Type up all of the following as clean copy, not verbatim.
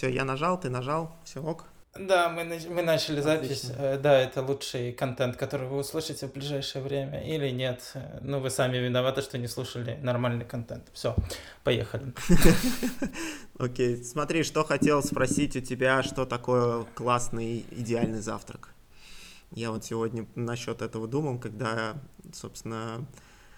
все, я нажал, ты нажал, все ок. Да, мы начали запись. Отлично. Да, это лучший контент, который вы услышите в ближайшее время. Или нет. Ну, вы сами виноваты, что не слушали нормальный контент. Все, поехали. Окей, смотри, что хотел спросить у тебя, что такое классный идеальный завтрак? Я вот сегодня насчет этого думал, когда, собственно,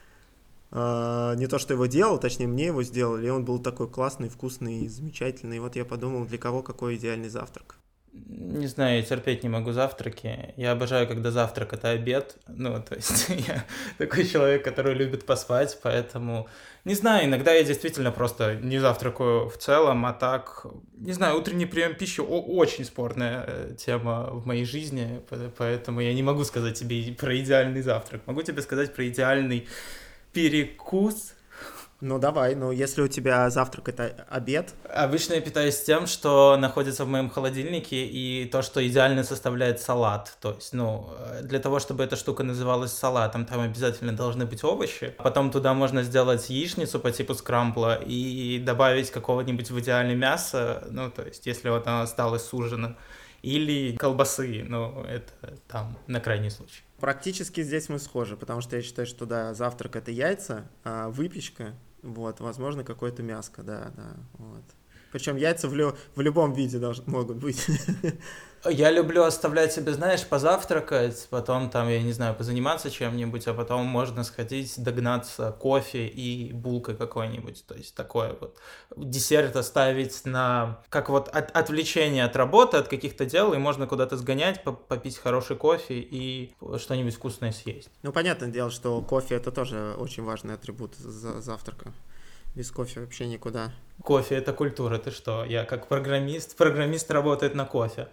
не то, что его делал, точнее, мне его сделали, и он был такой классный, вкусный, замечательный. И вот я подумал, для кого какой идеальный завтрак? Не знаю, я терпеть не могу завтраки. Я обожаю, когда завтрак это обед. Ну, то есть я такой человек, который любит поспать, поэтому... Не знаю, иногда я действительно просто не завтракаю в целом, а так... Не знаю, утренний прием пищи очень спорная тема в моей жизни, поэтому я не могу сказать тебе про идеальный завтрак. Могу тебе сказать про идеальный перекус. Ну давай, ну если у тебя завтрак это обед. Обычно я питаюсь тем, что находится в моем холодильнике, и то, что идеально составляет салат. То есть, для того, чтобы эта штука называлась салатом, там обязательно должны быть овощи. Потом туда можно сделать яичницу по типу скрамбла и добавить какого-нибудь в идеале мяса, ну, то есть, если вот оно осталось с ужина, или колбасы, ну, это там на крайний случай. Практически здесь мы схожи, потому что я считаю, что да, завтрак это яйца, а выпечка, вот, возможно, какое-то мяско, да, вот. Причем яйца в любом виде могут быть. Я люблю оставлять себе, знаешь, позавтракать, потом там, я не знаю, позаниматься чем-нибудь, а потом можно сходить, догнаться кофе и булкой какой-нибудь. То есть такое вот десерт оставить на, как вот отвлечение от работы, от каких-то дел, и можно куда-то сгонять, попить хороший кофе и что-нибудь вкусное съесть. Ну, понятное дело, что кофе это тоже очень важный атрибут завтрака. Без кофе вообще никуда. Кофе — это культура, ты что? Я как программист работает на кофе.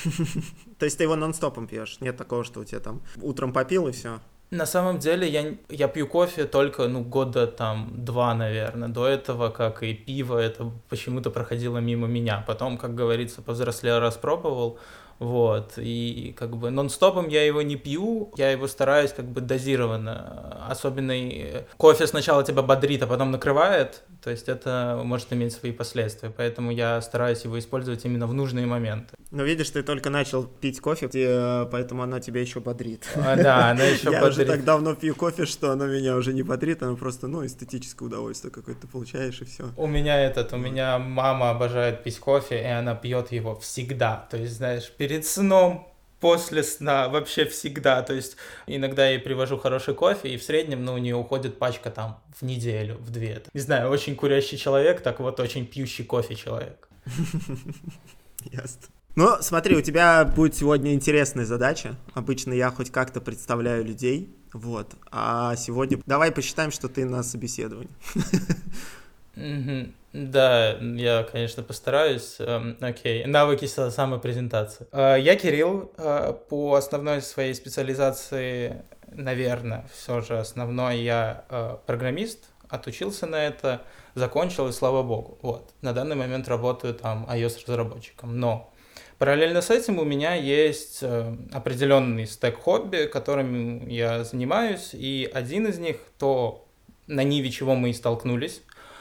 То есть ты его нон-стопом пьешь? Нет такого, что у тебя там утром попил и все? На самом деле я пью кофе только, года там 2, наверное. До этого, как и пиво, это почему-то проходило мимо меня. Потом, как говорится, повзрослел, распробовал. Вот, и как бы нон-стопом я его не пью, я его стараюсь как бы дозированно. Особенно кофе сначала тебя бодрит, а потом накрывает, то есть это может иметь свои последствия, поэтому я стараюсь его использовать именно в нужные моменты. Ну, видишь, ты только начал пить кофе, поэтому оно тебя еще бодрит. Да, оно еще бодрит. Я уже так давно пью кофе, что оно меня уже не бодрит, оно просто, эстетическое удовольствие какое-то получаешь, и все. У меня мама обожает пить кофе, и она пьет его всегда, то есть, знаешь, перед сном, после сна, вообще всегда. То есть иногда я ей привожу хороший кофе, и в среднем, у нее уходит пачка там в неделю, в 2. Не знаю, очень курящий человек, так вот очень пьющий кофе человек. Ясно. Ну, смотри, у тебя будет сегодня интересная задача. Обычно я хоть как-то представляю людей, вот. А сегодня давай посчитаем, что ты на собеседовании. Да, я, конечно, постараюсь. Окей, навыки самопрезентации. Я Кирилл, по основной своей специализации, наверное, все же основной я программист, отучился на это, закончил, и слава богу. Вот. На данный момент работаю там iOS-разработчиком, но параллельно с этим у меня есть определенный стек хобби, которыми я занимаюсь, и один из них, то на ниве чего мы и столкнулись,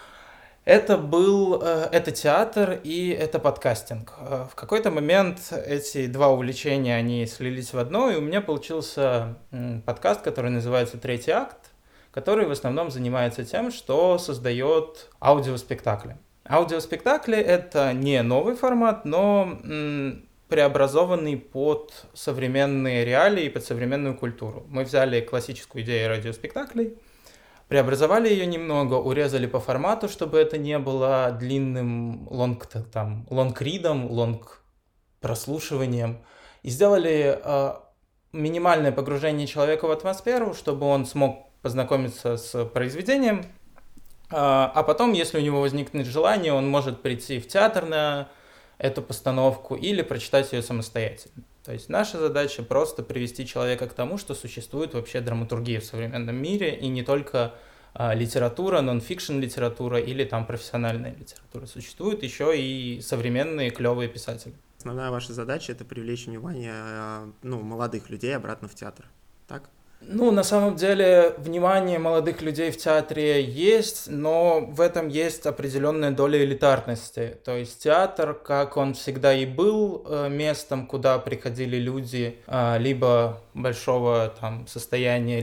это театр и это подкастинг. В какой-то момент эти два увлечения, они слились в одно, и у меня получился подкаст, который называется «Третий акт», который в основном занимается тем, что создает аудиоспектакли. Аудиоспектакли — это не новый формат, но преобразованный под современные реалии и под современную культуру. Мы взяли классическую идею радиоспектаклей, преобразовали ее немного, урезали по формату, чтобы это не было длинным лонгридом, лонг-прослушиванием. И сделали минимальное погружение человека в атмосферу, чтобы он смог познакомиться с произведением. А потом, если у него возникнет желание, он может прийти в театр на эту постановку или прочитать ее самостоятельно. То есть наша задача просто привести человека к тому, что существует вообще драматургия в современном мире, и не только литература, нон-фикшн литература или там профессиональная литература. Существуют еще и современные клевые писатели. Основная ваша задача — это привлечь внимание молодых людей обратно в театр, так? Ну, на самом деле, внимание молодых людей в театре есть, но в этом есть определенная доля элитарности. То есть театр, как он всегда и был, местом, куда приходили люди либо большого там состояния,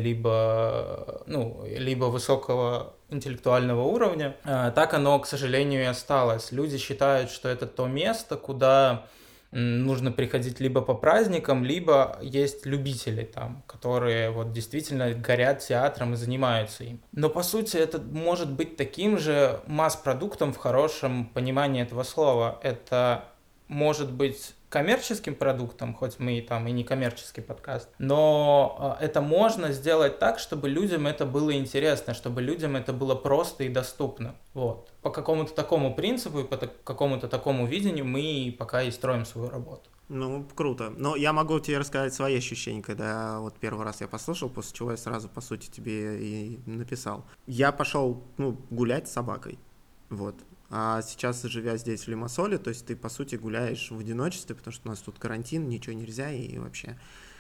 либо, ну, либо высокого интеллектуального уровня, так оно, к сожалению, и осталось. Люди считают, что это то место, куда нужно приходить либо по праздникам, либо есть любители там, которые вот действительно горят театром и занимаются им. Но по сути это может быть таким же масс-продуктом в хорошем понимании этого слова. Это может быть коммерческим продуктом, хоть мы там и не коммерческий подкаст, но это можно сделать так, чтобы людям это было интересно, чтобы людям это было просто и доступно. Вот. По какому-то такому принципу и по какому-то такому видению мы пока и строим свою работу. Ну, круто. Но я могу тебе рассказать свои ощущения, когда вот первый раз я послушал, после чего я сразу, по сути, тебе и написал. Я пошел, ну, гулять с собакой, вот. А сейчас, живя здесь, в Лимассоле, то есть ты, по сути, гуляешь в одиночестве, потому что у нас тут карантин, ничего нельзя, и вообще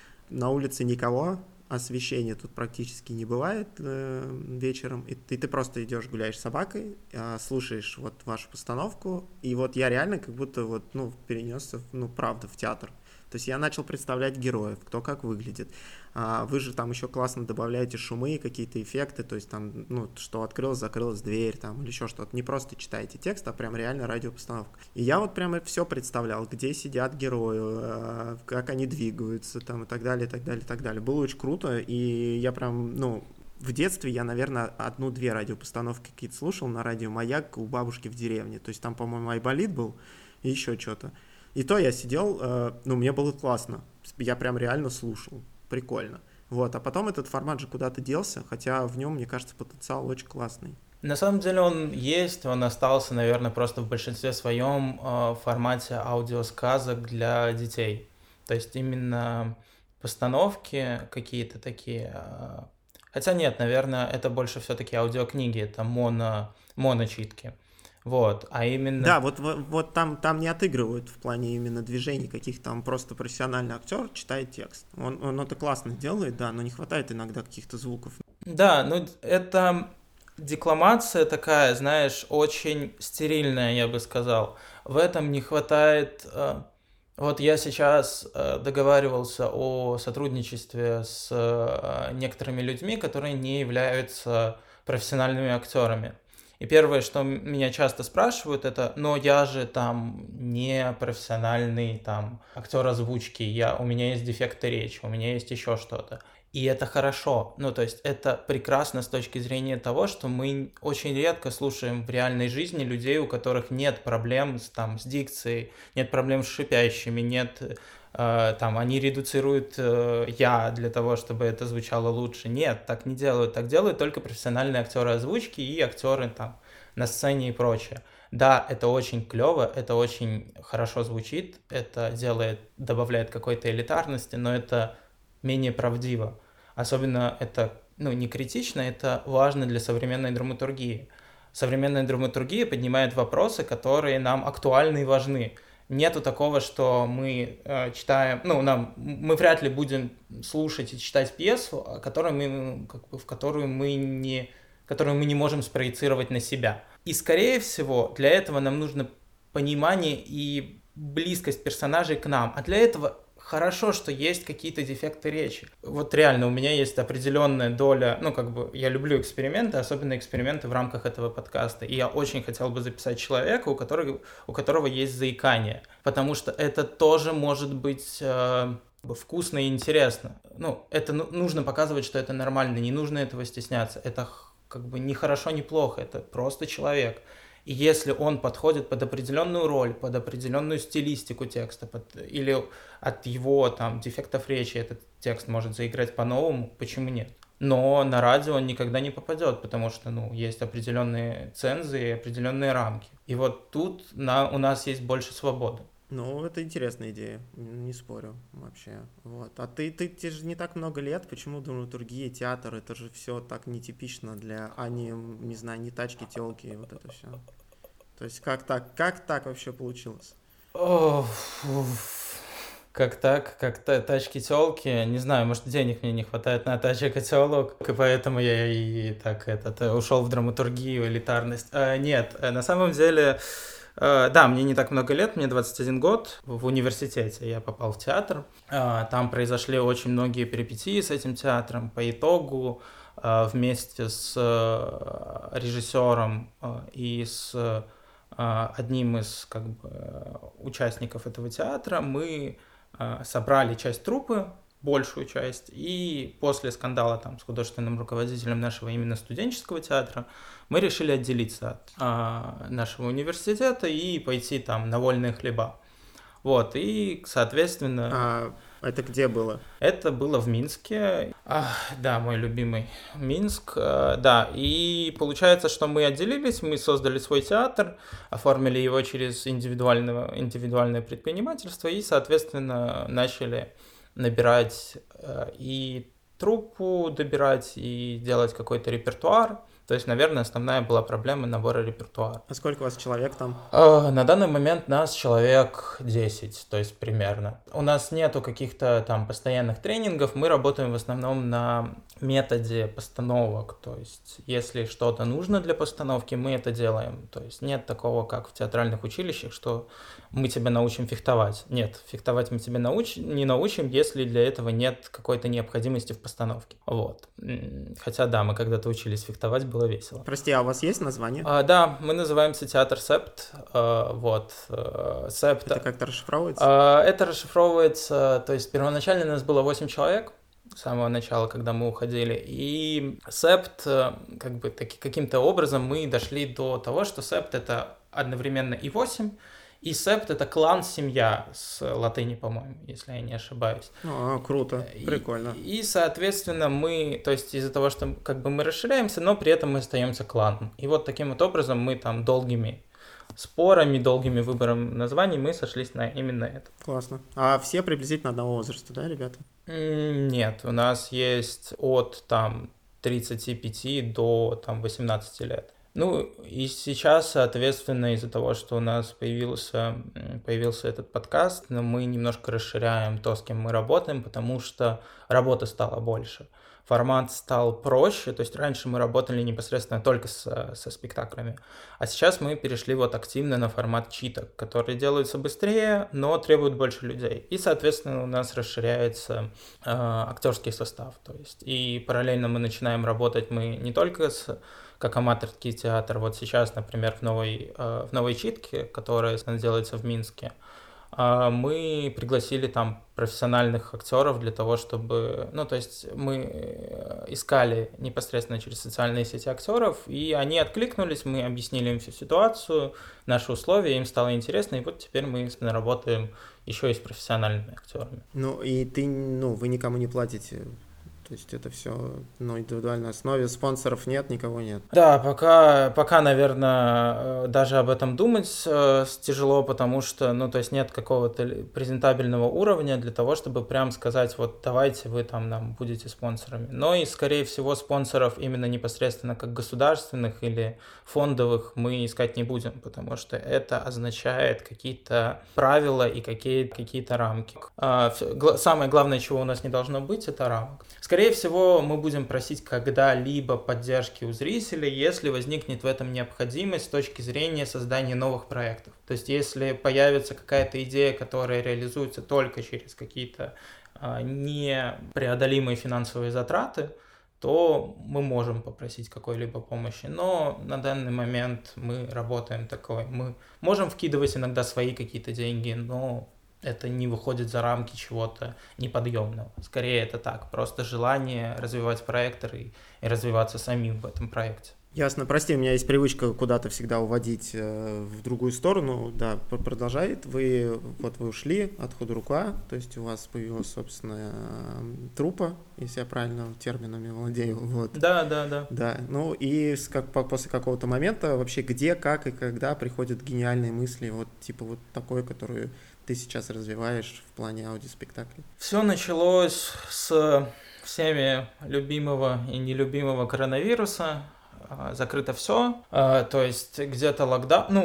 на улице никого, освещения тут практически не бывает вечером, и ты просто идешь, гуляешь с собакой, слушаешь вот вашу постановку, и вот я реально как будто вот, ну, перенесся, ну, правда, в театр. То есть я начал представлять героев, кто как выглядит. Вы же там еще классно добавляете шумы, какие-то эффекты, то есть там, ну, что открылась, закрылась дверь, там, или еще что-то. Не просто читаете текст, а прям реально радиопостановка. И я вот прямо все представлял, где сидят герои, как они двигаются, там, и так далее, и так далее, и так далее. Было очень круто, и я прям, ну, в детстве я, наверное, 1-2 радиопостановки какие-то слушал на радио «Маяк» у бабушки в деревне. То есть там, по-моему, «Айболит» был и еще что-то. И то я сидел, ну, мне было классно. Я прям реально слушал. Прикольно. Вот, а потом этот формат же куда-то делся, хотя в нем, мне кажется, потенциал очень классный. На самом деле он есть, он остался, наверное, просто в большинстве своем в формате аудиосказок для детей. То есть именно постановки какие-то такие. Хотя нет, наверное, это больше все-таки аудиокниги, это моночитки. Вот, а именно... Да, вот там не отыгрывают в плане именно движений каких-то, там просто профессиональный актер читает текст. Он это классно делает, да, но не хватает иногда каких-то звуков. Да, ну это декламация такая, знаешь, очень стерильная, я бы сказал. В этом не хватает... Вот я сейчас договаривался о сотрудничестве с некоторыми людьми, которые не являются профессиональными актерами. И первое, что меня часто спрашивают, это, но я же там не профессиональный там актер озвучки, у меня есть дефекты речи, у меня есть еще что-то. И это хорошо. Ну, то есть это прекрасно с точки зрения того, что мы очень редко слушаем в реальной жизни людей, у которых нет проблем с дикцией, нет проблем с шипящими, нет там они редуцируют я для того, чтобы это звучало лучше. Нет, так не делают. Так делают только профессиональные актеры озвучки и актеры там на сцене и прочее. Да, это очень клево, это очень хорошо звучит, это добавляет какой-то элитарности, но это менее правдиво. Особенно это, ну, не критично, это важно для современной драматургии. Современная драматургия поднимает вопросы, которые нам актуальны и важны. Нету такого, что мы читаем, ну, мы вряд ли будем слушать и читать пьесу, которую мы не можем спроецировать на себя. И, скорее всего, для этого нам нужно понимание и близкость персонажей к нам. А для этого хорошо, что есть какие-то дефекты речи. Вот реально у меня есть определенная доля, ну, как бы, я люблю эксперименты, особенно эксперименты в рамках этого подкаста. И я очень хотел бы записать человека, у которого есть заикание. Потому что это тоже может быть вкусно и интересно. Ну, это нужно показывать, что это нормально, не нужно этого стесняться. Это как бы ни хорошо, ни плохо, это просто человек. И если он подходит под определенную роль, под определенную стилистику текста, или от его там дефектов речи этот текст может заиграть по-новому, почему нет? Но на радио он никогда не попадет, потому что, ну, есть определенные цензы и определенные рамки. И вот тут у нас есть больше свободы. Ну, это интересная идея, не спорю вообще. Вот. А тебе же не так много лет, почему драматургия, театр, это же все так нетипично для Ани, не знаю, не тачки, телки, вот это все. То есть как так вообще получилось? Как так? Как тачки-тёлки? Не знаю, может, денег мне не хватает на тачек и тёлок, и поэтому я и так ушел в драматургию, элитарность. Нет, на самом деле, да, мне не так много лет, мне 21 год. В университете я попал в театр. Там произошли очень многие перипетии с этим театром. По итогу вместе с режиссером и с одним из участников этого театра мы собрали часть труппы, большую часть, и после скандала там с художественным руководителем нашего именно студенческого театра мы решили отделиться от нашего университета и пойти там на вольные хлеба. Вот, и, соответственно... А это где было? Это было в Минске. Да, мой любимый Минск. Да, и получается, что мы отделились, мы создали свой театр, оформили его через индивидуальное предпринимательство и, соответственно, начали набирать и труппу, добирать и делать какой-то репертуар. То есть, наверное, основная была проблема набора репертуара. А сколько у вас человек там? На данный момент нас человек 10, то есть примерно. У нас нету каких-то там постоянных тренингов, мы работаем в основном на методе постановок. То есть, если что-то нужно для постановки, мы это делаем. То есть, нет такого, как в театральных училищах, что мы тебя научим фехтовать. Нет, фехтовать мы тебя не научим, если для этого нет какой-то необходимости в постановке. Вот. Хотя, да, мы когда-то учились фехтовать, было весело. Прости, а у вас есть название? Да, мы называемся Театр Септ. Вот. Септ. Это как-то расшифровывается? Это расшифровывается, то есть первоначально у нас было 8 человек с самого начала, когда мы уходили, и Септ, каким-то образом мы дошли до того, что Септ это одновременно и 8, и Септ это клан, семья с латыни, по-моему, если я не ошибаюсь. Круто, прикольно. И, соответственно, мы, то есть из-за того, что мы расширяемся, но при этом мы остаемся кланом. И вот таким вот образом мы там долгими спорами, долгими выбором названий мы сошлись на именно это. Классно. А все приблизительно одного возраста, да, ребята? Нет, у нас есть от там 35 до там 18 лет. Ну, и сейчас, соответственно, из-за того, что у нас появился этот подкаст, мы немножко расширяем то, с кем мы работаем, потому что работы стало больше. Формат стал проще, то есть раньше мы работали непосредственно только со спектаклями, а сейчас мы перешли вот активно на формат читок, которые делаются быстрее, но требуют больше людей. И, соответственно, у нас расширяется актерский состав, то есть и параллельно мы начинаем работать мы не только как аматорский театр. Вот сейчас, например, в новой читке, которая делается в Минске, мы пригласили там профессиональных актеров для того, чтобы... Ну, то есть мы искали непосредственно через социальные сети актеров, и они откликнулись, мы объяснили им всю ситуацию, наши условия, им стало интересно, и вот теперь мы работаем еще и с профессиональными актерами. Ну, и вы никому не платите... То есть это все на индивидуальной основе, спонсоров нет, никого нет. Да, пока, наверное, даже об этом думать тяжело, потому что, то есть нет какого-то презентабельного уровня для того, чтобы прям сказать, вот давайте вы там нам будете спонсорами. Но и, скорее всего, спонсоров именно непосредственно как государственных или фондовых мы искать не будем, потому что это означает какие-то правила и какие-то рамки. Самое главное, чего у нас не должно быть, это рамок. Скорее всего, мы будем просить когда-либо поддержки у зрителей, если возникнет в этом необходимость с точки зрения создания новых проектов. То есть, если появится какая-то идея, которая реализуется только через какие-то непреодолимые финансовые затраты, то мы можем попросить какой-либо помощи. Но на данный момент мы работаем такой. Мы можем вкидывать иногда свои какие-то деньги, но... это не выходит за рамки чего-то неподъемного. Скорее это так, просто желание развивать проект и развиваться самим в этом проекте. Ясно. Прости, у меня есть привычка куда-то всегда уводить в другую сторону. Да, продолжает. Вы ушли от худрука, то есть у вас появилась собственная труппа, если я правильно терминами владею. Вот. Да. Да, ну и после какого-то момента вообще где, как и когда приходят гениальные мысли, вот типа вот такой, которую ты сейчас развиваешь в плане аудиоспектаклей? Все началось с всеми любимого и нелюбимого коронавируса. Закрыто все. То есть где-то локдаун.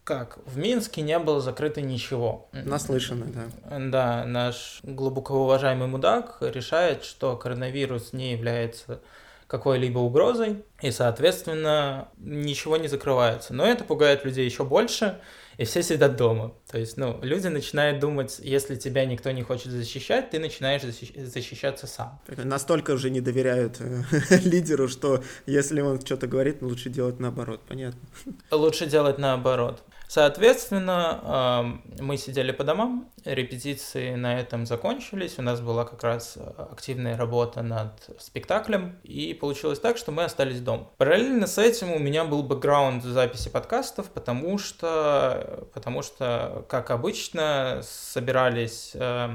как? В Минске не было закрыто ничего. Наслышано, да. Да, наш глубоко уважаемый мудак решает, что коронавирус не является какой-либо угрозой, и, соответственно, ничего не закрывается. Но это пугает людей еще больше, и все сидят дома. То есть, люди начинают думать, если тебя никто не хочет защищать, ты начинаешь защищаться сам. Настолько уже не доверяют лидеру, что если он что-то говорит, лучше делать наоборот, понятно? Лучше делать наоборот. Соответственно, мы сидели по домам, репетиции на этом закончились, у нас была как раз активная работа над спектаклем, и получилось так, что мы остались дома. Параллельно с этим у меня был бэкграунд записи подкастов, потому что, как обычно, собрались,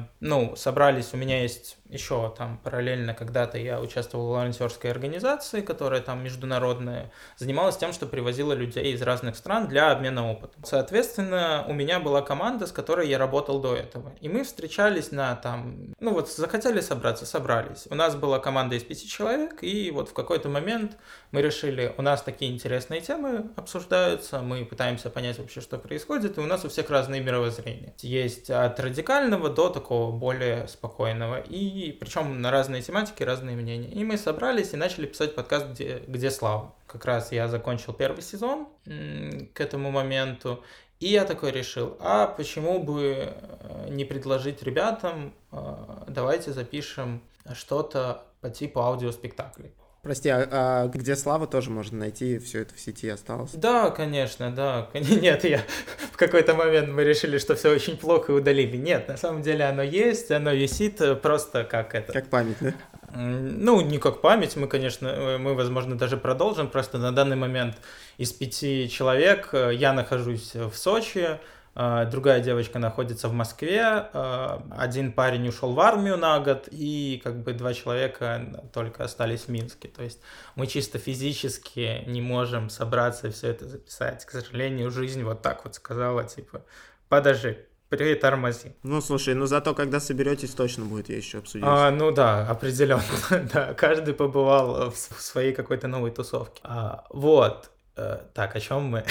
у меня есть еще там параллельно когда-то я участвовал в волонтерской организации, которая там международная, занималась тем, что привозила людей из разных стран для обмена опытом. Соответственно, у меня была команда, с которой я работал до этого. И мы встречались на там, захотели собраться, собрались. У нас была команда из 5 человек, и вот в какой-то момент мы решили, у нас такие интересные темы обсуждаются, мы пытаемся понять вообще, что происходит, и у нас у всех разные мировоззрения. Есть от радикального до такого более спокойного, и причем на разные тематики, разные мнения. И мы собрались и начали писать подкаст «Где Слава?». Как раз я закончил первый сезон к этому моменту, и я такой решил, а почему бы не предложить ребятам, давайте запишем что-то по типу аудиоспектаклей. Прости, а где Слава тоже можно найти, все это в сети осталось? Да, конечно, да. Нет, в какой-то момент мы решили, что все очень плохо и удалили. Нет, на самом деле оно есть, оно висит просто как это. Как память, да? Не как память, мы, возможно, даже продолжим. Просто на данный момент из 5 человек я нахожусь в Сочи, другая девочка находится в Москве, один парень ушел в армию на год, и 2 человека только остались в Минске. То есть мы чисто физически не можем собраться и все это записать. К сожалению, жизнь вот так вот сказала, подожди, притормози. Слушай, зато когда соберетесь, точно будет еще обсудить. Да, определенно. Да, каждый побывал в своей какой-то новой тусовке. Вот. Так, о чем мы?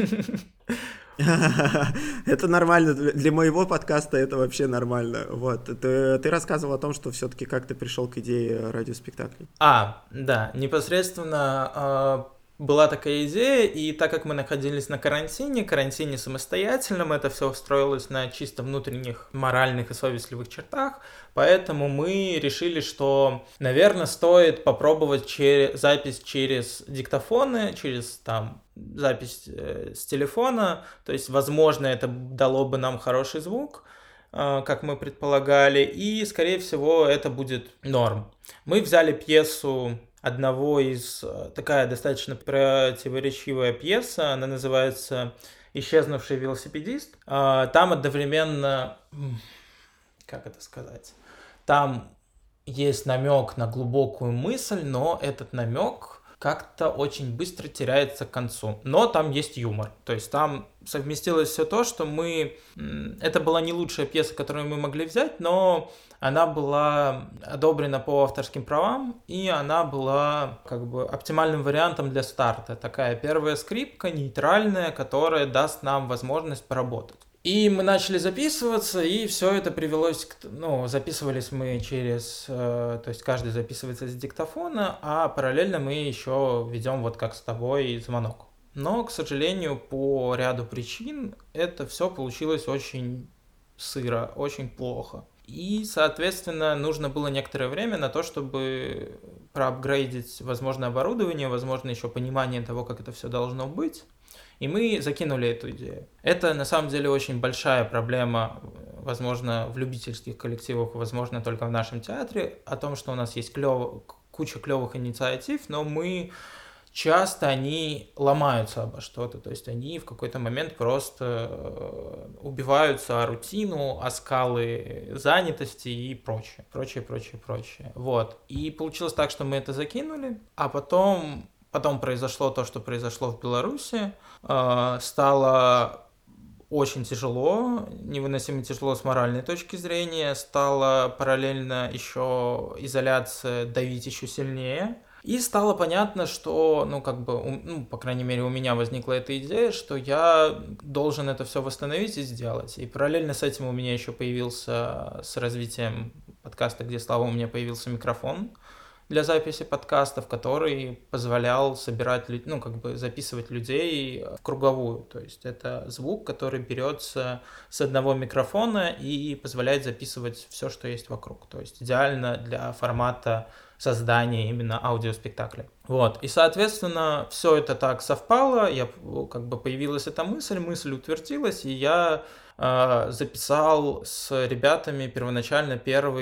Это нормально. Для моего подкаста это вообще нормально. Вот. Ты рассказывал о том, что все-таки как ты пришел к идее радиоспектаклей. Да. Непосредственно была такая идея, и так как мы находились на карантине самостоятельном, это все строилось на чисто внутренних моральных и совестливых чертах, поэтому мы решили, что, наверное, стоит попробовать запись через диктофоны, через запись с телефона, то есть, возможно, это дало бы нам хороший звук, как мы предполагали, и, скорее всего, это будет норм. Мы взяли пьесу одного из... Такая достаточно противоречивая пьеса, она называется «Исчезнувший велосипедист». Там одновременно... Как это сказать? Там есть намек на глубокую мысль, но этот намек как-то очень быстро теряется к концу. Но там есть юмор. То есть там совместилось все то, что мы... Это была не лучшая пьеса, которую мы могли взять, но она была одобрена по авторским правам, и она была оптимальным вариантом для старта. Такая первая скрипка, нейтральная, которая даст нам возможность поработать. И мы начали записываться, и все это привелось к... записывались мы через... То есть каждый записывается с диктофона, а параллельно мы еще ведем вот как с тобой звонок. Но, к сожалению, по ряду причин это все получилось очень сыро, очень плохо. И, соответственно, нужно было некоторое время на то, чтобы проапгрейдить, возможно, оборудование, возможно, еще понимание того, как это все должно быть. И мы закинули эту идею. Это, на самом деле, очень большая проблема, возможно, в любительских коллективах, возможно, только в нашем театре, о том, что у нас есть куча клевых инициатив, но часто они ломаются обо что-то, то есть они в какой-то момент просто убиваются о рутину, о скалы занятости и прочее. Вот. И получилось так, что мы это закинули, а потом произошло то, что произошло в Беларуси. Стало очень тяжело, невыносимо тяжело с моральной точки зрения. Стала параллельно еще изоляция давить еще сильнее. И стало понятно, что, по крайней мере, у меня возникла эта идея, что я должен это все восстановить и сделать. И параллельно с этим у меня еще появился, с развитием подкаста «Где Слава», у меня появился микрофон для записи подкастов, который позволял собирать, записывать людей в круговую. То есть это звук, который берется с одного микрофона и позволяет записывать все, что есть вокруг. То есть идеально для формата создания именно аудиоспектакля. Вот. И, соответственно, все это так совпало, появилась эта мысль утвердилась, и я записал с ребятами первоначально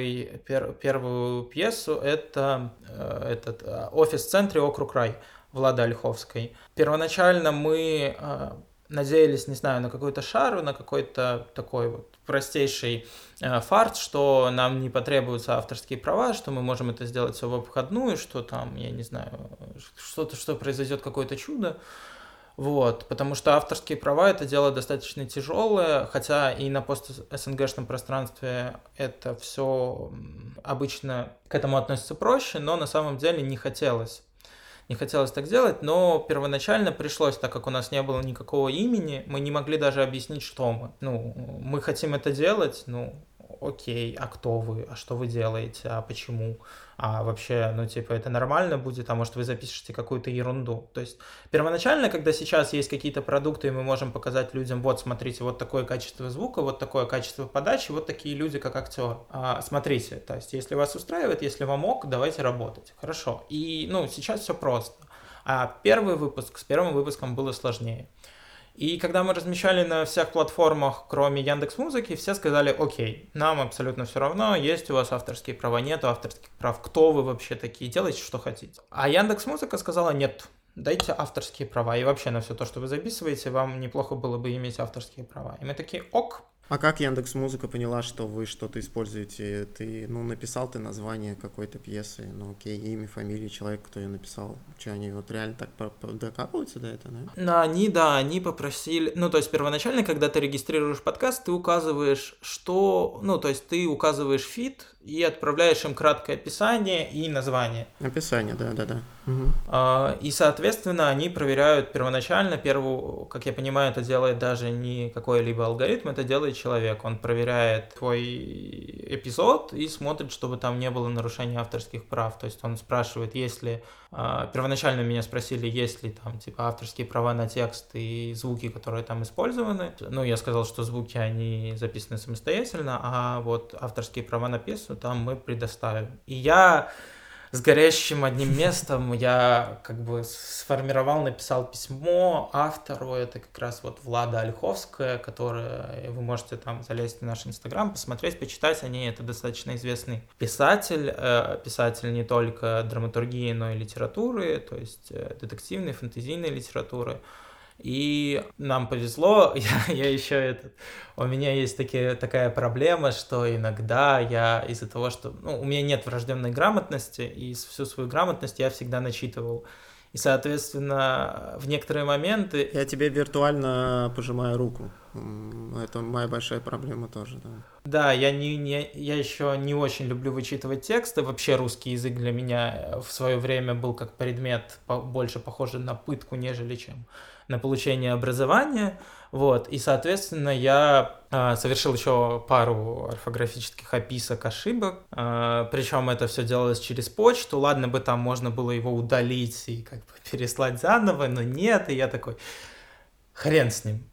первую пьесу. Это офис в центре, округ Рай, Влады Ольховской. Первоначально мы надеялись, не знаю, на какую-то шару, на какой-то такой вот простейший фарт, что нам не потребуются авторские права, что мы можем это сделать все в обходную, что там, я не знаю, что произойдет какое-то чудо. Вот, потому что авторские права — это дело достаточно тяжелое, хотя и на пост-СНГшном пространстве это все обычно к этому относится проще, но на самом деле не хотелось так делать, но первоначально пришлось, так как у нас не было никакого имени, мы не могли даже объяснить, что мы. Мы хотим это делать, окей, а кто вы, а что вы делаете, а почему, а вообще, это нормально будет, а может вы запишете какую-то ерунду. То есть первоначально, когда сейчас есть какие-то продукты, и мы можем показать людям, вот смотрите, вот такое качество звука, вот такое качество подачи, вот такие люди, как актер. Смотрите, то есть если вас устраивает, если вам ок, давайте работать. Хорошо. И, сейчас все просто. А с первым выпуском было сложнее. И когда мы размещали на всех платформах, кроме Яндекс.Музыки, все сказали: окей, нам абсолютно все равно, есть у вас авторские права, нету авторских прав, кто вы вообще такие, делайте, что хотите. А Яндекс.Музыка сказала: нет, дайте авторские права, и вообще на все то, что вы записываете, вам неплохо было бы иметь авторские права. И мы такие: ок. А как Яндекс.Музыка поняла, что вы что-то используете? Ты, написал ты название какой-то пьесы, окей, имя, фамилия человека, кто ее написал. Что, они вот реально так докапываются до этого, да? Они попросили... то есть первоначально, когда ты регистрируешь подкаст, ты указываешь, ты указываешь фид и отправляешь им краткое описание и название. Описание, да. Угу. И, соответственно, они проверяют первоначально, как я понимаю, это делает даже не какой-либо алгоритм, это делает человек. Он проверяет твой эпизод и смотрит, чтобы там не было нарушения авторских прав. То есть он спрашивает, есть ли... Первоначально меня спросили, есть ли там авторские права на текст и звуки, которые там использованы. Я сказал, что звуки, они записаны самостоятельно, а вот авторские права на пьесу там мы предоставим. И я с горящим одним местом я написал письмо автору, это как раз вот Влада Ольховская, которая, вы можете там залезть в наш Инстаграм, посмотреть, почитать о ней, это достаточно известный писатель не только драматургии, но и литературы, то есть детективной, фэнтезийной литературы. И нам повезло, у меня есть такая проблема, что иногда я из-за того, что у меня нет врожденной грамотности, и всю свою грамотность я всегда начитывал. И, соответственно, в некоторые моменты... Я тебе виртуально пожимаю руку. Это моя большая проблема тоже, да. Да, я еще не очень люблю вычитывать тексты. Вообще русский язык для меня в свое время был как предмет больше похожий на пытку, нежели чем на получение образования. Вот. И, соответственно, я совершил еще пару орфографических описок ошибок. Причем это все делалось через почту. Ладно бы там можно было его удалить и переслать заново, но нет. И я такой: хрен с ним.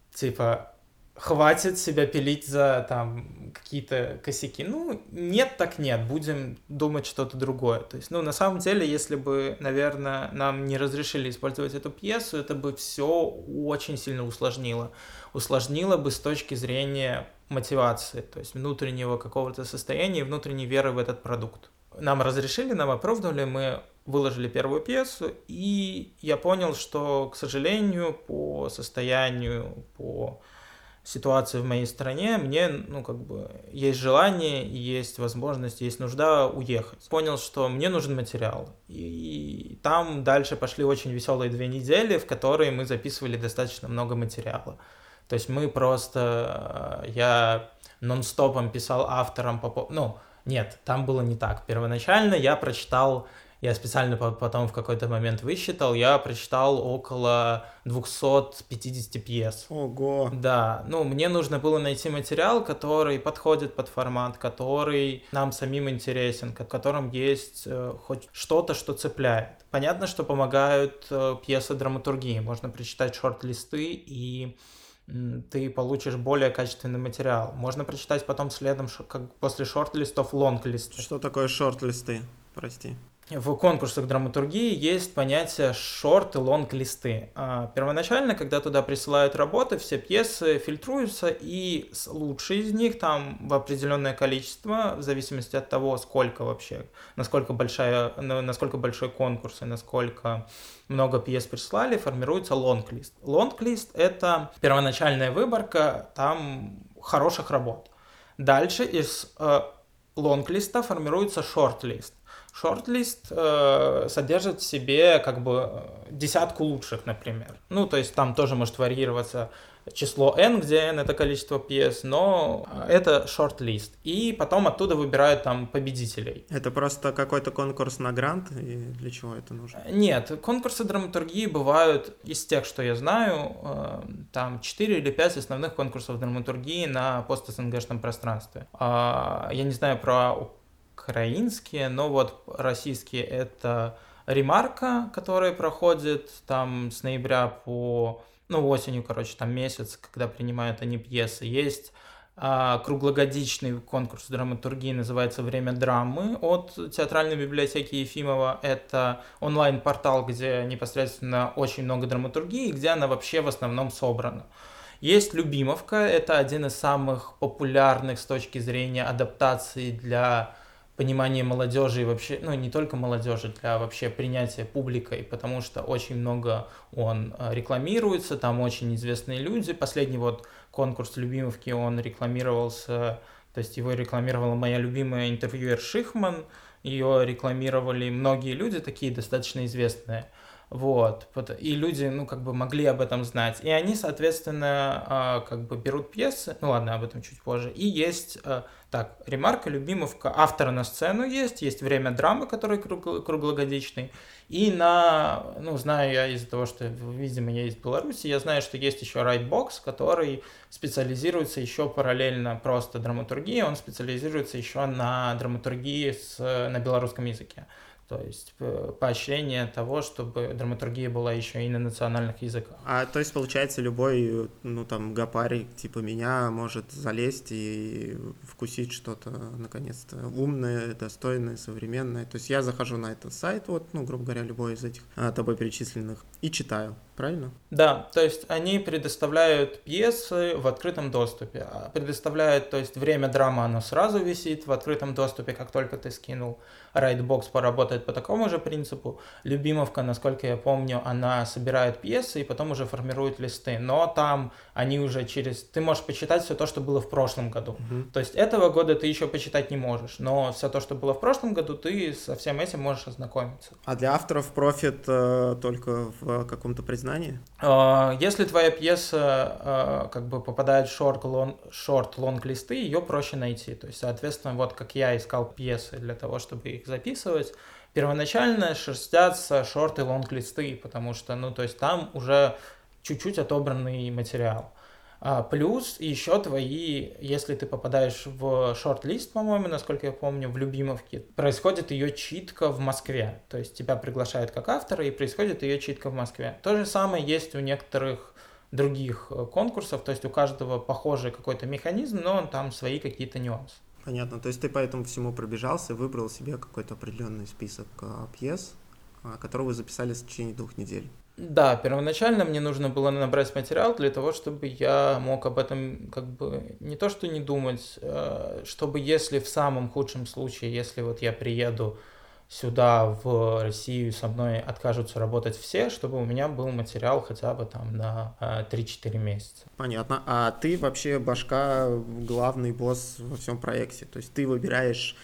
Хватит себя пилить за какие-то косяки. Нет так нет, будем думать что-то другое. То есть, на самом деле, если бы, наверное, нам не разрешили использовать эту пьесу, это бы все очень сильно усложнило. Усложнило бы с точки зрения мотивации, то есть внутреннего какого-то состояния, внутренней веры в этот продукт. Нам разрешили, нам опробовали, мы выложили первую пьесу, и я понял, что, к сожалению, по состоянию, по ситуации в моей стране, мне, есть желание, есть возможность, есть нужда уехать. Понял, что мне нужен материал. И там дальше пошли очень веселые 2 недели, в которые мы записывали достаточно много материала. То есть я нон-стопом писал авторам нет, там было не так. Первоначально я я специально потом в какой-то момент высчитал, я прочитал около 250 пьес. Ого! Да, ну, мне нужно было найти материал, который подходит под формат, который нам самим интересен, в котором есть хоть что-то, что цепляет. Понятно, что помогают пьесы драматургии. Можно прочитать шорт-листы, и ты получишь более качественный материал. Можно прочитать потом следом, как после шорт-листов, лонг-листы. Что такое шорт-листы? Прости. В конкурсах драматургии есть понятие шорт и лонг листы. Первоначально, когда туда присылают работы, все пьесы фильтруются, и лучшие из них там в определенное количество, в зависимости от того, сколько вообще, насколько большой конкурс и насколько много пьес прислали, формируется лонг-лист. Лонг-лист — это первоначальная выборка там хороших работ. Дальше из лонг-листа формируется шорт-лист. Шорт-лист содержит в себе как бы десятку лучших, например. Ну, то есть там тоже может варьироваться число n, где n — это количество пьес, но это шорт-лист. И потом оттуда выбирают там победителей. Это просто какой-то конкурс на грант? И для чего это нужно? Нет, конкурсы драматургии бывают, из тех, что я знаю, там 4 или 5 основных конкурсов драматургии на пост-СНГшном пространстве. Я не знаю про украинские, но вот российские — это «Ремарка», которая проходит там с ноября по, осенью, там месяц, когда принимают они пьесы. Есть круглогодичный конкурс драматургии, называется «Время драмы» от Театральной библиотеки Ефимова. Это онлайн-портал, где непосредственно очень много драматургии, где она вообще в основном собрана. Есть «Любимовка», это один из самых популярных с точки зрения адаптации для понимание молодежи и вообще, не только молодежи, для вообще принятия публикой, потому что очень много он рекламируется, там очень известные люди. Последний вот конкурс Любимовки, он рекламировался, то есть его рекламировала моя любимая интервьюер Шихман, ее рекламировали многие люди, такие достаточно известные. Вот, и люди, могли об этом знать. И они, соответственно, берут пьесы, ладно, об этом чуть позже. И есть, «Ремарка», «Любимовка», автора на сцену есть «Время драмы», который круглогодичный. И знаю я из-за того, что, видимо, я из Беларуси, я знаю, что есть еще Writebox, который специализируется еще параллельно просто драматургии, он специализируется еще на драматургии на белорусском языке. То есть поощрение того, чтобы драматургия была еще и на национальных языках. То есть, получается, любой, гопарик типа меня может залезть и вкусить что-то, наконец-то, умное, достойное, современное. То есть я захожу на этот сайт, грубо говоря, любой из этих тобой перечисленных, и читаю. Правильно? Да, то есть они предоставляют пьесы в открытом доступе. Предоставляют, то есть «Время драмы», оно сразу висит в открытом доступе, как только ты скинул. Writebox поработает по такому же принципу. Любимовка, насколько я помню, она собирает пьесы и потом уже формирует листы. Но там они уже ты можешь почитать все то, что было в прошлом году. Угу. То есть этого года ты еще почитать не можешь. Но все то, что было в прошлом году, ты со всем этим можешь ознакомиться. А для авторов профит только в каком-то признании? Если твоя пьеса попадает в шорт-лонг-листы, ее проще найти. То есть, соответственно, вот как я искал пьесы для того, чтобы их записывать, первоначально шерстятся шорт- и лонг-листы, потому что, то есть там уже чуть-чуть отобранный материал. Плюс еще если ты попадаешь в шорт-лист, по-моему, насколько я помню, в Любимовке, происходит ее читка в Москве. То есть тебя приглашают как автора, и происходит ее читка в Москве. То же самое есть у некоторых других конкурсов, то есть у каждого похожий какой-то механизм, но там свои какие-то нюансы. Понятно. То есть ты по этому всему пробежался, выбрал себе какой-то определенный список пьес, которые вы записали в течение 2 недель. Да, первоначально мне нужно было набрать материал для того, чтобы я мог об этом не то что не думать, чтобы если в самом худшем случае, если вот я приеду сюда, в Россию, со мной откажутся работать все, чтобы у меня был материал хотя бы там на 3-4 месяца. Понятно. А ты вообще башка, главный босс во всем проекте. То есть ты выбираешь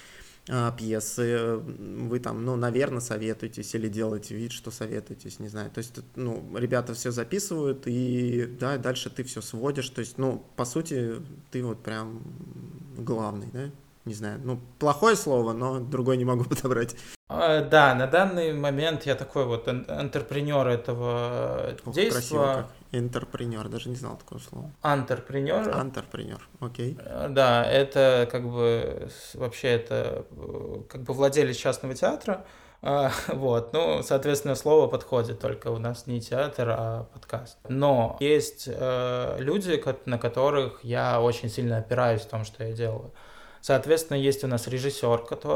пьесы, вы там, наверное, советуетесь или делаете вид, что советуетесь, не знаю. То есть, ребята все записывают, и да, дальше ты все сводишь. То есть, по сути, ты вот прям главный, да? Не знаю, плохое слово, но другое не могу подобрать. Да, на данный момент я такой вот антрепренер этого Ох, красиво действа. как. Интерпренер, даже не знал такого слова. Антрепренер. Антрепренер, окей. Да, это как бы вообще это как бы владелец частного театра. Вот, ну, соответственно, слово подходит, только у нас не театр, а подкаст. Но есть люди, на которых я очень сильно опираюсь в том, что я делаю. Соответственно, есть у нас режиссер,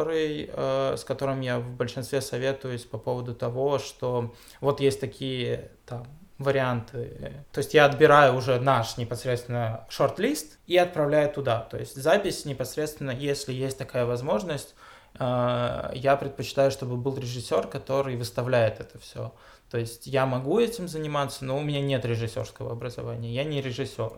с которым я в большинстве советуюсь по поводу того, что вот есть такие там варианты. То есть я отбираю уже наш непосредственно шорт-лист и отправляю туда. То есть запись непосредственно, если есть такая возможность, я предпочитаю, чтобы был режиссер, который выставляет это все. То есть я могу этим заниматься, но у меня нет режиссерского образования, я не режиссер.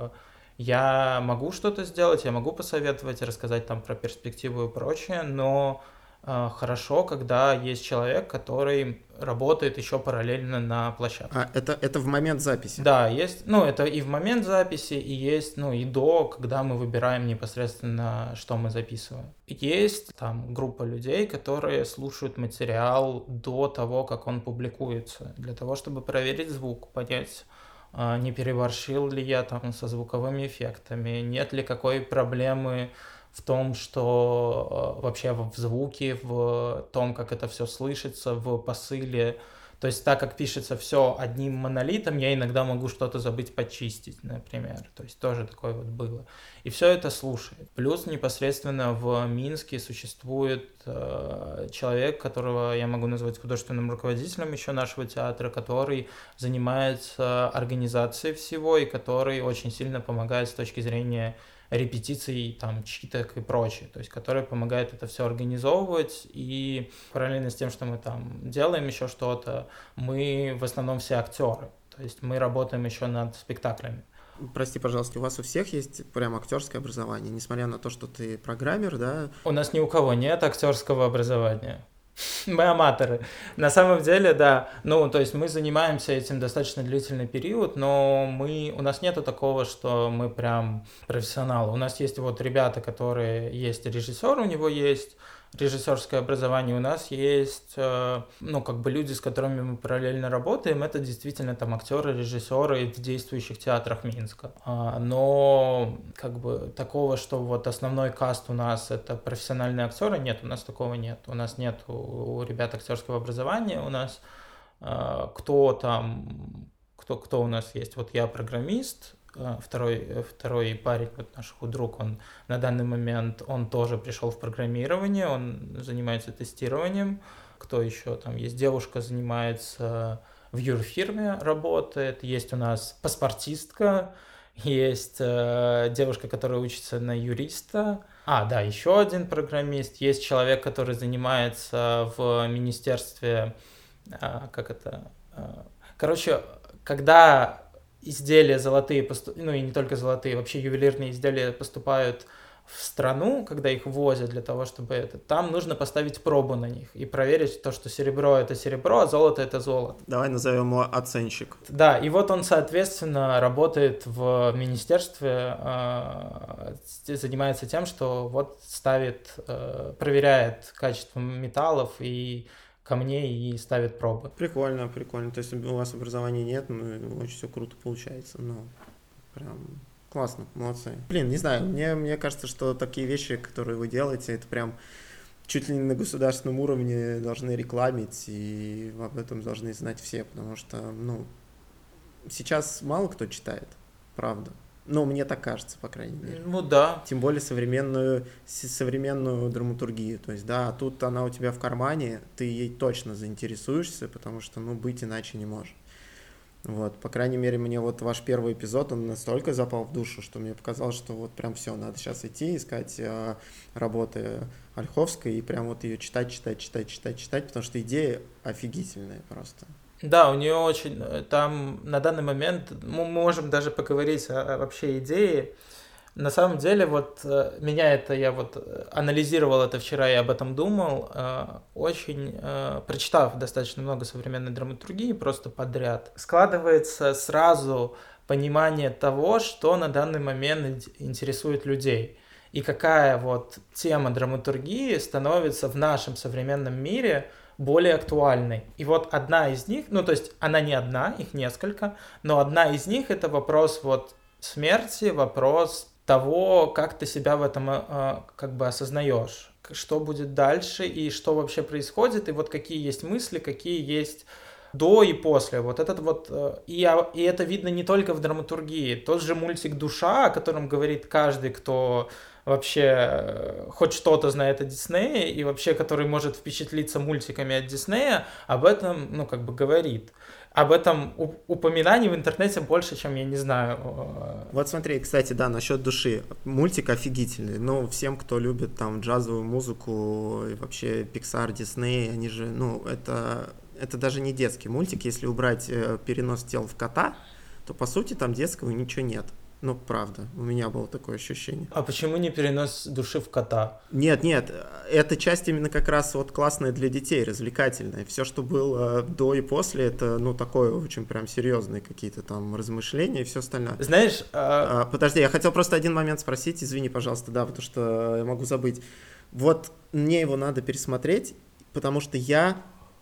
Я могу что-то сделать, я могу посоветовать, рассказать там про перспективу и прочее, но хорошо, когда есть человек, который работает еще параллельно на площадке. Это в момент записи? Да, есть, ну, это и в момент записи, и есть, ну, и до, когда мы выбираем непосредственно, что мы записываем. Есть там группа людей, которые слушают материал до того, как он публикуется, для того, чтобы проверить звук, понять, не переборщил ли я там со звуковыми эффектами, нет ли какой проблемы в том, что вообще в звуке, в том, как это все слышится, в посыле. То есть так как пишется все одним монолитом, я иногда могу что-то забыть почистить, например. То есть тоже такое вот было. И все это слушает. Плюс непосредственно в Минске существует человек, которого я могу назвать художественным руководителем еще нашего театра, который занимается организацией всего и который очень сильно помогает с точки зрения репетиций, там, читок и прочее, то есть который помогает это все организовывать, и параллельно с тем, что мы там делаем еще что-то, мы в основном все актеры, то есть мы работаем еще над спектаклями. Прости, пожалуйста, у вас у всех есть прям актерское образование, несмотря на то, что ты программер, да? У нас ни у кого нет актерского образования. Мы аматоры. На самом деле, да. Ну, то есть мы занимаемся этим достаточно длительный период, но у нас нету такого, что мы прям профессионалы. У нас есть вот ребята, которые есть режиссер, у него есть режиссерское образование, у нас есть, ну, как бы люди, с которыми мы параллельно работаем, это действительно там актеры, режиссеры в действующих театрах Минска. Но как бы такого, что вот основной каст у нас это профессиональные актеры, нет, у нас такого нет. У нас нет у ребят актерского образования, у нас кто у нас есть? Вот я программист, второй парень, вот наш худрук, он на данный момент, он тоже пришел в программирование, он занимается тестированием. Кто еще там есть? Девушка занимается в юрфирме, работает. Есть у нас паспортистка, есть девушка, которая учится на юриста. Да, еще один программист. Есть человек, который занимается в министерстве, короче, когда изделия золотые, ну и не только золотые, вообще ювелирные изделия поступают в страну, когда их возят для того, чтобы там нужно поставить пробу на них и проверить то, что серебро это серебро, а золото это золото. Давай назовем его оценщик. Да, и вот он, соответственно, работает в министерстве, занимается тем, что вот проверяет качество металлов и камней и ставит пробы. Прикольно. То есть у вас образования нет, но очень все круто получается. Ну, прям классно, молодцы. Блин, не знаю, мне кажется, что такие вещи, которые вы делаете, это прям чуть ли не на государственном уровне должны рекламить, и об этом должны знать все, потому что, ну, сейчас мало кто читает, правда. Ну, мне так кажется, по крайней мере. Ну да. Тем более современную драматургию. То есть, да, тут она у тебя в кармане, ты ей точно заинтересуешься, потому что, ну, быть иначе не может. Вот, по крайней мере, мне вот ваш первый эпизод, он настолько запал в душу, что мне показалось, что вот прям все, надо сейчас идти, искать работы Ольховской и прям вот ее читать, потому что идея офигительная просто. Да, у нее очень, там на данный момент, мы можем даже поговорить о вообще идее. На самом деле, вот я вот анализировал это вчера и об этом думал, прочитав достаточно много современной драматургии просто подряд, складывается сразу понимание того, что на данный момент интересует людей. и какая вот тема драматургии становится в нашем современном мире более актуальной. И вот одна из них, ну то есть она не одна, их несколько, но одна из них это вопрос вот смерти, вопрос того, как ты себя в этом как бы осознаешь, что будет дальше и что вообще происходит, и вот какие есть мысли, какие есть до и после. Вот этот вот... И это видно не только в драматургии. Тот же мультик «Душа», о котором говорит каждый, кто вообще хоть что-то знает о Диснее, и вообще, который может впечатлиться мультиками от Диснея, об этом, ну, как бы говорит. Об этом упоминаний в интернете больше, чем я не знаю. Вот смотри, кстати, да, насчет «Души». Мультик офигительный. Ну, всем, кто любит там джазовую музыку и вообще Pixar, Disney, они же, ну, это даже не детский мультик. Если убрать перенос тел в кота, то, по сути, там детского ничего нет. Ну, правда, у меня было такое ощущение. А почему не перенос души в кота? Нет, эта часть именно как раз вот классная для детей, развлекательная. Все, что было до и после, это, ну, такое очень прям серьезные какие-то там размышления и все остальное. Знаешь... Подожди, я хотел просто один момент спросить, извини, пожалуйста, да, потому что я могу забыть. Вот мне его надо пересмотреть, потому что я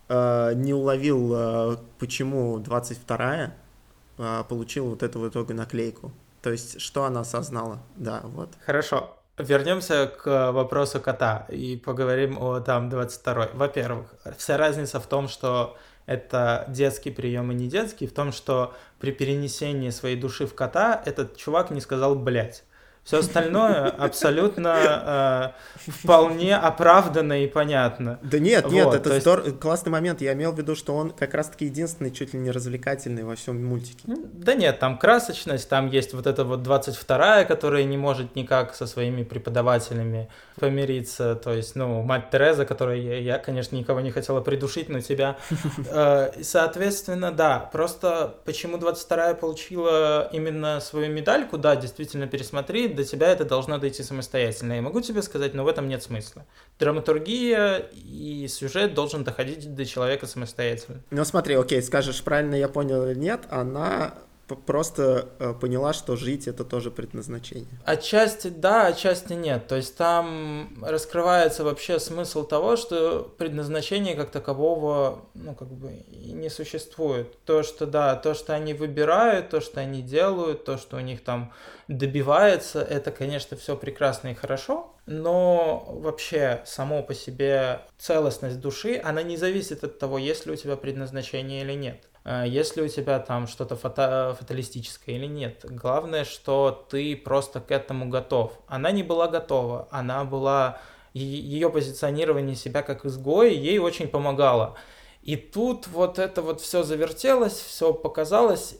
не уловил, почему 22-я получила вот эту в итоге наклейку. То есть, что она осознала? Да, вот. Хорошо. Вернемся к вопросу кота и поговорим о там 22-й. Во-первых, вся разница в том, что это детский прием и не детский, в том, что при перенесении своей души в кота этот чувак не сказал «блядь». Все остальное абсолютно вполне оправданно и понятно. Да нет, это классный момент. Я имел в виду, что он как раз-таки единственный, чуть ли не развлекательный во всем мультике. Да нет, там красочность, там есть вот эта вот 22-я, которая не может никак со своими преподавателями помириться. То есть, ну, мать Тереза, которой я, конечно, никого не хотела придушить, но тебя. Соответственно, да, просто почему 22-я получила именно свою медальку, да, действительно пересмотри, до тебя это должно дойти самостоятельно. Я могу тебе сказать, но в этом нет смысла. Драматургия и сюжет должен доходить до человека самостоятельно. Ну смотри, окей, скажешь, правильно я понял или нет, она просто поняла, что жить это тоже предназначение. Отчасти да, отчасти нет. То есть там раскрывается вообще смысл того, что предназначения как такового, ну, как бы и не существует. То, что да, то, что они выбирают, то, что они делают, то, что у них там добивается, это, конечно, все прекрасно и хорошо, но вообще само по себе целостность души, она не зависит от того, есть ли у тебя предназначение или нет. Есть ли у тебя там что-то фаталистическое или нет. Главное, что ты просто к этому готов. Она не была готова, она была... Ее позиционирование себя как изгоя ей очень помогало. И тут вот это вот все завертелось, все показалось,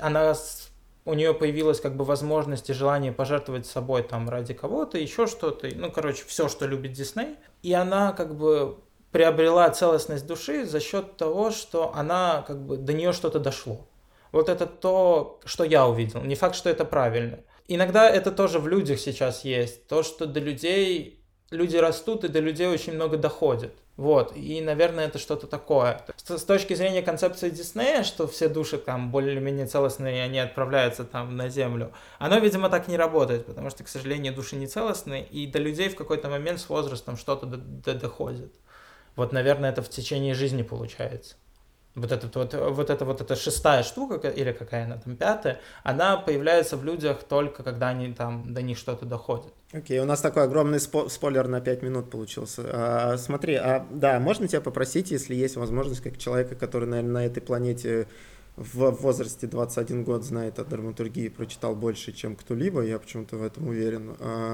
у нее появилась как бы возможность и желание пожертвовать собой там ради кого-то, еще что-то, ну, короче, все, что любит Дисней. И она как бы приобрела целостность души за счет того, что она как бы до нее что-то дошло. Вот это то, что я увидел. Не факт, что это правильно. Иногда это тоже в людях сейчас есть. То, что до людей люди растут, и до людей очень много доходит. Вот, и, наверное, это что-то такое. С точки зрения концепции Диснея, что все души там более-менее целостные, и они отправляются там на Землю, оно, видимо, так не работает, потому что, к сожалению, души не целостные, и до людей в какой-то момент с возрастом что-то доходит. Вот, наверное, это в течение жизни получается. Вот эта шестая штука, или какая она там, пятая, она появляется в людях только когда они там до них что-то доходит. Окей, у нас такой огромный спойлер на 5 минут получился. Смотри, да, можно тебя попросить, если есть возможность, как человека, который, наверное, на этой планете в возрасте 21 год знает о драматургии, прочитал больше, чем кто-либо, я почему-то в этом уверен,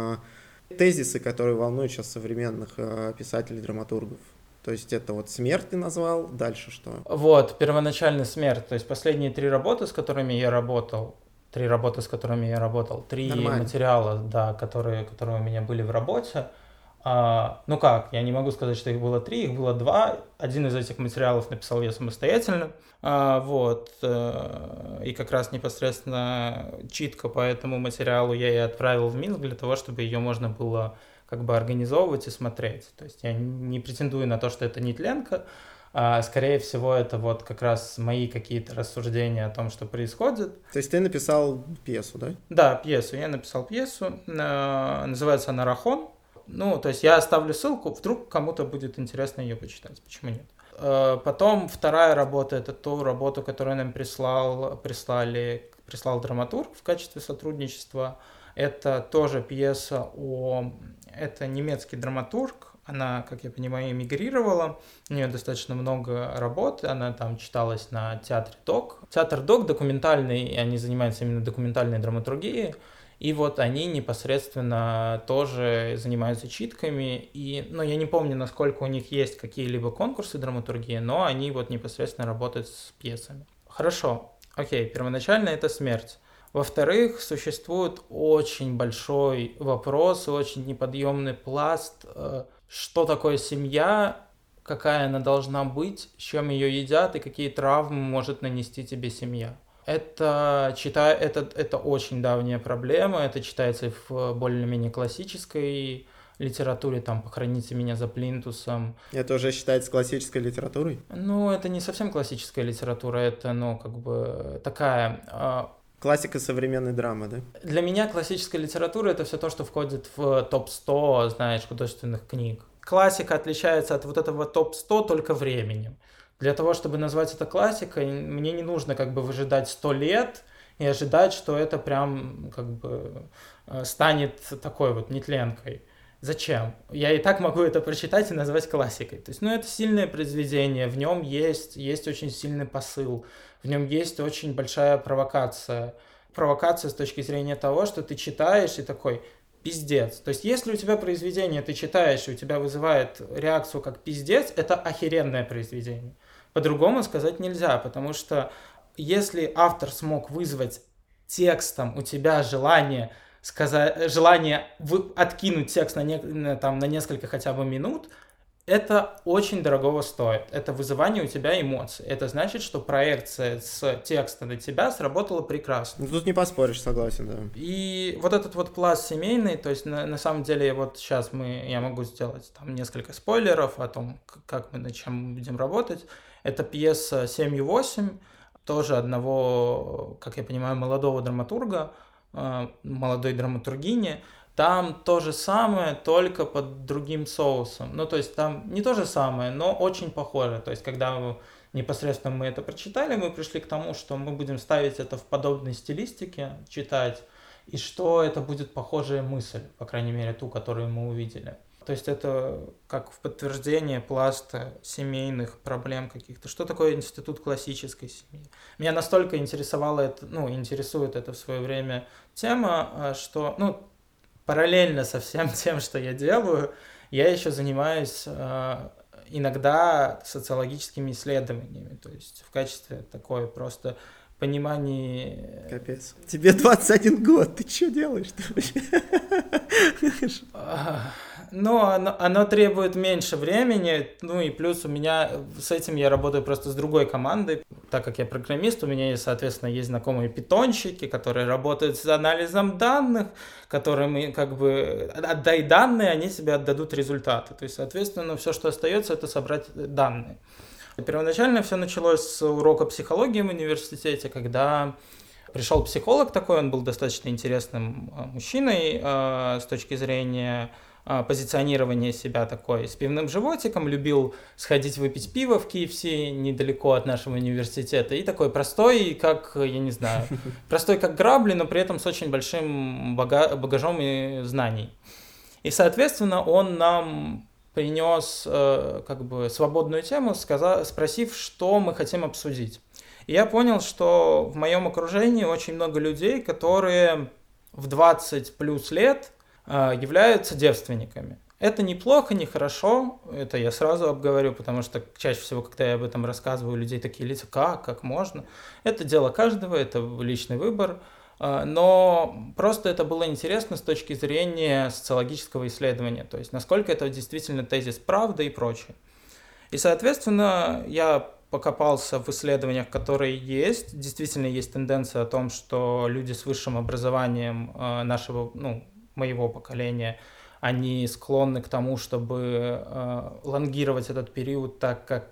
тезисы, которые волнуют сейчас современных писателей, драматургов. То есть это вот смерть ты назвал, дальше что? Вот, первоначально смерть, то есть последние три работы, с которыми я работал, три Нормально. Материала, да, которые у меня были в работе. Ну как, я не могу сказать, что их было три, их было два. Один из этих материалов написал я самостоятельно. Вот, и как раз непосредственно читка по этому материалу я и отправил в Минск для того, чтобы ее можно было как бы организовывать и смотреть. То есть я не претендую на то, что это нетленка, Скорее всего, это вот как раз мои какие-то рассуждения о том, что происходит. То есть ты написал пьесу, да? Да, пьесу. Я написал пьесу. Называется она «Рахон». Ну, то есть я оставлю ссылку, вдруг кому-то будет интересно ее почитать. Почему нет? Потом вторая работа — это ту работу, которую нам прислал драматург в качестве сотрудничества. Это тоже пьеса Это немецкий драматург. Она, как я понимаю, эмигрировала. У нее достаточно много работ. Она там читалась на театре ДОК. Театр ДОК документальный, они занимаются именно документальной драматургией. И вот они непосредственно тоже занимаются читками. Но я не помню, насколько у них есть какие-либо конкурсы драматургии, но они вот непосредственно работают с пьесами. Хорошо, окей, первоначально это смерть. Во-вторых, существует очень большой вопрос, очень неподъемный пласт, что такое семья, какая она должна быть, с чем ее едят и какие травмы может нанести тебе семья. Это очень давняя проблема, это читается в более-менее классической литературе, там «Похороните меня за плинтусом». Это уже считается классической литературой? Ну, это не совсем классическая литература, это, такая... Классика современной драмы, да? Для меня классическая литература — это все то, что входит в топ-100, знаешь, художественных книг. Классика отличается от вот этого топ-100 только временем. Для того, чтобы назвать это классикой, мне не нужно выжидать 100 лет и ожидать, что это прям станет такой вот нетленкой. Зачем? Я и так могу это прочитать и назвать классикой. То есть, это сильное произведение, в нем есть очень сильный посыл, в нем есть очень большая провокация. Провокация с точки зрения того, что ты читаешь и такой... Пиздец. То есть, если у тебя произведение ты читаешь, и у тебя вызывает реакцию как пиздец, это охеренное произведение. По-другому сказать нельзя, потому что если автор смог вызвать текстом у тебя желание откинуть текст на несколько хотя бы минут, это очень дорогого стоит. Это вызывание у тебя эмоций. Это значит, что проекция с текста на тебя сработала прекрасно. Тут не поспоришь, согласен, да. И вот этот вот пласт семейный, то есть на самом деле вот сейчас я могу сделать там несколько спойлеров о том, как мы над чем будем работать. Это пьеса «Семью 8», тоже одного, как я понимаю, молодого драматурга, молодой драматургини. Там то же самое, только под другим соусом. То есть там не то же самое, но очень похоже. То есть когда непосредственно мы это прочитали, мы пришли к тому, что мы будем ставить это в подобной стилистике, читать, и что это будет похожая мысль, по крайней мере, ту, которую мы увидели. То есть это как в подтверждение пласта семейных проблем каких-то. Что такое институт классической семьи? Меня настолько интересует это в свое время тема, что, параллельно со всем тем, что я делаю, я еще занимаюсь иногда социологическими исследованиями, то есть в качестве такой просто понимания... Капец. Тебе 21 год, ты что делаешь-то вообще? Оно требует меньше времени, и плюс у меня с этим я работаю просто с другой командой, так как я программист, у меня, соответственно, есть знакомые питонщики, которые работают с анализом данных, которым отдай данные, они себе отдадут результаты. То есть, соответственно, все, что остается, это собрать данные. Первоначально все началось с урока психологии в университете, когда пришел психолог такой, он был достаточно интересным мужчиной с точки зрения позиционирования себя такой с пивным животиком, любил сходить выпить пиво в KFC недалеко от нашего университета, и такой простой, простой как грабли, но при этом с очень большим багажом и знаний. И, соответственно, он нам принес свободную тему, спросив, что мы хотим обсудить. И я понял, что в моем окружении очень много людей, которые в 20 плюс лет являются девственниками. Это неплохо, не хорошо, это я сразу обговорю, потому что чаще всего, когда я об этом рассказываю, у людей такие лица, как можно? Это дело каждого, это личный выбор, но просто это было интересно с точки зрения социологического исследования, то есть насколько это действительно тезис правды и прочее. И, соответственно, я покопался в исследованиях, которые есть. Действительно есть тенденция о том, что люди с высшим образованием моего поколения, они склонны к тому, чтобы лонгировать этот период, так как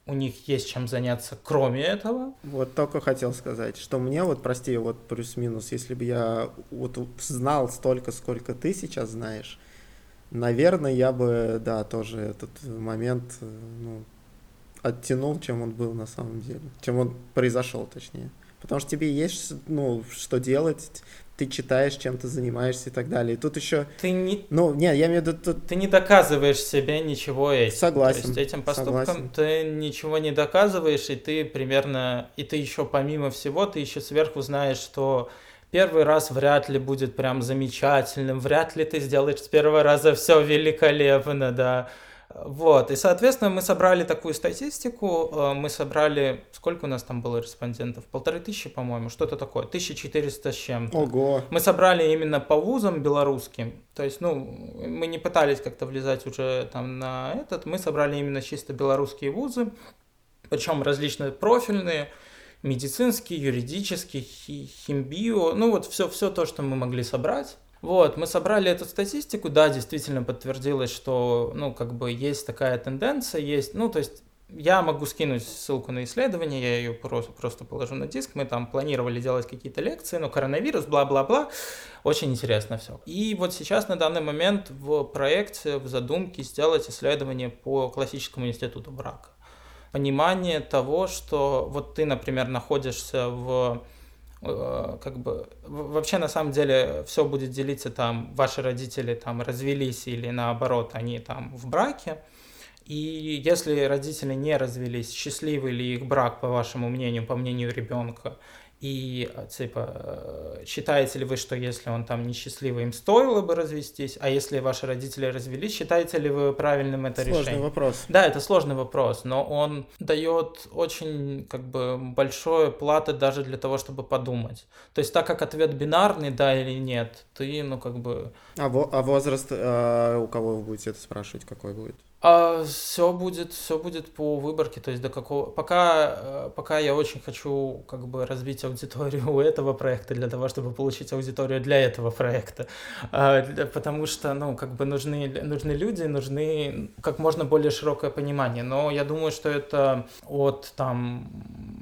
у них есть чем заняться кроме этого. Вот только хотел сказать, что мне вот, прости, вот плюс-минус, если бы я вот знал столько, сколько ты сейчас знаешь, наверное, я бы, да, тоже этот момент, ну, оттянул, чем он был на самом деле, чем он произошел, точнее. Потому что тебе есть, ну, что делать, ты читаешь, чем ты занимаешься и так далее. И тут еще... Ты не... Ну, нет, я имею в виду... Ты не доказываешь себе ничего этим. Согласен. То есть этим поступком ты ничего не доказываешь, и ты примерно... И ты еще помимо всего, ты еще сверху знаешь, что первый раз вряд ли будет прям замечательным, вряд ли ты сделаешь с первого раза все великолепно, да. Вот, и, соответственно, мы собрали такую статистику, мы собрали, сколько у нас там было респондентов? 1500, по-моему, что-то такое, 1400 с чем-то. Ого! Мы собрали именно по вузам белорусским, то есть, ну, мы не пытались как-то влезать уже там на этот, мы собрали именно чисто белорусские вузы, причем различные профильные, медицинский, юридический, химбио, ну вот все то, что мы могли собрать. Вот, мы собрали эту статистику, да, действительно подтвердилось, что, ну, как бы есть такая тенденция, есть, ну, то есть я могу скинуть ссылку на исследование, я ее просто положу на диск, мы там планировали делать какие-то лекции, но коронавирус, бла-бла-бла, очень интересно все. И вот сейчас на данный момент в проекте, в задумке сделать исследование по классическому институту брака. Понимание того, что вот ты, например, находишься в как бы вообще на самом деле все будет делиться там, ваши родители там развелись или наоборот они там в браке, и если родители не развелись, счастливый ли их брак, по вашему мнению, по мнению ребенка, и типа считаете ли вы, что если он там несчастливый, им стоило бы развестись, а если ваши родители развелись, считаете ли вы правильным это решение? Сложный вопрос. Да, это сложный вопрос, но он дает очень как бы большое платы даже для того, чтобы подумать. То есть так как ответ бинарный, да или нет, ты, ну как бы... А возраст, у кого вы будете это спрашивать, какой будет? Все будет по выборке, то есть до какого... Пока я очень хочу как бы развить аудиторию у этого проекта для того, чтобы получить аудиторию для этого проекта, потому что, ну, как бы нужны люди, нужны как можно более широкое понимание, но я думаю, что это от там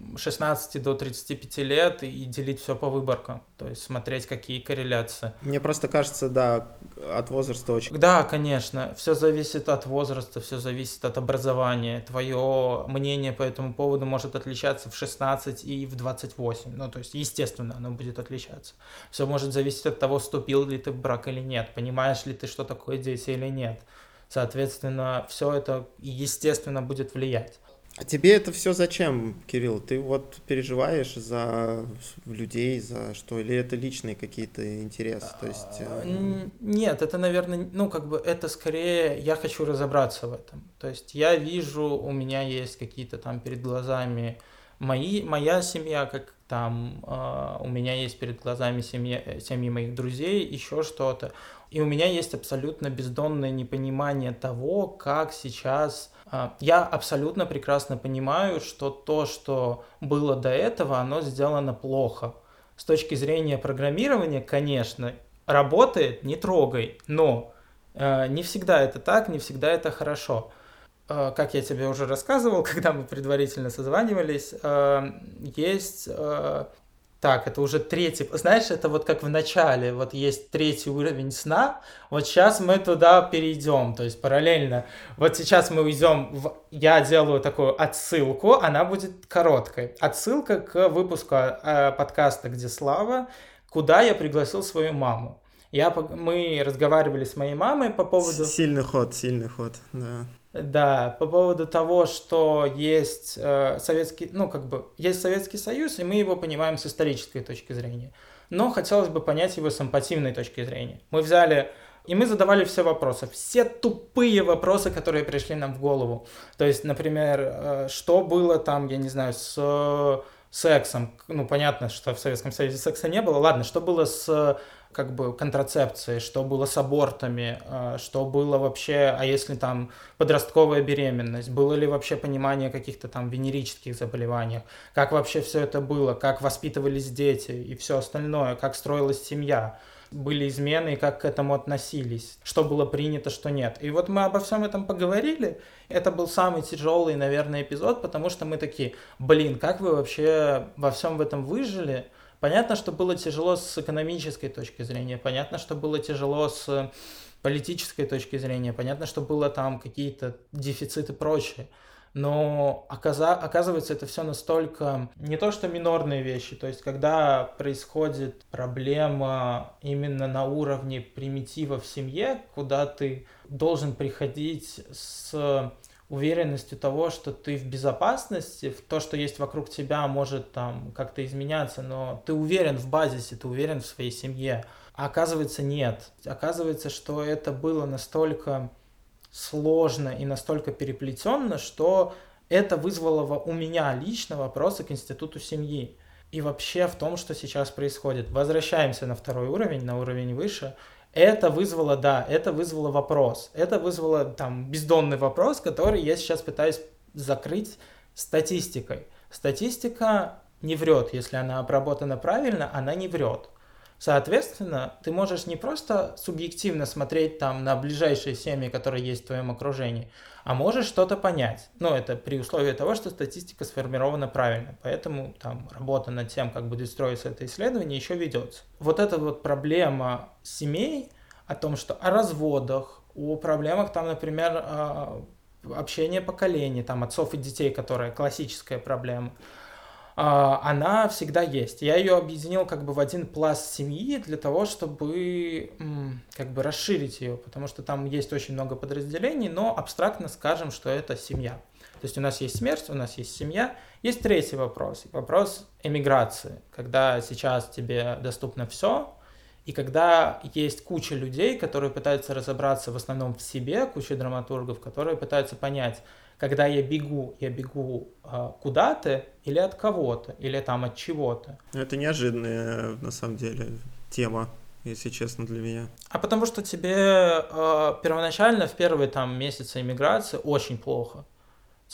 16 до 35 лет и делить все по выборкам, то есть смотреть, какие корреляции. Мне просто кажется, да, от возраста очень... Да, конечно, все зависит от возраста, все зависит от образования. Твое мнение по этому поводу может отличаться в 16 и в 28. Ну, то есть, естественно, оно будет отличаться. Все может зависеть от того, вступил ли ты в брак или нет, понимаешь ли ты, что такое дети или нет. Соответственно, все это, естественно, будет влиять. А тебе это все зачем, Кирилл? Ты вот переживаешь за людей, за что? Или это личные какие-то интересы? То есть... Нет, это, наверное, ну, как бы, это скорее я хочу разобраться в этом. То есть я вижу, у меня есть какие-то там перед глазами моя семья, как там, у меня есть перед глазами семьи моих друзей, еще что-то. И у меня есть абсолютно бездонное непонимание того, как сейчас... Я абсолютно прекрасно понимаю, что то, что было до этого, оно сделано плохо. С точки зрения программирования, конечно, работает, не трогай, но не всегда это так, не всегда это хорошо. Как я тебе уже рассказывал, когда мы предварительно созванивались, есть... Так, это уже третий, знаешь, это вот как в начале, вот есть третий уровень сна, вот сейчас мы туда перейдем, то есть параллельно, вот сейчас мы уйдем, я делаю такую отсылку, она будет короткой, отсылка к выпуску подкаста «Где Слава», куда я пригласил свою маму. Мы разговаривали с моей мамой по поводу... Сильный ход, да. Да, по поводу того, что есть Советский Союз, и мы его понимаем с исторической точки зрения. Но хотелось бы понять его с эмпативной точки зрения. Мы взяли, и мы задавали все вопросы, все тупые вопросы, которые пришли нам в голову. То есть, например, что было там, я не знаю, с сексом. Ну, понятно, что в Советском Союзе секса не было. Ладно, что было с... как бы контрацепцией, что было с абортами, что было вообще, а если там подростковая беременность, было ли вообще понимание каких-то там венерических заболеваний, как вообще все это было, как воспитывались дети и все остальное, как строилась семья. были измены и как к этому относились, что было принято, что нет. И вот мы обо всем этом поговорили. Это был самый тяжелый, наверное, эпизод, потому что мы такие, блин, как вы вообще во всем этом выжили? Понятно, что было тяжело с экономической точки зрения, понятно, что было тяжело с политической точки зрения, понятно, что было там какие-то дефициты и прочее. Но оказывается, это все настолько не то что минорные вещи, то есть когда происходит проблема именно на уровне примитива в семье, куда ты должен приходить с уверенностью того, что ты в безопасности, в то, что есть вокруг тебя, может там как-то изменяться, но ты уверен в базисе, ты уверен в своей семье. А оказывается, нет. Оказывается, что это было настолько сложно и настолько переплетенно, что это вызвало у меня лично вопросы к институту семьи. И вообще в том, что сейчас происходит. Возвращаемся на второй уровень, на уровень выше. Это вызвало вопрос. Это вызвало там бездонный вопрос, который я сейчас пытаюсь закрыть статистикой. Статистика не врет, если она обработана правильно, она не врет. Соответственно, ты можешь не просто субъективно смотреть там на ближайшие семьи, которые есть в твоем окружении, а можешь что-то понять. Но это при условии того, что статистика сформирована правильно. Поэтому там работа над тем, как будет строиться это исследование, еще ведется. Вот эта вот проблема семей о том, что о разводах, о проблемах там, например, общения поколений, там отцов и детей, которая классическая проблема, она всегда есть. Я ее объединил как бы в один пласт семьи для того, чтобы как бы расширить ее, потому что там есть очень много подразделений, но абстрактно скажем, что это семья. То есть у нас есть смерть, у нас есть семья. Есть третий вопрос, вопрос эмиграции, когда сейчас тебе доступно все, и когда есть куча людей, которые пытаются разобраться в основном в себе, куча драматургов, которые пытаются понять, когда я бегу куда-то или от кого-то, или там от чего-то. Это неожиданная, на самом деле, тема, если честно, для меня. А потому что тебе первоначально в первые там месяцы эмиграции очень плохо. У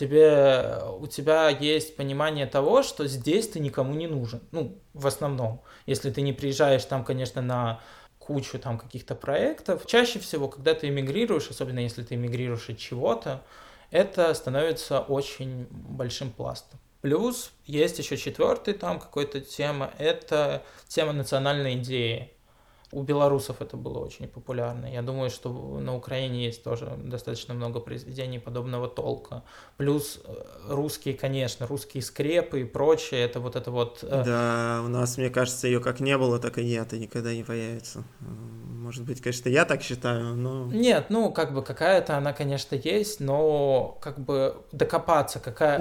тебя есть понимание того, что здесь ты никому не нужен. Ну, в основном. Если ты не приезжаешь там, конечно, на кучу там каких-то проектов. Чаще всего, когда ты эмигрируешь, особенно если ты эмигрируешь от чего-то, это становится очень большим пластом. Плюс есть еще четвертый там какой-то тема, это тема национальной идеи. У белорусов это было очень популярно. Я думаю, что на Украине есть тоже достаточно много произведений подобного толка. Плюс русские, конечно, русские скрепы и прочее, это вот это вот... Да, у нас, мне кажется, ее как не было, так и нет, и никогда не появится. Может быть, конечно, я так считаю, но... Нет, ну, как бы какая-то она, конечно, есть, но как бы докопаться, какая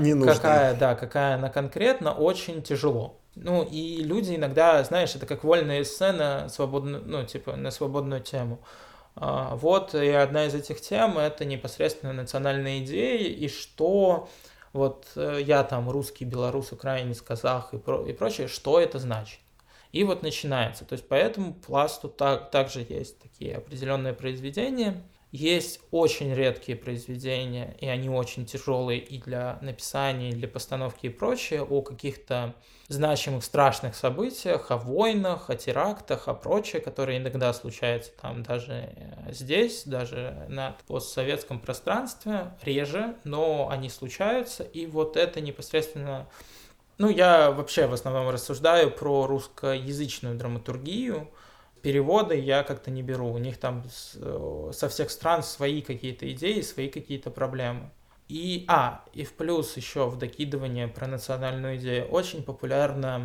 она конкретно, очень тяжело. Ну, и люди иногда, знаешь, это как вольная сцена, на свободную тему. Вот, и одна из этих тем — это непосредственно национальные идеи, и что вот я там русский, белорус, украинец, казах и прочее, что это значит. И вот начинается. То есть по этому пласту также есть такие определенные произведения. Есть очень редкие произведения, и они очень тяжелые и для написания, и для постановки и прочее, о каких-то значимых страшных событиях, о войнах, о терактах, о прочее, которые иногда случаются там даже здесь, даже на постсоветском пространстве, реже, но они случаются, и вот это непосредственно... Ну, я вообще в основном рассуждаю про русскоязычную драматургию. Переводы я как-то не беру. У них там со всех стран свои какие-то идеи, свои какие-то проблемы. И в плюс еще в докидывание про национальную идею очень популярна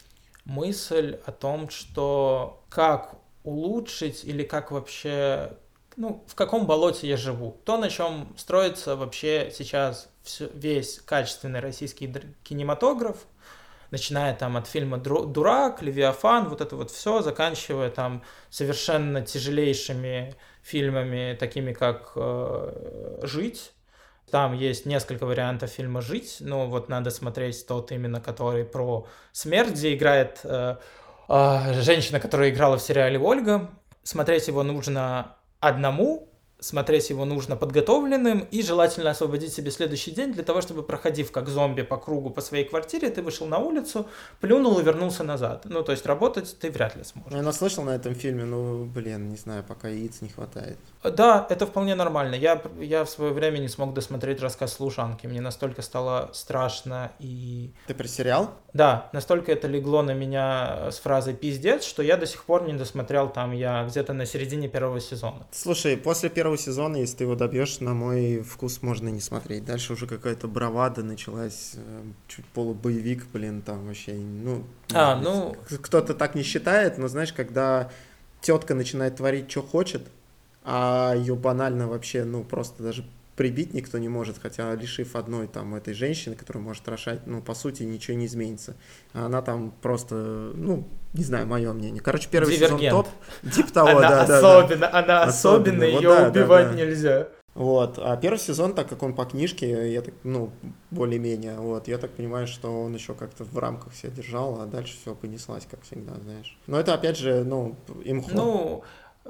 мысль о том, что как улучшить или как вообще... Ну, в каком болоте я живу. То, на чем строится вообще сейчас весь качественный российский кинематограф, начиная там от фильма «Дурак», «Левиафан», вот это вот все, заканчивая там совершенно тяжелейшими фильмами, такими как «Жить». Там есть несколько вариантов фильма «Жить», но вот надо смотреть тот именно, который про смерть, где играет женщина, которая играла в сериале «Ольга». Смотреть его нужно одному, смотреть его нужно подготовленным и желательно освободить себе следующий день для того, чтобы, проходив как зомби по кругу по своей квартире, ты вышел на улицу, плюнул и вернулся назад. Ну, то есть работать ты вряд ли сможешь. Я наслышал на этом фильме, не знаю, пока яиц не хватает. Да, это вполне нормально. Я в свое время не смог досмотреть «Рассказ служанки». Мне настолько стало страшно и... Ты про сериал? Да, настолько это легло на меня с фразой «пиздец», что я до сих пор не досмотрел, там я где-то на середине первого сезона. Слушай, после первого сезона, если ты его добьешь, на мой вкус можно не смотреть. Дальше уже какая-то бравада началась, чуть полубоевик, там вообще, кто-то так не считает, но знаешь, когда тетка начинает творить, что хочет, а ее банально вообще, просто даже прибить никто не может, хотя лишив одной этой женщины, которая может рожать, по сути, ничего не изменится. А она там просто, не знаю, мое мнение. Короче, первый сезон топ. Типа того, она особенная, ее убивать нельзя. Вот, а первый сезон, так как он по книжке, более-менее, я так понимаю, что он еще как-то в рамках себя держал, а дальше все понеслась, как всегда, знаешь. Но это, опять же, имхо.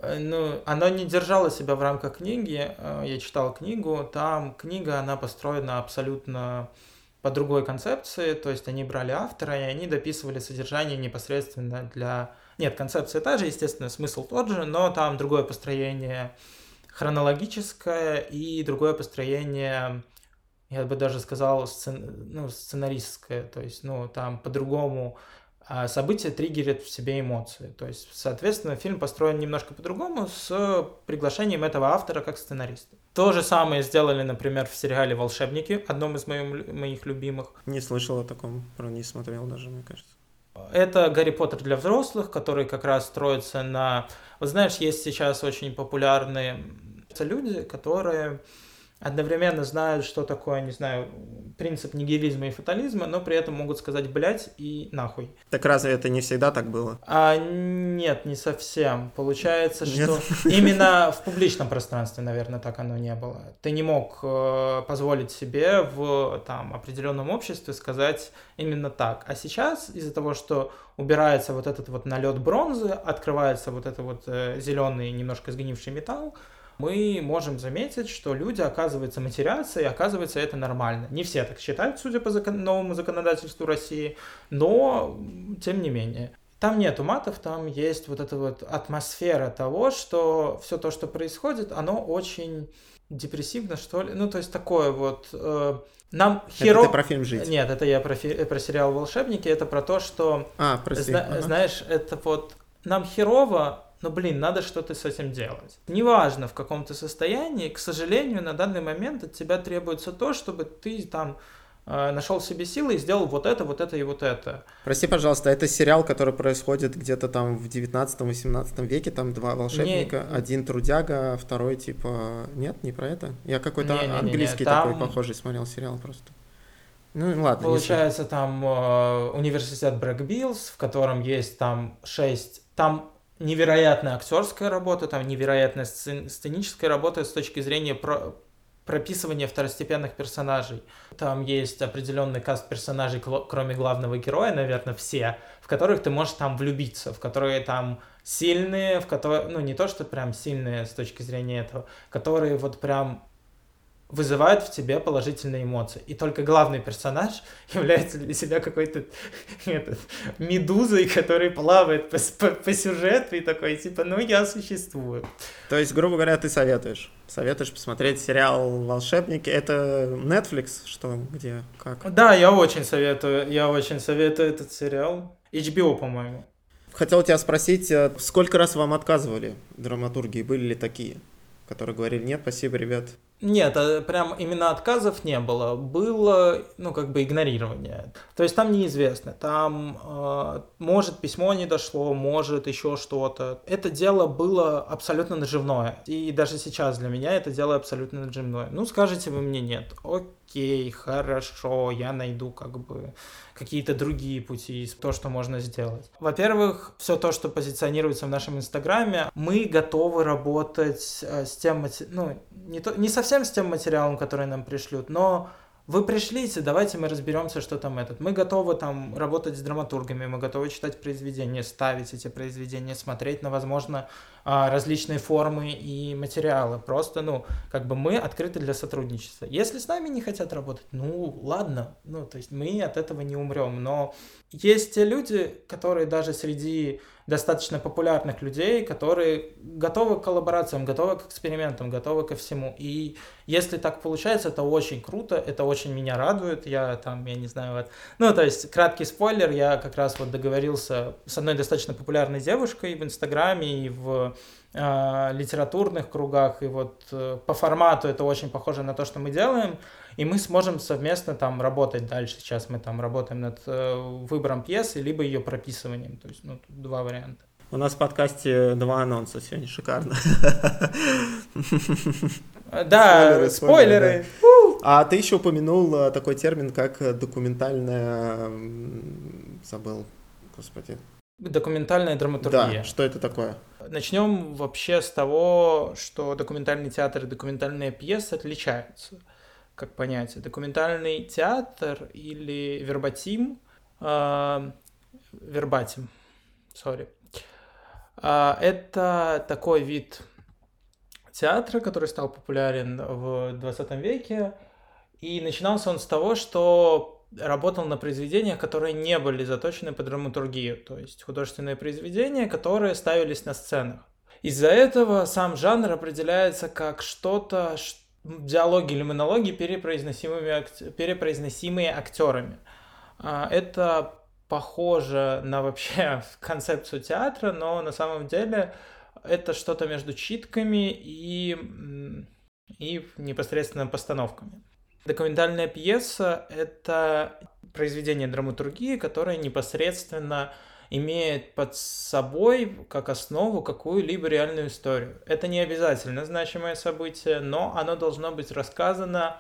Оно не держало себя в рамках книги. Я читал книгу. Там книга, она построена абсолютно по другой концепции. То есть они брали автора, и они дописывали содержание непосредственно для... Нет, концепция та же, естественно, смысл тот же, но там другое построение хронологическое и другое построение, я бы даже сказал, сценаристское. То есть, там по-другому... события триггерят в себе эмоции. То есть, соответственно, фильм построен немножко по-другому с приглашением этого автора как сценариста. То же самое сделали, например, в сериале «Волшебники», одном из моих любимых. Не слышал о таком, не смотрел даже, мне кажется. Это «Гарри Поттер для взрослых», который как раз строится на... Вот знаешь, есть сейчас очень популярные люди, которые... одновременно знают, что такое, не знаю, принцип нигилизма и фатализма, но при этом могут сказать «блядь» и «нахуй». Так разве это не всегда так было? Нет, не совсем. Получается, что именно в публичном пространстве, наверное, так оно не было. Ты не мог позволить себе в определенном обществе сказать именно так. А сейчас из-за того, что убирается вот этот налет бронзы, открывается вот этот зеленый, немножко сгнивший металл, мы можем заметить, что люди, оказывается, матерятся, и оказывается, это нормально. Не все так считают, судя по новому законодательству России, но тем не менее. Там нету матов, там есть вот эта атмосфера того, что все то, что происходит, оно очень депрессивно, что ли. То есть такое нам Это ты про фильм «Жить»? Нет, это я про сериал «Волшебники», это про то, что... Знаешь, это нам херово, но, надо что-то с этим делать. Неважно, в каком ты состоянии, к сожалению, на данный момент от тебя требуется то, чтобы ты нашел в себе силы и сделал вот это и вот это. Прости, пожалуйста, это сериал, который происходит где-то там в 19-18 веке, там два волшебника, один трудяга, а второй Нет, не про это? Я какой-то английский такой похожий смотрел сериал просто. Ладно. Получается, там университет Брэк-Биллс, в котором есть 6... Там невероятная актерская работа, там невероятная сценическая работа с точки зрения прописывания второстепенных персонажей. Там есть определенный каст персонажей, кроме главного героя, наверное, все, в которых ты можешь влюбиться, в которые там сильные, в которые, не то, что прям сильные с точки зрения этого, которые прям вызывают в тебе положительные эмоции. И только главный персонаж является для себя какой-то медузой, который плавает по сюжету и такой, я существую. То есть, грубо говоря, ты советуешь посмотреть сериал «Волшебники». Это Netflix? Что, где, как? Да, я очень советую этот сериал. HBO, по-моему. Хотел тебя спросить, сколько раз вам отказывали драматурги? Были ли такие, которые говорили: нет, спасибо, ребят? Нет, прям именно отказов не было. Было, игнорирование. То есть там неизвестно. Там, может, письмо не дошло, может, еще что-то. Это дело было абсолютно наживное. И даже сейчас для меня это дело абсолютно наживное. Скажете вы мне нет. Окей, хорошо, я найду какие-то другие пути, то, что можно сделать. Во-первых, все то, что позиционируется в нашем Инстаграме, мы готовы работать с тем, не совсем с тем материалом, который нам пришлют, но вы пришлите, давайте мы разберемся, что там Мы готовы работать с драматургами, мы готовы читать произведения, ставить эти произведения, смотреть на, возможно, различные формы и материалы. Просто, как бы мы открыты для сотрудничества. Если с нами не хотят работать, ладно, то есть мы от этого не умрем. Но есть те люди, которые даже среди достаточно популярных людей, которые готовы к коллаборациям, готовы к экспериментам, готовы ко всему. И если так получается, это очень круто, это очень меня радует. Я не знаю, то есть краткий спойлер, я как раз договорился с одной достаточно популярной девушкой в Инстаграме и в литературных кругах, и по формату это очень похоже на то, что мы делаем, и мы сможем совместно работать дальше. Сейчас мы работаем над выбором пьесы, либо ее прописыванием, то есть тут два варианта. У нас в подкасте 2 анонса сегодня, шикарно. Да, спойлеры. А ты еще упомянул такой термин, как документальная... Забыл, господи. Документальная драматургия. Да, что это такое? Начнем вообще с того, что документальный театр и документальная пьеса отличаются, как понятие. Документальный театр или вербатим, это такой вид театра, который стал популярен в 20 веке, и начинался он с того, что работал на произведениях, которые не были заточены под драматургию, то есть художественные произведения, которые ставились на сценах. Из-за этого сам жанр определяется как что-то, диалоги или монологи, перепроизносимые актерами. Это похоже на вообще концепцию театра, но на самом деле это что-то между читками и непосредственно постановками. Документальная пьеса – это произведение драматургии, которое непосредственно имеет под собой как основу какую-либо реальную историю. Это не обязательно значимое событие, но оно должно быть рассказано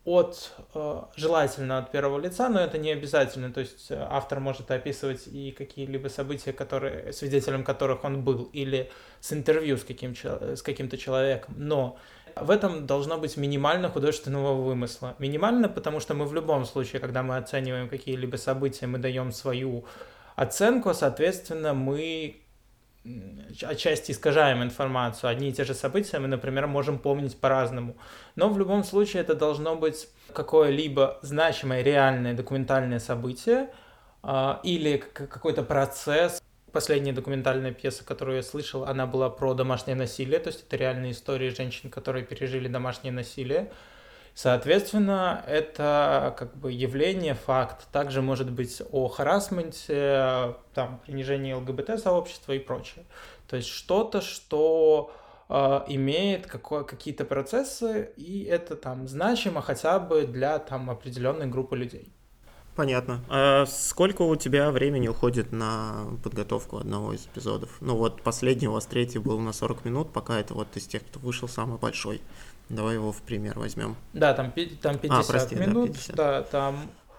желательно от первого лица, но это не обязательно. То есть автор может описывать и какие-либо события, свидетелем которых он был, или с интервью с каким-то человеком. Но в этом должно быть минимально художественного вымысла. Минимально, потому что мы в любом случае, когда мы оцениваем какие-либо события, мы даем свою оценку, соответственно, мы отчасти искажаем информацию. Одни и те же события мы, например, можем помнить по-разному. Но в любом случае это должно быть какое-либо значимое, реальное документальное событие или какой-то процесс. Последняя документальная пьеса, которую я слышал, она была про домашнее насилие, то есть это реальные истории женщин, которые пережили домашнее насилие. Соответственно, это явление, факт. Также может быть о харассменте, принижении ЛГБТ-сообщества и прочее. То есть что-то, что имеет какие-то процессы, и это значимо хотя бы для определенной группы людей. Понятно. А сколько у тебя времени уходит на подготовку одного из эпизодов? Последний у вас, 3-й, был на 40 минут, пока это из тех, кто вышел, самый большой. Давай его в пример возьмем. Да, 50 минут. Да, 50.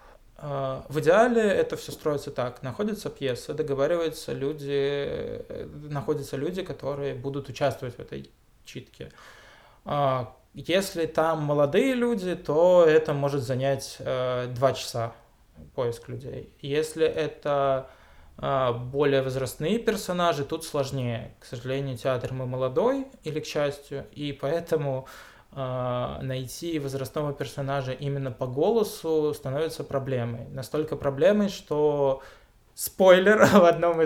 В идеале это все строится так. Находится пьеса, находятся люди, которые будут участвовать в этой читке. Если там молодые люди, то это может занять 2 часа. Поиск людей. Если это более возрастные персонажи, тут сложнее. К сожалению, театр мы молодой, или к счастью, и поэтому найти возрастного персонажа именно по голосу становится проблемой. Настолько проблемой, что спойлер, в одном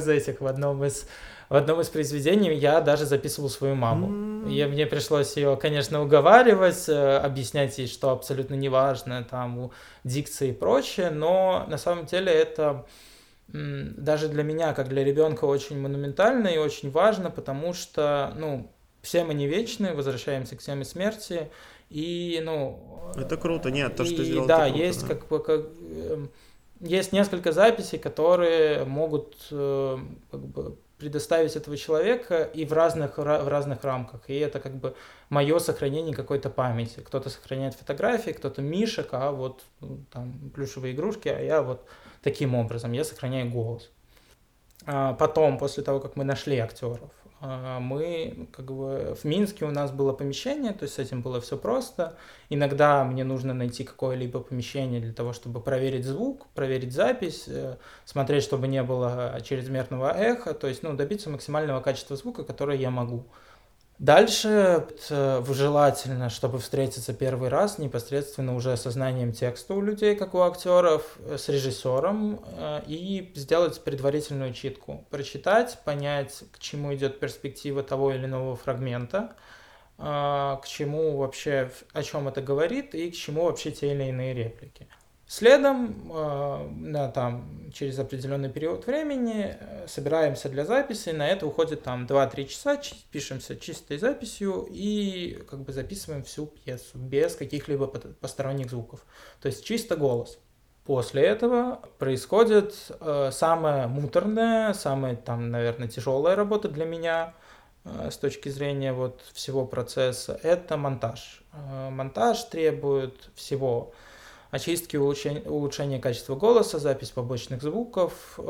из произведений я даже записывал свою маму. И мне пришлось ее, конечно, уговаривать, объяснять ей, что абсолютно неважно, дикция и прочее, но на самом деле это даже для меня, как для ребенка, очень монументально и очень важно, потому что, все мы не вечны, возвращаемся к теме смерти, и, Это круто, нет, то, что ты сделал, да, это круто, есть есть несколько записей, которые могут предоставить этого человека и в разных рамках. И это мое сохранение какой-то памяти. Кто-то сохраняет фотографии, кто-то мишек, а плюшевые игрушки, а я таким образом, я сохраняю голос. Потом, после того, как мы нашли актеров, мы как бы в Минске у нас было помещение, то есть с этим было все просто. Иногда мне нужно найти какое-либо помещение для того, чтобы проверить звук, проверить запись, смотреть, чтобы не было чрезмерного эха, то есть добиться максимального качества звука, которое я могу. Дальше желательно, чтобы встретиться первый раз непосредственно уже с сознанием текста у людей, как у актеров, с режиссером и сделать предварительную читку. Прочитать, понять, к чему идет перспектива того или иного фрагмента, к чему вообще, о чем это говорит и к чему вообще те или иные реплики. Следом, через определенный период времени собираемся для записи, на это уходит 2-3 часа, пишемся чистой записью и как бы записываем всю пьесу без каких-либо посторонних звуков, то есть чисто голос. После этого происходит самая муторная, самая, наверное, тяжелая работа для меня с точки зрения всего процесса, это монтаж. Монтаж требует всего: очистки, улучшения качества голоса, запись побочных звуков,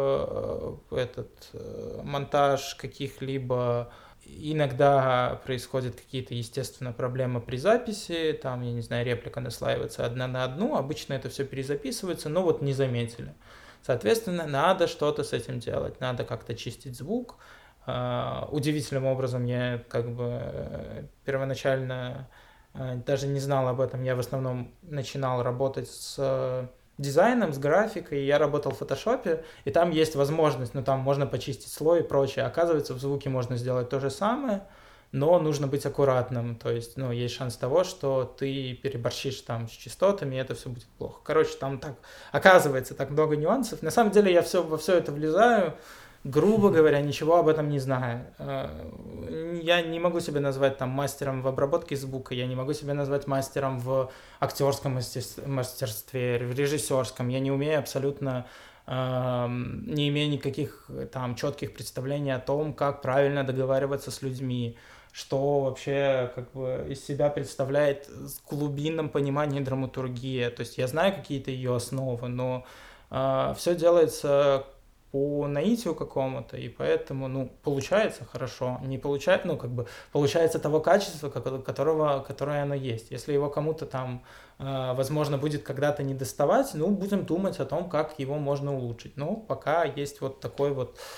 монтаж каких-либо. Иногда происходят какие-то, естественно, проблемы при записи, я не знаю, реплика наслаивается одна на одну, обычно это все перезаписывается, но не заметили. Соответственно, надо что-то с этим делать, надо как-то чистить звук. Удивительным образом я первоначально даже не знал об этом, я в основном начинал работать с дизайном, с графикой, я работал в фотошопе, и там есть возможность, там можно почистить слой и прочее. Оказывается, в звуке можно сделать то же самое, но нужно быть аккуратным, то есть, есть шанс того, что ты переборщишь с частотами, и это все будет плохо. Короче, оказывается, так много нюансов. На самом деле я во все это влезаю, грубо говоря, ничего об этом не знаю. Я не могу себя назвать мастером в обработке звука, я не могу себя назвать мастером в актерском мастерстве, в режиссерском. Я не умею абсолютно, не имею никаких четких представлений о том, как правильно договариваться с людьми, что вообще из себя представляет в глубинном понимании драматургия. То есть я знаю какие-то ее основы, но все делается по наитию какому-то, и поэтому, получается хорошо, не получается, получается того качества, которое оно есть. Если его кому-то возможно, будет когда-то не доставать, будем думать о том, как его можно улучшить. Но пока есть такой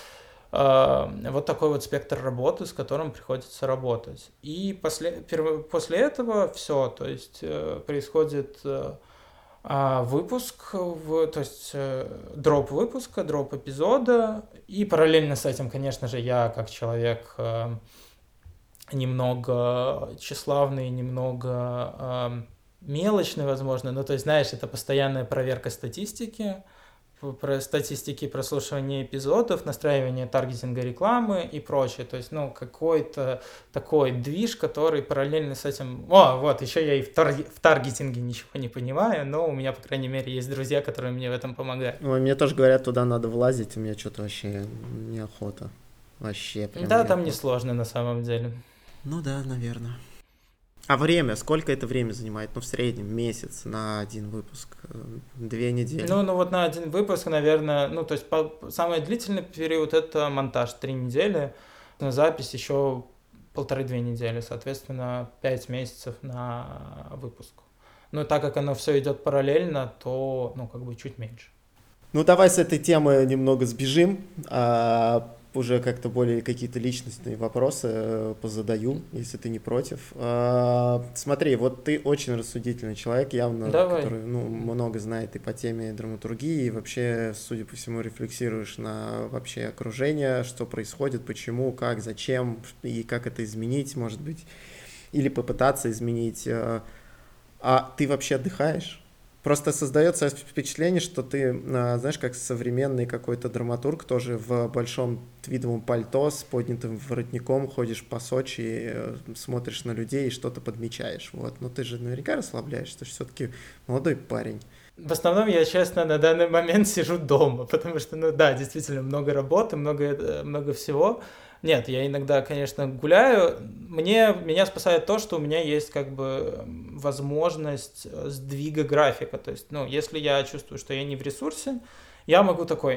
спектр работы, с которым приходится работать. И после этого все, то есть происходит выпуск, то есть дроп выпуска, дроп эпизода, и параллельно с этим, конечно же, я как человек немного тщеславный, немного мелочный, возможно, то есть, знаешь, это постоянная проверка статистики прослушивания эпизодов, настраивания таргетинга рекламы и прочее. То есть, какой-то такой движ, который параллельно с этим... еще я и в таргетинге ничего не понимаю, но у меня, по крайней мере, есть друзья, которые мне в этом помогают. Мне тоже говорят, туда надо влазить, у меня что-то вообще неохота. Вообще прям да, там несложно на самом деле. Да, наверное. А время? Сколько это время занимает? В среднем месяц на один выпуск? 2 недели? На один выпуск, наверное, то есть самый длительный период это монтаж 3 недели, на запись еще 1,5-2 недели, соответственно, 5 месяцев на выпуск. Так как оно все идет параллельно, то, чуть меньше. Давай с этой темы немного сбежим, уже как-то более какие-то личностные вопросы позадаю, если ты не против. Смотри, ты очень рассудительный человек, явно, который много знает и по теме драматургии, и вообще, судя по всему, рефлексируешь на вообще окружение, что происходит, почему, как, зачем, и как это изменить, может быть, или попытаться изменить. А ты вообще отдыхаешь? Просто создается впечатление, что ты, знаешь, как современный какой-то драматург, тоже в большом твидовом пальто с поднятым воротником ходишь по Сочи, смотришь на людей и что-то подмечаешь. Но ты же наверняка расслабляешься, ты же все-таки молодой парень. В основном я, честно, на данный момент сижу дома, потому что, действительно, много работы, много всего. Нет, я иногда, конечно, гуляю. Меня спасает то, что у меня есть возможность сдвига графика. То есть, если я чувствую, что я не в ресурсе, я могу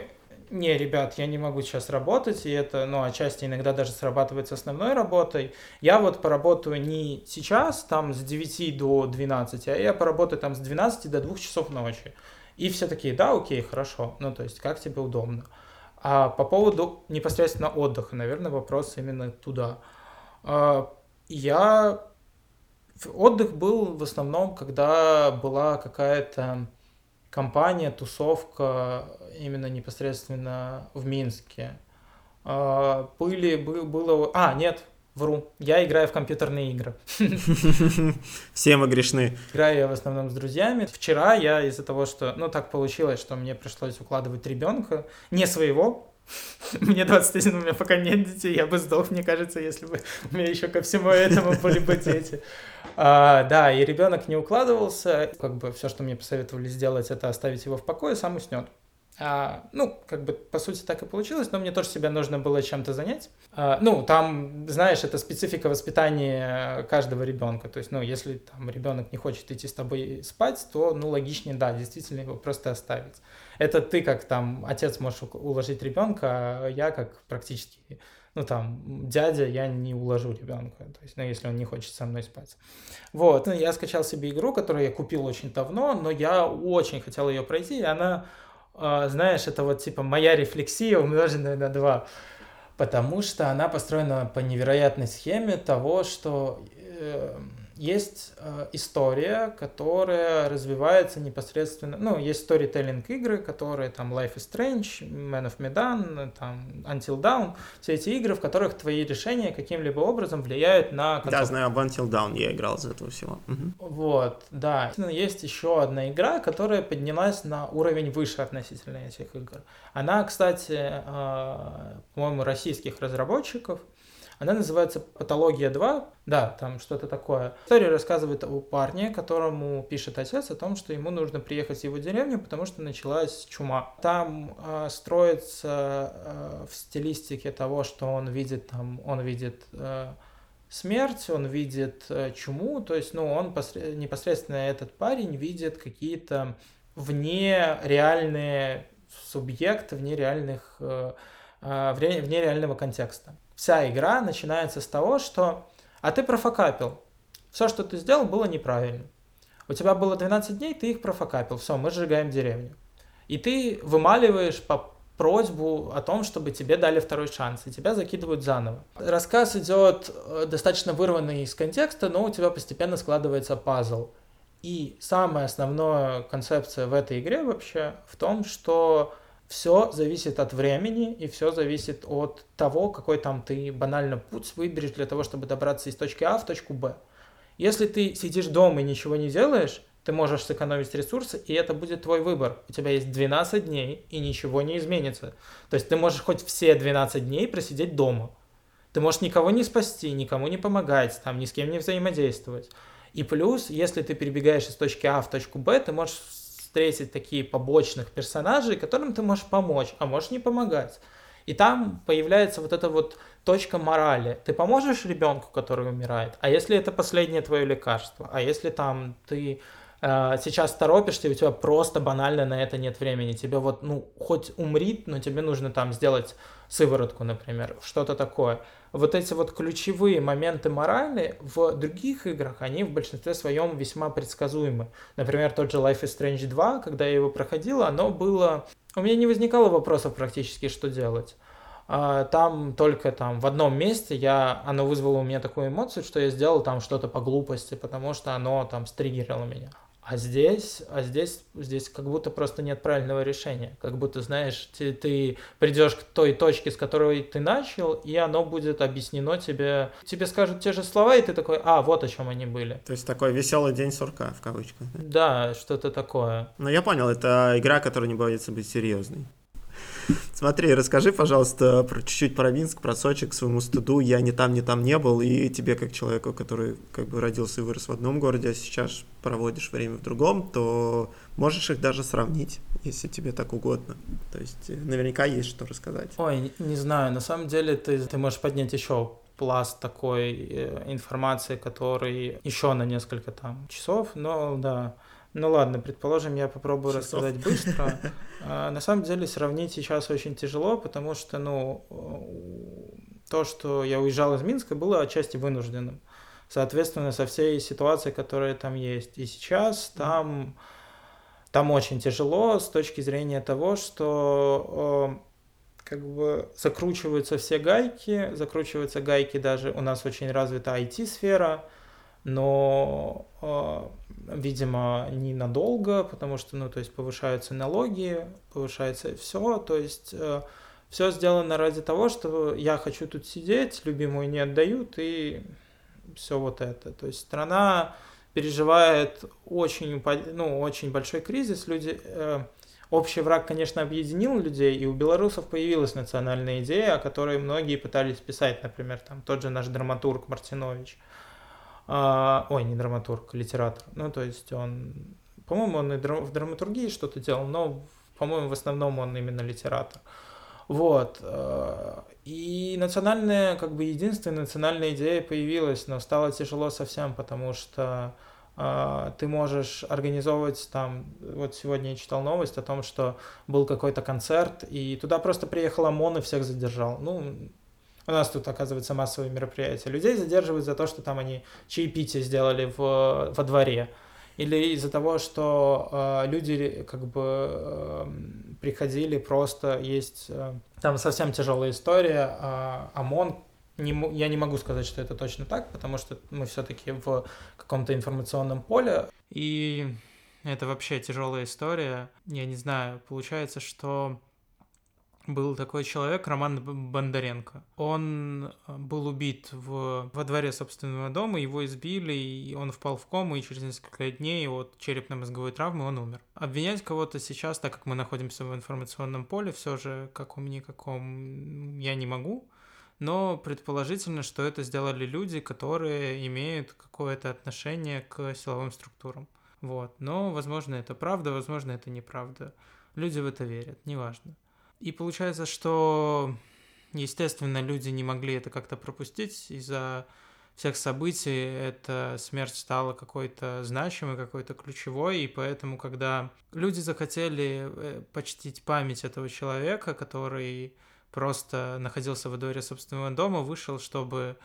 не, ребят, я не могу сейчас работать, и это, отчасти иногда даже срабатывает с основной работой. Я вот поработаю не сейчас, там, с 9 до 12, а я поработаю там с 12 до 2 часов ночи. И все такие, да, окей, хорошо, то есть, как тебе удобно. А по поводу непосредственно отдыха, наверное, вопрос именно туда. Отдых был в основном, когда была какая-то компания, тусовка именно непосредственно в Минске. Нет, вру. Я играю в компьютерные игры. Все мы грешны. Играю я в основном с друзьями. Вчера я из-за того, что, так получилось, что мне пришлось укладывать ребенка, не своего. Мне 21, у меня пока нет детей, я бы сдох, мне кажется, если бы у меня еще ко всему этому были бы дети. Да, и ребенок не укладывался, все, что мне посоветовали сделать, это оставить его в покое, сам уснет. По сути, так и получилось, но мне тоже себя нужно было чем-то занять. Там, знаешь, это специфика воспитания каждого ребенка. То есть, если там ребенок не хочет идти с тобой спать, то, логичнее, да, действительно его просто оставить. Это ты, как там отец, можешь уложить ребенка, а я, как практически, дядя, я не уложу ребенка. То есть, если он не хочет со мной спать. Вот, я скачал себе игру, которую я купил очень давно, но я очень хотел ее пройти, и она... Знаешь, это вот типа моя рефлексия, умноженная на 2, потому что она построена по невероятной схеме того, что есть история, которая развивается непосредственно, есть сторителлинг игры, которые там Life is Strange, Man of Medan, там Until Dawn, все эти игры, в которых твои решения каким-либо образом влияют на концовку. Да, знаю, об Until Dawn я играл из этого всего. Вот, да. Есть еще одна игра, которая поднялась на уровень выше относительно этих игр. Она, кстати, по-моему, российских разработчиков. Она называется «Патология 2». Да, там что-то такое. История рассказывает о парне, которому пишет отец о том, что ему нужно приехать в его деревню, потому что началась чума. Там строится в стилистике того, что он видит смерть, он видит чуму, то есть, он непосредственно этот парень видит какие-то внереальные субъекты, вне реального контекста. Вся игра начинается с того, что ты профокапил. Все, что ты сделал, было неправильно. У тебя было 12 дней, ты их профокапил. Все, мы сжигаем деревню. И ты вымаливаешь просьбу о том, чтобы тебе дали второй шанс, и тебя закидывают заново. Рассказ идет достаточно вырванный из контекста, но у тебя постепенно складывается пазл. И самая основная концепция в этой игре вообще в том, что все зависит от времени, и все зависит от того, какой там ты банально путь выберешь для того, чтобы добраться из точки А в точку Б. Если ты сидишь дома и ничего не делаешь, ты можешь сэкономить ресурсы, и это будет твой выбор. У тебя есть 12 дней, и ничего не изменится. То есть ты можешь хоть все 12 дней просидеть дома. Ты можешь никого не спасти, никому не помогать, там, ни с кем не взаимодействовать. И плюс, если ты перебегаешь из точки А в точку Б, ты можешь встретить такие побочных персонажей, которым ты можешь помочь, а можешь не помогать. И там появляется вот эта вот точка морали. Ты поможешь ребенку, который умирает? А если это последнее твое лекарство? А если там ты сейчас торопишься, и у тебя просто банально на это нет времени? Тебе вот, хоть умри, но тебе нужно там сделать сыворотку, например, что-то такое. Вот эти вот ключевые моменты морали в других играх, они в большинстве своем весьма предсказуемы. Например, тот же Life is Strange 2, когда я его проходил, оно было... У меня не возникало вопросов практически, что делать. Там только в одном месте оно вызвало у меня такую эмоцию, что я сделал там что-то по глупости, потому что оно там стриггерило меня. А здесь как будто просто нет правильного решения. Как будто, знаешь, ты придешь к той точке, с которой ты начал, и оно будет объяснено тебе. Тебе скажут те же слова, и ты такой, вот о чем они были. То есть такой веселый день сурка, в кавычках. Да, что-то такое. Я понял, это игра, которая не боится быть серьезной. Смотри, расскажи, пожалуйста, чуть-чуть про Минск, про Сочи, к своему стыду. Я ни там не был, и тебе, как человеку, который родился и вырос в одном городе, а сейчас проводишь время в другом, то можешь их даже сравнить, если тебе так угодно. То есть наверняка есть что рассказать. Ой, не знаю, на самом деле ты можешь поднять еще пласт такой информации, который еще на несколько часов, но да. Ну ладно, предположим, я попробую Часов. рассказать быстро. На самом деле сравнить сейчас очень тяжело, потому что, то, что я уезжал из Минска, было отчасти вынужденным. Соответственно, со всей ситуацией, которая там есть. И сейчас там очень тяжело с точки зрения того, что как бы закручиваются гайки даже. У нас очень развита IT-сфера, но, видимо, ненадолго, потому что, то есть повышаются налоги, повышается все, то есть все сделано ради того, что я хочу тут сидеть, любимую не отдают, и все вот это. То есть страна переживает очень большой кризис, общий враг, конечно, объединил людей, и у белорусов появилась национальная идея, о которой многие пытались писать, например, там тот же наш драматург Мартинович. Не драматург, литератор. То есть он, по-моему, он и в драматургии что-то делал, но, по-моему, в основном он именно литератор. Вот. И единственная национальная идея появилась, но стало тяжело совсем, потому что ты можешь организовывать там, вот сегодня я читал новость о том, что был какой-то концерт, и туда просто приехал ОМОН и всех задержал. У нас тут, оказывается, массовые мероприятия. Людей задерживают за то, что там они чаепитие сделали во дворе. Или из-за того, что люди приходили просто есть... Там совсем тяжелая история. ОМОН, я не могу сказать, что это точно так, потому что мы все-таки в каком-то информационном поле. И это вообще тяжелая история. Я не знаю, получается, что... Был такой человек, Роман Бондаренко. Он был убит во дворе собственного дома, его избили, и он впал в кому, и через несколько дней от черепно-мозговой травмы он умер. Обвинять кого-то сейчас, так как мы находимся в информационном поле, все же каком-никаком я не могу, но предположительно, что это сделали люди, которые имеют какое-то отношение к силовым структурам. Вот. Но, возможно, это правда, возможно, это неправда. Люди в это верят, неважно. И получается, что, естественно, люди не могли это как-то пропустить из-за всех событий. Эта смерть стала какой-то значимой, какой-то ключевой, и поэтому, когда люди захотели почтить память этого человека, который просто находился во дворе собственного дома, вышел, чтобы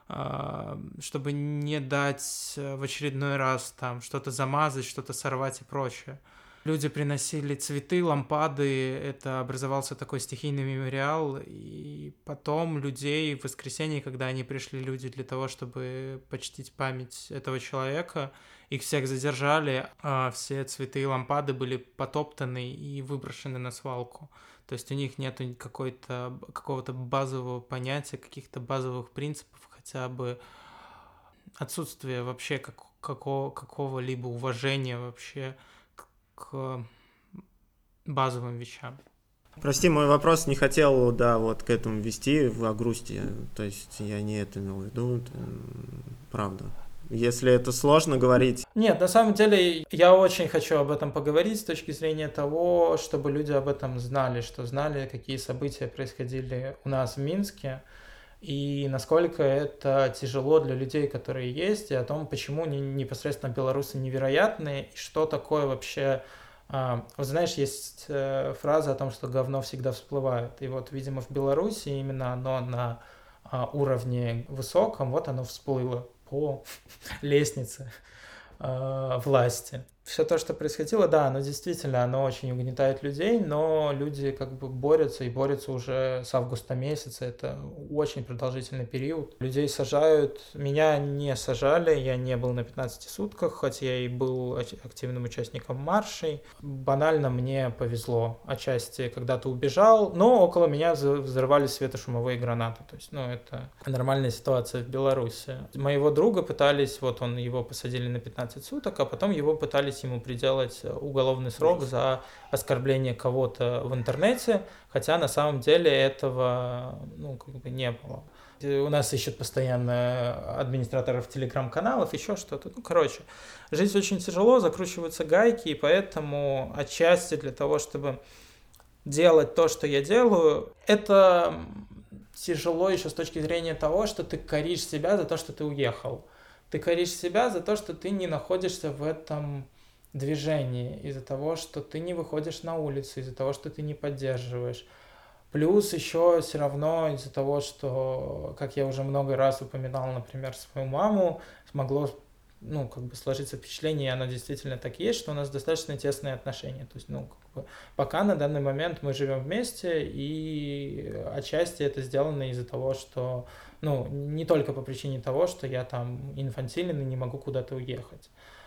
не дать в очередной раз там что-то замазать, что-то сорвать и прочее. Люди приносили цветы, лампады, это образовался такой стихийный мемориал, и потом людей в воскресенье, когда они пришли, люди, для того, чтобы почтить память этого человека, их всех задержали, а все цветы и лампады были потоптаны и выброшены на свалку. То есть у них нет какого-то базового понятия, каких-то базовых принципов, хотя бы отсутствие вообще какого-либо уважения вообще к базовым вещам. Прости, мой вопрос не хотел, к этому вести о грусти, то есть я не это имел в виду, это правда. Если это сложно говорить... Нет, на самом деле я очень хочу об этом поговорить с точки зрения того, чтобы люди об этом знали, какие события происходили у нас в Минске, и насколько это тяжело для людей, которые есть, и о том, почему непосредственно белорусы невероятные, и что такое вообще... Вот знаешь, есть фраза о том, что говно всегда всплывает. И вот, видимо, в Беларуси именно оно на уровне высоком, вот оно всплыло по лестнице власти. Все то, что происходило, да, оно действительно, оно очень угнетает людей, но люди борются, и борются уже с августа месяца, это очень продолжительный период. Людей сажают, меня не сажали, я не был на 15 сутках, хотя я и был активным участником маршей. Банально мне повезло отчасти, когда ты убежал, но около меня взрывались светошумовые гранаты, то есть, это нормальная ситуация в Беларуси. Моего друга пытались, его посадили на 15 суток, а потом его пытались ему приделать уголовный срок за оскорбление кого-то в интернете, хотя на самом деле этого не было. У нас ищут постоянно администраторов телеграм-каналов, еще что-то. Жить очень тяжело, закручиваются гайки, и поэтому отчасти для того, чтобы делать то, что я делаю, это тяжело еще с точки зрения того, что ты коришь себя за то, что ты уехал. Ты коришь себя за то, что ты не находишься в этом движении, из-за того, что ты не выходишь на улицу, из-за того, что ты не поддерживаешь. Плюс еще все равно из-за того, что, как я уже много раз упоминал, например, свою маму, смогло, ну, как бы сложиться впечатление, и оно действительно так и есть, что у нас достаточно тесные отношения. То есть, ну, как бы, пока на данный момент мы живем вместе, и отчасти это сделано из-за того, что, ну, не только по причине того, что я там инфантилен и не могу куда-то уехать.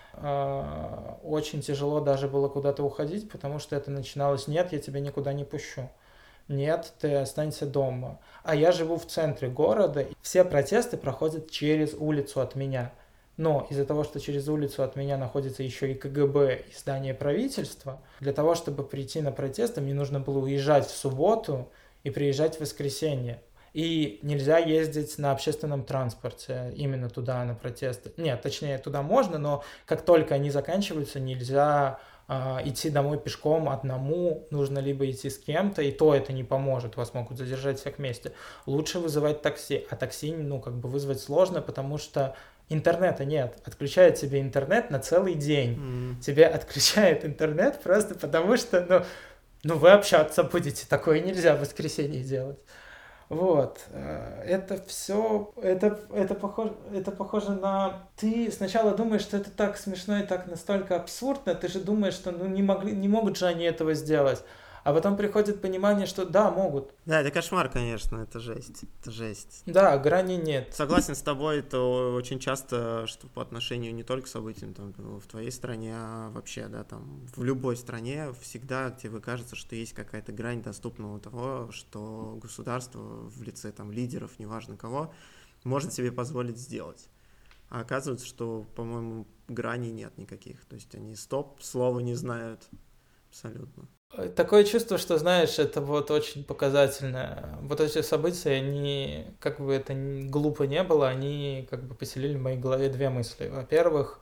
Очень тяжело даже было куда-то уходить, потому что это начиналось: нет, я тебя никуда не пущу. Нет, ты останься дома. А я живу в центре города, и все протесты проходят через улицу от меня. Но из-за того, что через улицу от меня находится еще и КГБ, и здание правительства, для того, чтобы прийти на протесты, мне нужно было уезжать в субботу и приезжать в воскресенье. И нельзя ездить на общественном транспорте именно туда, на протесты. Нет, точнее, туда можно, но как только они заканчиваются, нельзя идти домой пешком одному, нужно либо идти с кем-то, и то это не поможет, вас могут задержать всех вместе. Лучше вызывать такси, а такси, ну, как бы вызвать сложно, потому что интернета нет. Отключает тебе интернет на целый день. Тебе отключает интернет просто потому что, ну вы общаться будете, такое нельзя в воскресенье делать. Вот, это все, это похоже на... Ты сначала думаешь, что это так смешно и так настолько абсурдно, ты же думаешь, что ну не могут же они этого сделать. А потом приходит понимание, что да, могут. Да, это кошмар, конечно, это жесть, это жесть. Да, грани нет. Согласен с тобой, это очень часто, что по отношению не только к событиям там, в твоей стране, а вообще, да, там, в любой стране всегда тебе кажется, что есть какая-то грань доступного того, что государство в лице там лидеров, неважно кого, может себе позволить сделать. А оказывается, что, по-моему, граней нет никаких, то есть они слова не знают абсолютно. Такое чувство, что, знаешь, это вот очень показательно. Вот эти события, они, как бы это глупо не было, они как бы поселили в моей голове две мысли. Во-первых,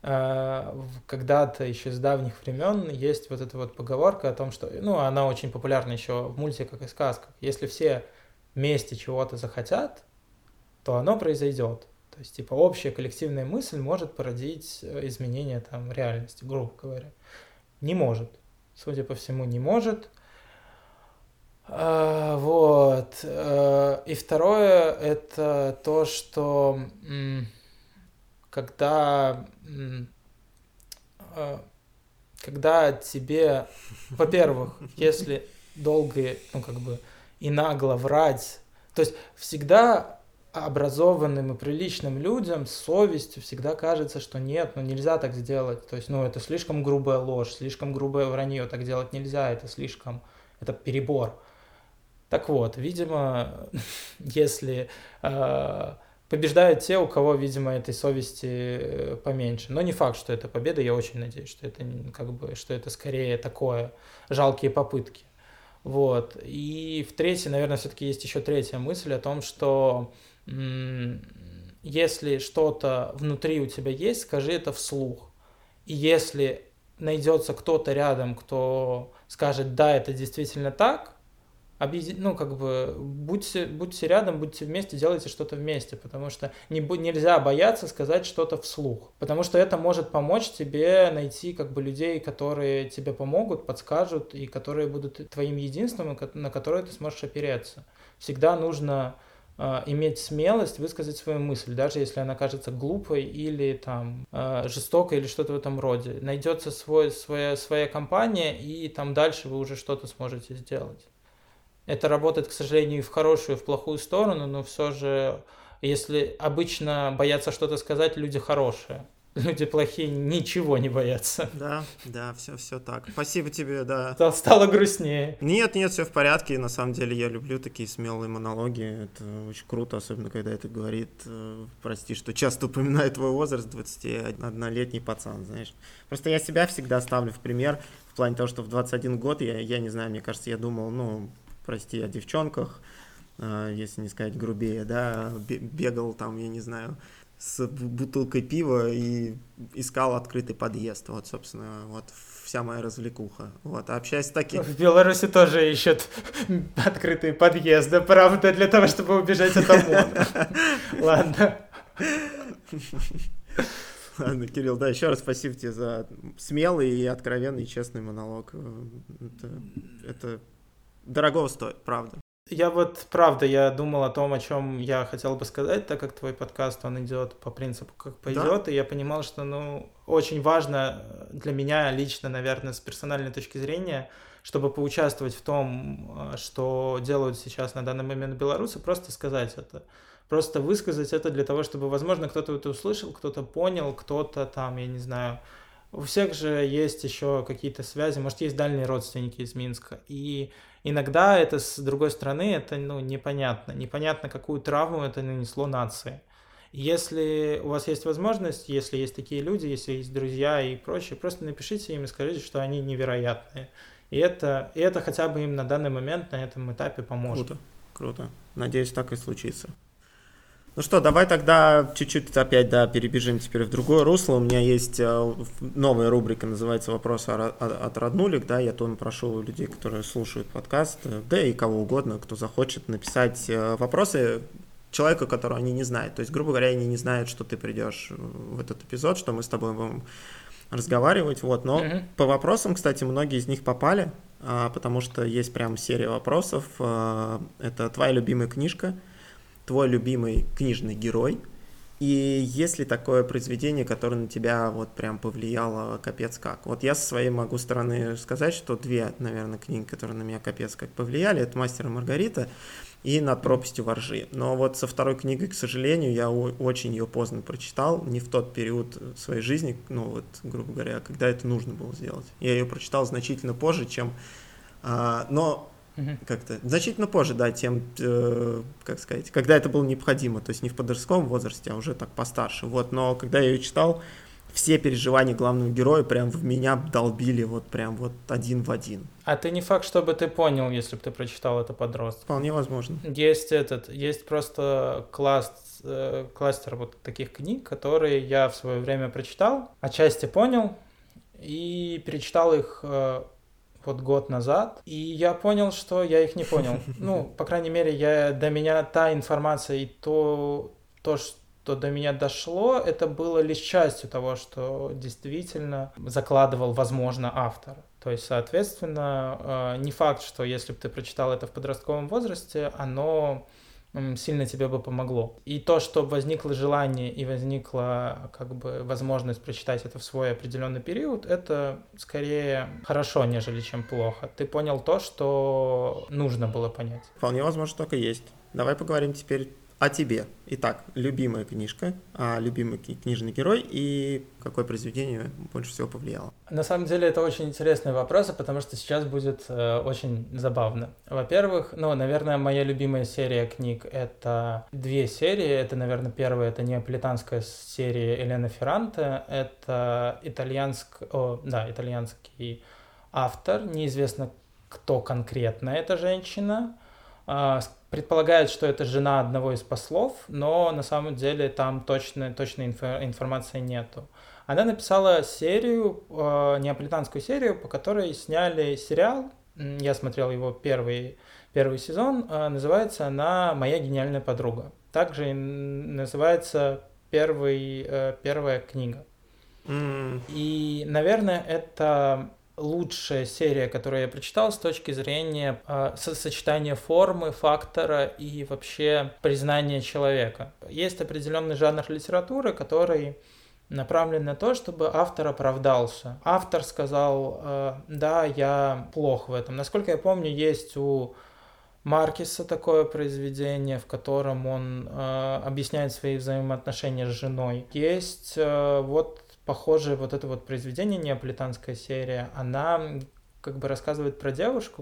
когда-то еще с давних времен есть вот эта вот поговорка о том, что, ну, она очень популярна еще в мультиках и сказках. Если все вместе чего-то захотят, то оно произойдет. То есть, типа, общая коллективная мысль может породить изменение там реальности, грубо говоря. Не может. Судя по всему, не может. Вот. И второе, это то, что когда тебе, во-первых, если долго, ну, как бы, и нагло врать, то есть всегда образованным и приличным людям с совестью всегда кажется, что нет, ну нельзя так сделать. То есть, ну это слишком грубая ложь, слишком грубое вранье, так делать нельзя, это перебор. Так вот, видимо, если побеждают те, у кого, видимо, этой совести поменьше. Но не факт, что это победа, я очень надеюсь, что это как бы, что это скорее такое жалкие попытки. Вот. И в-третьих, наверное, все-таки есть еще третья мысль о том, что если что-то внутри у тебя есть, скажи это вслух. И если найдется кто-то рядом, кто скажет, да, это действительно так, ну, как бы, будьте рядом, будьте вместе, делайте что-то вместе, потому что нельзя бояться сказать что-то вслух, потому что это может помочь тебе найти, как бы, людей, которые тебе помогут, подскажут, и которые будут твоим единством, на которое ты сможешь опереться. Всегда нужно иметь смелость высказать свою мысль, даже если она кажется глупой или там жестокой или что-то в этом роде. Найдется своя компания, и там дальше вы уже что-то сможете сделать. Это работает, к сожалению, и в хорошую, и в плохую сторону, но все же, если обычно боятся что-то сказать, люди хорошие. Люди плохие ничего не боятся. Да, все так. Спасибо тебе, да. Стало грустнее. Нет, все в порядке. На самом деле я люблю такие смелые монологи. Это очень круто, особенно когда это говорит, прости, что часто упоминаю твой возраст, 21-летний пацан, знаешь. Просто я себя всегда ставлю в пример, в плане того, что в 21 год, я не знаю, мне кажется, я думал, прости, о девчонках, если не сказать грубее, да, бегал там, я не знаю, с бутылкой пива и искал открытый подъезд. Вот, собственно, вот вся моя развлекуха. Вот, общаясь с такими... В Беларуси тоже ищут открытые подъезды, правда, для того, чтобы убежать от ОМОНа. Ладно. Ладно, Кирилл, да, еще раз спасибо тебе за смелый и откровенный, честный монолог. Это дорогого стоит, правда. Я вот, правда, я думал о том, о чем я хотел бы сказать, так как твой подкаст, он идет по принципу, как пойдет, Да? и я понимал, что, очень важно для меня лично, наверное, с персональной точки зрения, чтобы поучаствовать в том, что делают сейчас на данный момент белорусы, просто сказать это. Просто высказать это для того, чтобы, возможно, кто-то это услышал, кто-то понял, кто-то там, я не знаю, у всех же есть еще какие-то связи, может, есть дальние родственники из Минска, и иногда это с другой стороны, это непонятно. Непонятно, какую травму это нанесло нации. Если у вас есть возможность, если есть такие люди, если есть друзья и прочее, просто напишите им и скажите, что они невероятные. И это хотя бы им на данный момент, на этом этапе поможет. Круто, круто. Надеюсь, так и случится. Ну что, давай тогда чуть-чуть опять, да, перебежим теперь в другое русло. У меня есть новая рубрика, называется «Вопросы от роднулек». Да, я тоже прошу людей, которые слушают подкаст, да и кого угодно, кто захочет, написать вопросы человеку, которого они не знают. То есть, грубо говоря, они не знают, что ты придешь в этот эпизод, что мы с тобой будем разговаривать. Вот. Но по вопросам, кстати, многие из них попали, потому что есть прям серия вопросов. Это твоя любимая книжка, твой любимый книжный герой, и есть ли такое произведение, которое на тебя вот прям повлияло капец как? Вот я со своей могу стороны сказать, что две, наверное, книги, которые на меня капец как повлияли, это «Мастер и Маргарита» и «Над пропастью во ржи». Но вот со второй книгой, к сожалению, я очень ее поздно прочитал, не в тот период своей жизни, грубо говоря, когда это нужно было сделать. Я ее прочитал значительно позже, чем... но как-то значительно позже, да, тем, как сказать, когда это было необходимо, то есть не в подростковом возрасте, а уже так постарше, вот, но когда я ее читал, все переживания главного героя прям в меня долбили вот прям вот один в один. А ты не факт, чтобы ты понял, если бы ты прочитал это подросток. Вполне возможно. Есть просто кластер вот таких книг, которые я в свое время прочитал, отчасти понял и перечитал их вот год назад, и я понял, что я их не понял. По крайней мере, до меня та информация и то, что до меня дошло, это было лишь частью того, что действительно закладывал, возможно, автор. То есть, соответственно, не факт, что если бы ты прочитал это в подростковом возрасте, оно сильно тебе бы помогло. И то, что возникло желание и возникла как бы возможность прочитать это в свой определенный период, это скорее хорошо, нежели чем плохо. Ты понял то, что нужно было понять. Вполне возможно, так и есть. Давай поговорим теперь о тебе. Итак, любимая книжка, любимый книжный герой и какое произведение больше всего повлияло? На самом деле это очень интересные вопросы, потому что сейчас будет очень забавно. Во-первых, наверное, моя любимая серия книг — это две серии. Это, наверное, первая — это неаполитанская серия Элены Ферранте. Это итальянский автор. Неизвестно, кто конкретно эта женщина. Предполагает, что это жена одного из послов, но на самом деле там точной информации нету. Она написала серию, неаполитанскую серию, по которой сняли сериал. Я смотрел его первый сезон. Называется она «Моя гениальная подруга». Также называется первая книга. И, наверное, это лучшая серия, которую я прочитал с точки зрения сочетания формы, фактора и вообще признания человека. Есть определенный жанр литературы, который направлен на то, чтобы автор оправдался. Автор сказал, да, я плох в этом. Насколько я помню, есть у Маркеса такое произведение, в котором он объясняет свои взаимоотношения с женой. Есть похоже, это произведение, неаполитанская серия, она как бы рассказывает про девушку,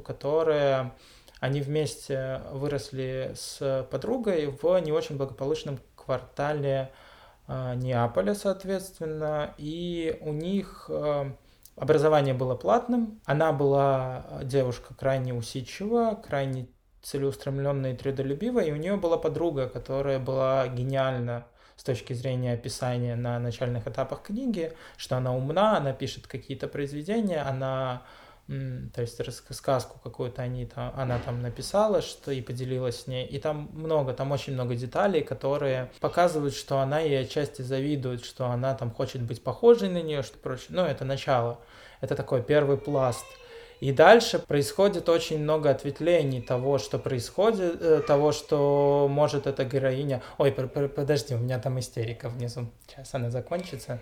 они вместе выросли с подругой в не очень благополучном квартале Неаполя, соответственно, и у них образование было платным, она была девушка крайне усидчивая, крайне целеустремленная и трудолюбивая, и у нее была подруга, которая была гениальна с точки зрения описания на начальных этапах книги, что она умна, она пишет какие-то произведения, она То есть сказку какую-то она там написала, что и поделилась с ней. И там очень много деталей, которые показывают, что она ей отчасти завидует, что она там хочет быть похожей на нее, что прочее. Ну, это начало. Это такой первый пласт. И дальше происходит очень много ответвлений того, что происходит, того, что может эта героиня... Ой, подожди, у меня там истерика внизу. Сейчас она закончится.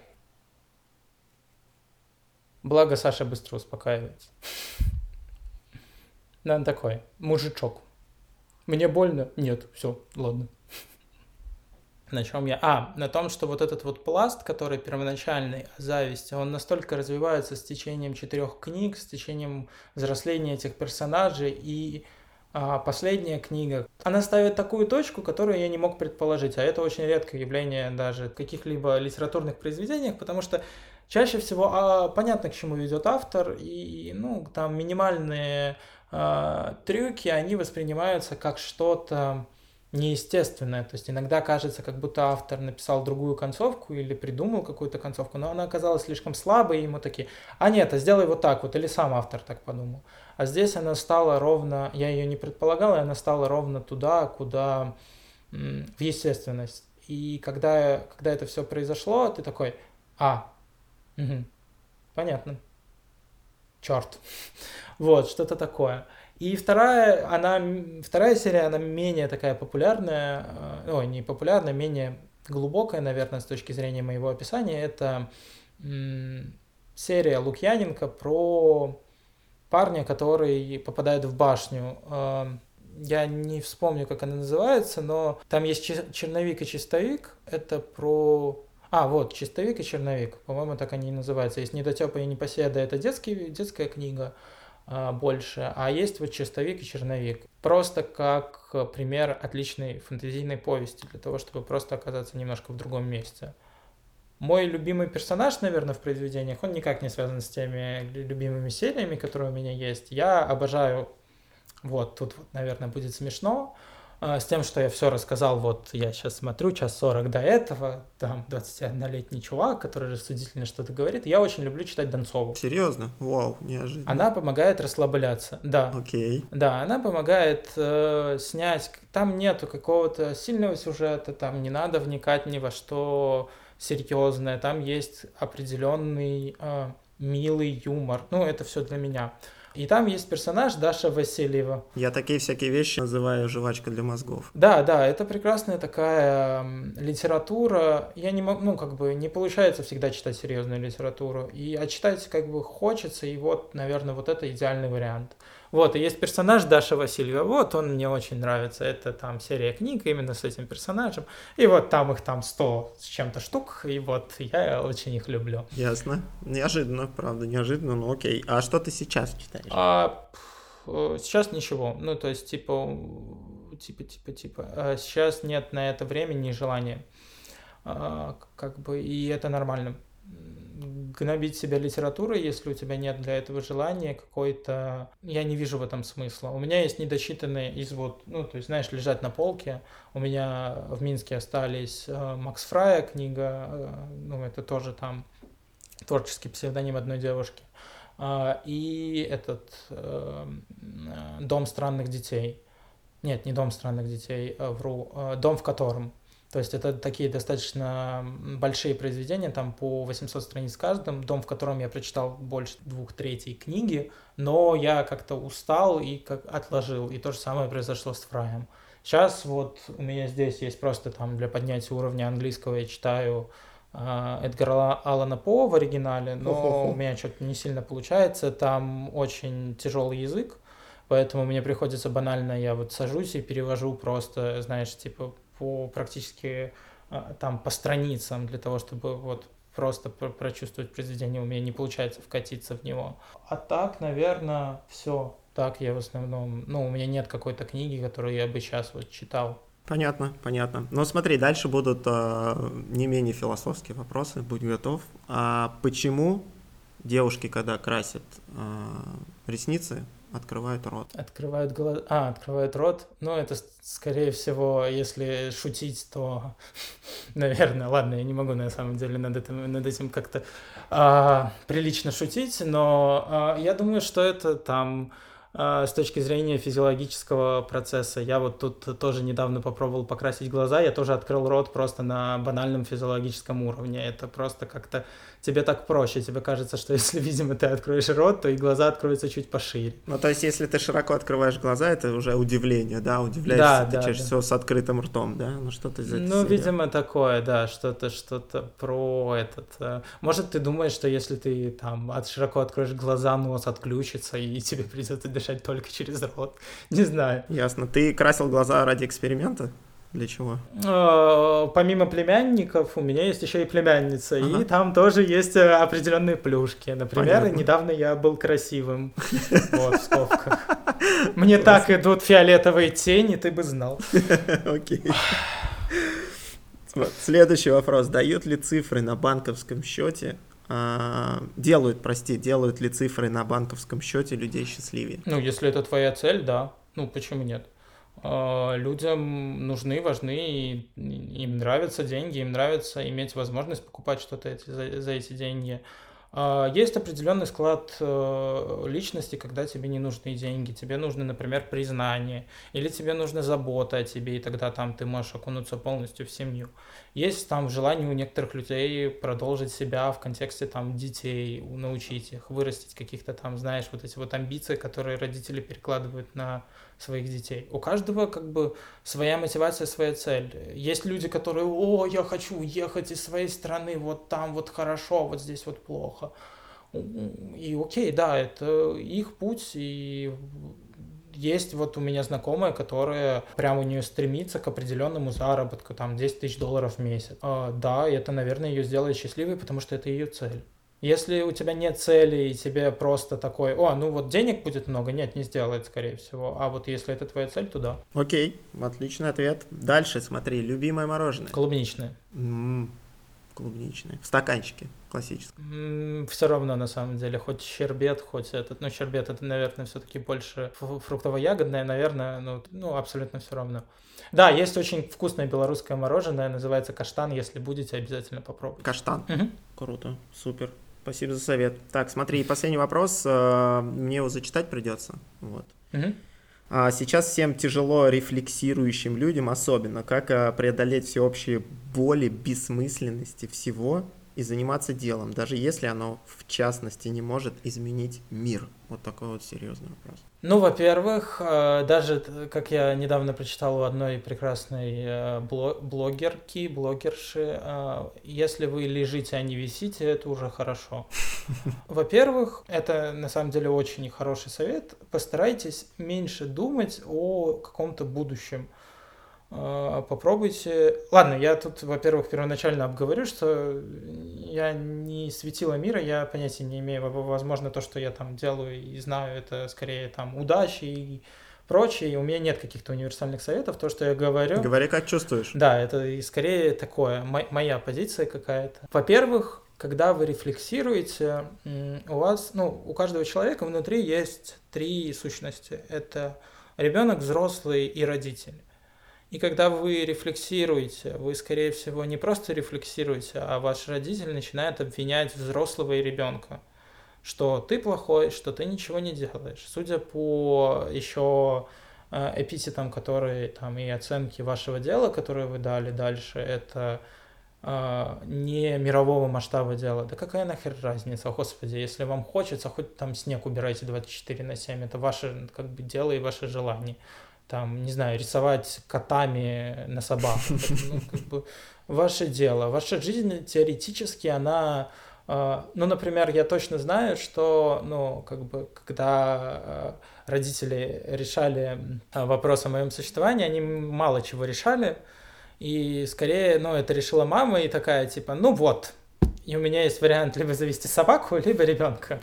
Благо Саша быстро успокаивается. Да, он такой, мужичок. Мне больно? Нет, все, ладно. На чем я? На том, что вот этот вот пласт, который первоначальный о зависти, он настолько развивается с течением 4 книг, с течением взросления этих персонажей, и последняя книга, она ставит такую точку, которую я не мог предположить, а это очень редкое явление даже в каких-либо литературных произведениях, потому что чаще всего понятно, к чему ведет автор, и там минимальные трюки, они воспринимаются как что-то неестественное. То есть иногда кажется, как будто автор написал другую концовку или придумал какую-то концовку, но она оказалась слишком слабой, и ему такие, нет, сделай вот так вот, или сам автор так подумал. А здесь она стала ровно, я ее не предполагал, и она стала ровно туда, куда в естественность. И когда это все произошло, ты такой, угу, понятно, черт. Вот, что-то такое. И вторая серия, она менее такая популярная, не популярная, менее глубокая, наверное, с точки зрения моего описания. Это серия Лукьяненко про парня, который попадает в башню. Я не вспомню, как она называется, но там есть черновик и чистовик. Это про... вот, чистовик и черновик. По-моему, так они и называются. Есть «Недотёпа и непоседа» — это детская книга больше, а есть вот «Чистовик» и «Черновик». Просто как пример отличной фэнтезийной повести, для того, чтобы просто оказаться немножко в другом месте. Мой любимый персонаж, наверное, в произведениях, он никак не связан с теми любимыми сериями, которые у меня есть. Я обожаю, тут, наверное, будет смешно, с тем, что я все рассказал, я сейчас смотрю, 1:40 до этого, там 21-летний чувак, который рассудительно что-то говорит, я очень люблю читать Донцову. Серьезно? Вау, неожиданно. Она помогает расслабляться, да. Окей. Да, она помогает снять, там нету какого-то сильного сюжета, там не надо вникать ни во что серьезное, там есть определенный милый юмор, это все для меня. И там есть персонаж Даша Васильева. Я такие всякие вещи называю жвачка для мозгов. Да, это прекрасная такая литература. Я не могу, не получается всегда читать серьезную литературу. А читать хочется, и наверное, это идеальный вариант. И есть персонаж Даша Васильева, он мне очень нравится. Это там серия книг именно с этим персонажем. И там их 100 с чем-то штук, и я очень их люблю. Ясно. Неожиданно, правда, неожиданно, но окей. А что ты сейчас читаешь? Сейчас ничего. То есть, сейчас нет на это времени и желания. И это нормально. Гнобить себя литературой, если у тебя нет для этого желания какой-то... Я не вижу в этом смысла. У меня есть недочитанные лежат на полке. У меня в Минске остались Макс Фрая книга, это тоже там творческий псевдоним одной девушки. И «Дом странных детей». Нет, не «Дом странных детей», «Дом в котором». То есть это такие достаточно большие произведения, там по 800 страниц каждым, «Дом в котором» я прочитал больше 2/3 книги, но я как-то устал и отложил. И то же самое произошло с Фраем. Сейчас у меня здесь есть просто там для поднятия уровня английского я читаю Эдгара Аллана По в оригинале, но у меня что-то не сильно получается, там очень тяжелый язык, поэтому мне приходится банально, я сажусь и перевожу просто, практически там по страницам для того, чтобы просто прочувствовать произведение, у меня не получается вкатиться в него. А так, наверное, все. Так я в основном, у меня нет какой-то книги, которую я бы сейчас читал. Понятно. Но смотри, дальше будут не менее философские вопросы, будь готов. А почему девушки, когда красят Ресницы открывают рот. Открывают глаза. Открывают рот. Ну, это, скорее всего, если шутить, то, наверное, ладно, я не могу на самом деле над этим как-то прилично шутить, но я думаю, что это там с точки зрения физиологического процесса. Я вот тут тоже недавно попробовал покрасить глаза, я тоже открыл рот просто на банальном физиологическом уровне. Это просто как-то тебе так проще. Тебе кажется, что если, видимо, ты откроешь рот, то и глаза откроются чуть пошире. Ну, то есть, если ты широко открываешь глаза, это уже удивление, да? Удивляешься ты чаще всего с открытым ртом, да? Ну, что-то из этого. Ну, видимо, такое, да, что-то про этот... Может, ты думаешь, что если ты там широко откроешь глаза, нос отключится, и тебе придется дышать только через рот. Не знаю. Ясно. Ты красил глаза ради эксперимента? Для чего? Помимо племянников, у меня есть еще и племянница, и там тоже есть определенные плюшки. Например, понятно. Недавно я был красивым. Вот, в скобках. Мне так идут фиолетовые тени, ты бы знал. Окей. Следующий вопрос. Дают ли цифры на банковском счете? Делают ли цифры на банковском счете людей счастливее? Ну, если это твоя цель, да. Ну, почему нет? Людям нужны, важны, им нравятся деньги, им нравится иметь возможность покупать что-то за эти деньги. Есть определенный склад личности, когда тебе не нужны деньги, тебе нужно, например, признание, или тебе нужна забота о тебе, и тогда там ты можешь окунуться полностью в семью. Есть там желание у некоторых людей продолжить себя в контексте там детей, научить их, вырастить каких-то там, знаешь, вот эти вот амбиции, которые родители перекладывают на своих детей. У каждого как бы своя мотивация, своя цель. Есть люди, которые, я хочу уехать из своей страны, вот там вот хорошо, вот здесь вот плохо. И окей, да, это их путь, и есть вот у меня знакомая, которая прям у нее стремится к определенному заработку, там 10 тысяч долларов в месяц. Да, это, наверное, ее сделает счастливой, потому что это ее цель. Если у тебя нет цели, и тебе просто такой, ну вот денег будет много, нет, не сделает, скорее всего. А вот если это твоя цель, то да. Окей, отличный ответ. Дальше смотри, любимое мороженое. Клубничное. Клубничное. В стаканчике классическом. Все равно, на самом деле, хоть щербет, хоть этот. Ну, щербет это, наверное, все-таки больше фруктово-ягодное, наверное, ну, абсолютно все равно. Да, есть очень вкусное белорусское мороженое, называется каштан, если будете, обязательно попробуйте. Каштан? Круто, супер. Спасибо за совет. Так, смотри, последний вопрос. Мне его зачитать придется. Вот. Сейчас всем тяжело рефлексирующим людям особенно, как преодолеть всеобщие боли, бессмысленности всего и заниматься делом, даже если оно, в частности, не может изменить мир. Вот такой вот серьезный вопрос. Ну, во-первых, даже, как я недавно прочитал у одной прекрасной блогерши, если вы лежите, а не висите, это уже хорошо. Во-первых, это на самом деле очень хороший совет. Постарайтесь меньше думать о каком-то будущем. Попробуйте. Ладно, я тут, во-первых, первоначально обговорю, что я не светило мира, я понятия не имею. Возможно, то, что я там делаю и знаю, это скорее там удачи и прочее. И у меня нет каких-то универсальных советов. То, что я говорю... Говори, как чувствуешь. Да, это и скорее такое, моя позиция какая-то. Во-первых, когда вы рефлексируете, у вас, у каждого человека внутри есть 3 сущности. Это ребенок, взрослый и родитель. И когда вы рефлексируете, вы, скорее всего, не просто рефлексируете, а ваш родитель начинает обвинять взрослого и ребенка, что ты плохой, что ты ничего не делаешь. Судя по еще эпитетам, которые там и оценки вашего дела, которые вы дали дальше, это не мирового масштаба дела. Да какая нахер разница, господи, если вам хочется, хоть там снег убирайте 24/7, это ваше как бы дело и ваше желание. Там, не знаю, рисовать котами на собак. Как бы ваше дело. Ваша жизнь теоретически, она... например, я точно знаю, что, когда родители решали вопрос о моем существовании, они мало чего решали. И скорее, это решила мама и такая, типа, и у меня есть вариант либо завести собаку, либо ребенка.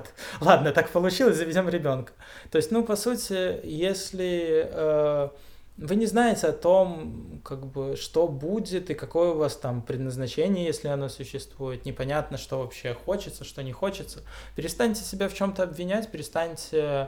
Ладно, так получилось, заведем ребенка. То есть, по сути, если вы не знаете о том, как бы, что будет и какое у вас там предназначение, если оно существует. Непонятно, что вообще хочется, что не хочется. Перестаньте себя в чем-то обвинять, перестаньте...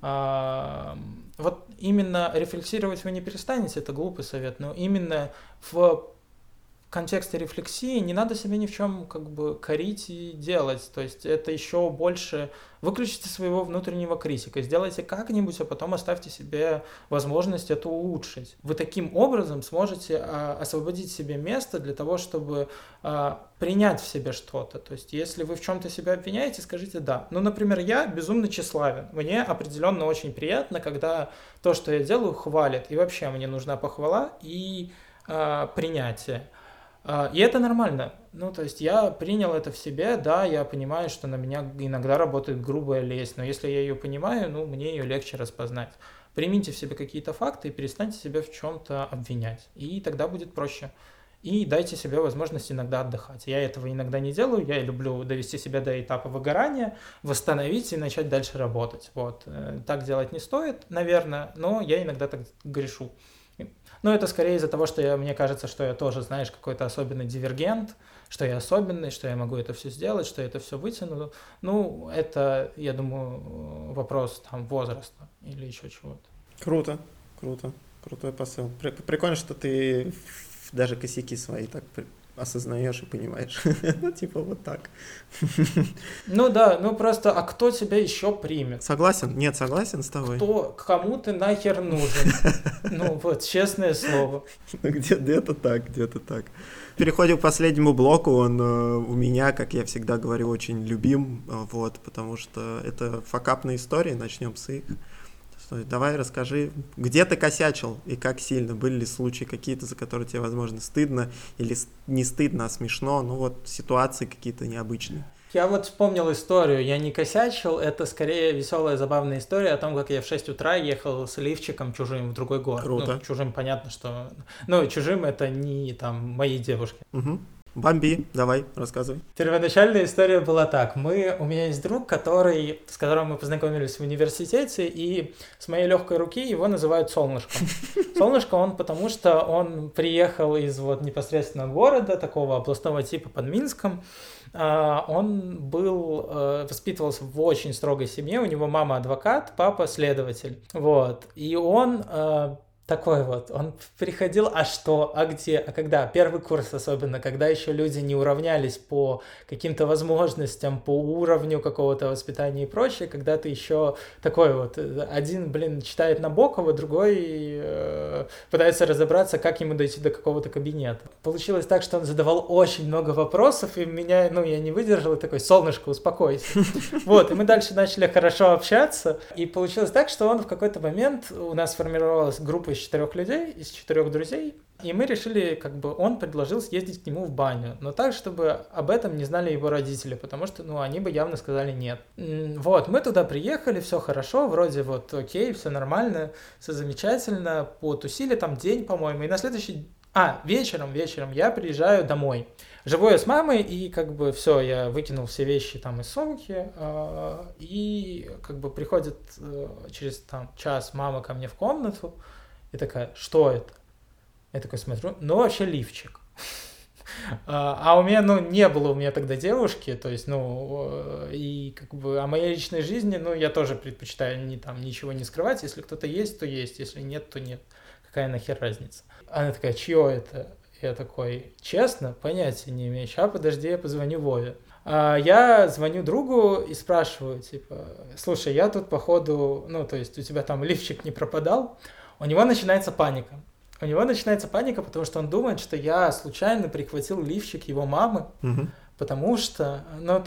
Вот именно рефлексировать вы не перестанете, это глупый совет, но именно в контексте рефлексии не надо себя ни в чем как бы корить и делать. То есть это еще больше... Выключите своего внутреннего критика, сделайте как-нибудь, а потом оставьте себе возможность это улучшить. Вы таким образом сможете освободить себе место для того, чтобы принять в себе что-то. То есть если вы в чем-то себя обвиняете, скажите «да». Ну, например, я безумно тщеславен. Мне определенно очень приятно, когда то, что я делаю, хвалят. И вообще мне нужна похвала и принятие. И это нормально. Ну, то есть я принял это в себе, да, я понимаю, что на меня иногда работает грубая лесть, но если я ее понимаю, ну, мне ее легче распознать. Примите в себе какие-то факты и перестаньте себя в чем-то обвинять, и тогда будет проще. И дайте себе возможность иногда отдыхать. Я этого иногда не делаю, я люблю довести себя до этапа выгорания, восстановить и начать дальше работать. Вот. Так делать не стоит, наверное, но я иногда так грешу. Но это скорее из-за того, что мне кажется, что я тоже, знаешь, какой-то особенный дивергент, что я особенный, что я могу это все сделать, что я это все вытяну. Ну, это, я думаю, вопрос там возраста или еще чего-то. Круто, круто, крутой посыл. Прикольно, что ты даже косяки свои так осознаешь и понимаешь. Ну, типа вот так. Ну да, ну просто, а кто тебя еще примет? Согласен? Нет, согласен с тобой. Кому ты нахер нужен? Ну вот, честное слово. Где-то так, где-то так. Переходим к последнему блоку. Он у меня, как я всегда говорю, очень любим, вот, потому что это факапные истории, начнем с их. Давай расскажи, где ты косячил и как сильно? Были ли случаи какие-то, за которые тебе, возможно, стыдно или не стыдно, а смешно? Ну вот ситуации какие-то необычные. Я вот вспомнил историю, я не косячил, это скорее веселая, забавная история о том, как я в 6 утра ехал с лифчиком чужим в другой город. Круто. Ну, чужим понятно, что... Ну, чужим это не там мои девушки. Угу. Бомби, давай, рассказывай. Первоначальная история была так. У меня есть друг, с которым мы познакомились в университете, и с моей легкой руки его называют Солнышком. Солнышко он потому, что он приехал из вот непосредственно города, такого областного типа под Минском. Он воспитывался в очень строгой семье, у него мама адвокат, папа следователь. Вот. И он... Такой вот, он приходил, а что, а где, а когда, первый курс особенно, когда еще люди не уравнялись по каким-то возможностям, по уровню какого-то воспитания и прочее, когда ты еще такой вот, один, читает Набокова, другой пытается разобраться, как ему дойти до какого-то кабинета. Получилось так, что он задавал очень много вопросов, и меня, я не выдержал, и такой, солнышко, успокойся. Вот, и мы дальше начали хорошо общаться, и получилось так, что он в какой-то момент, у нас сформировалась группа из 4 людей, из 4 друзей, и мы решили, он предложил съездить к нему в баню, но так, чтобы об этом не знали его родители, потому что, они бы явно сказали нет. Вот, мы туда приехали, все хорошо, вроде вот окей, все нормально, все замечательно, потусили там день, по-моему, и на следующий... вечером я приезжаю домой. Живу я с мамой, и все, я выкинул все вещи там из сумки, и приходит через час мама ко мне в комнату, и такая, что это? Я такой смотрю, вообще лифчик. А у меня, не было у меня тогда девушки, то есть, и о моей личной жизни, я тоже предпочитаю ничего не скрывать, если кто-то есть, то есть, если нет, то нет. Какая нахер разница? Она такая, чье это? Я такой, честно, понятия не имею. Сейчас, подожди, я позвоню Вове. Я звоню другу и спрашиваю, слушай, я тут походу, то есть у тебя там лифчик не пропадал? У него начинается паника. Потому что он думает, что я случайно прихватил лифчик его мамы, потому что,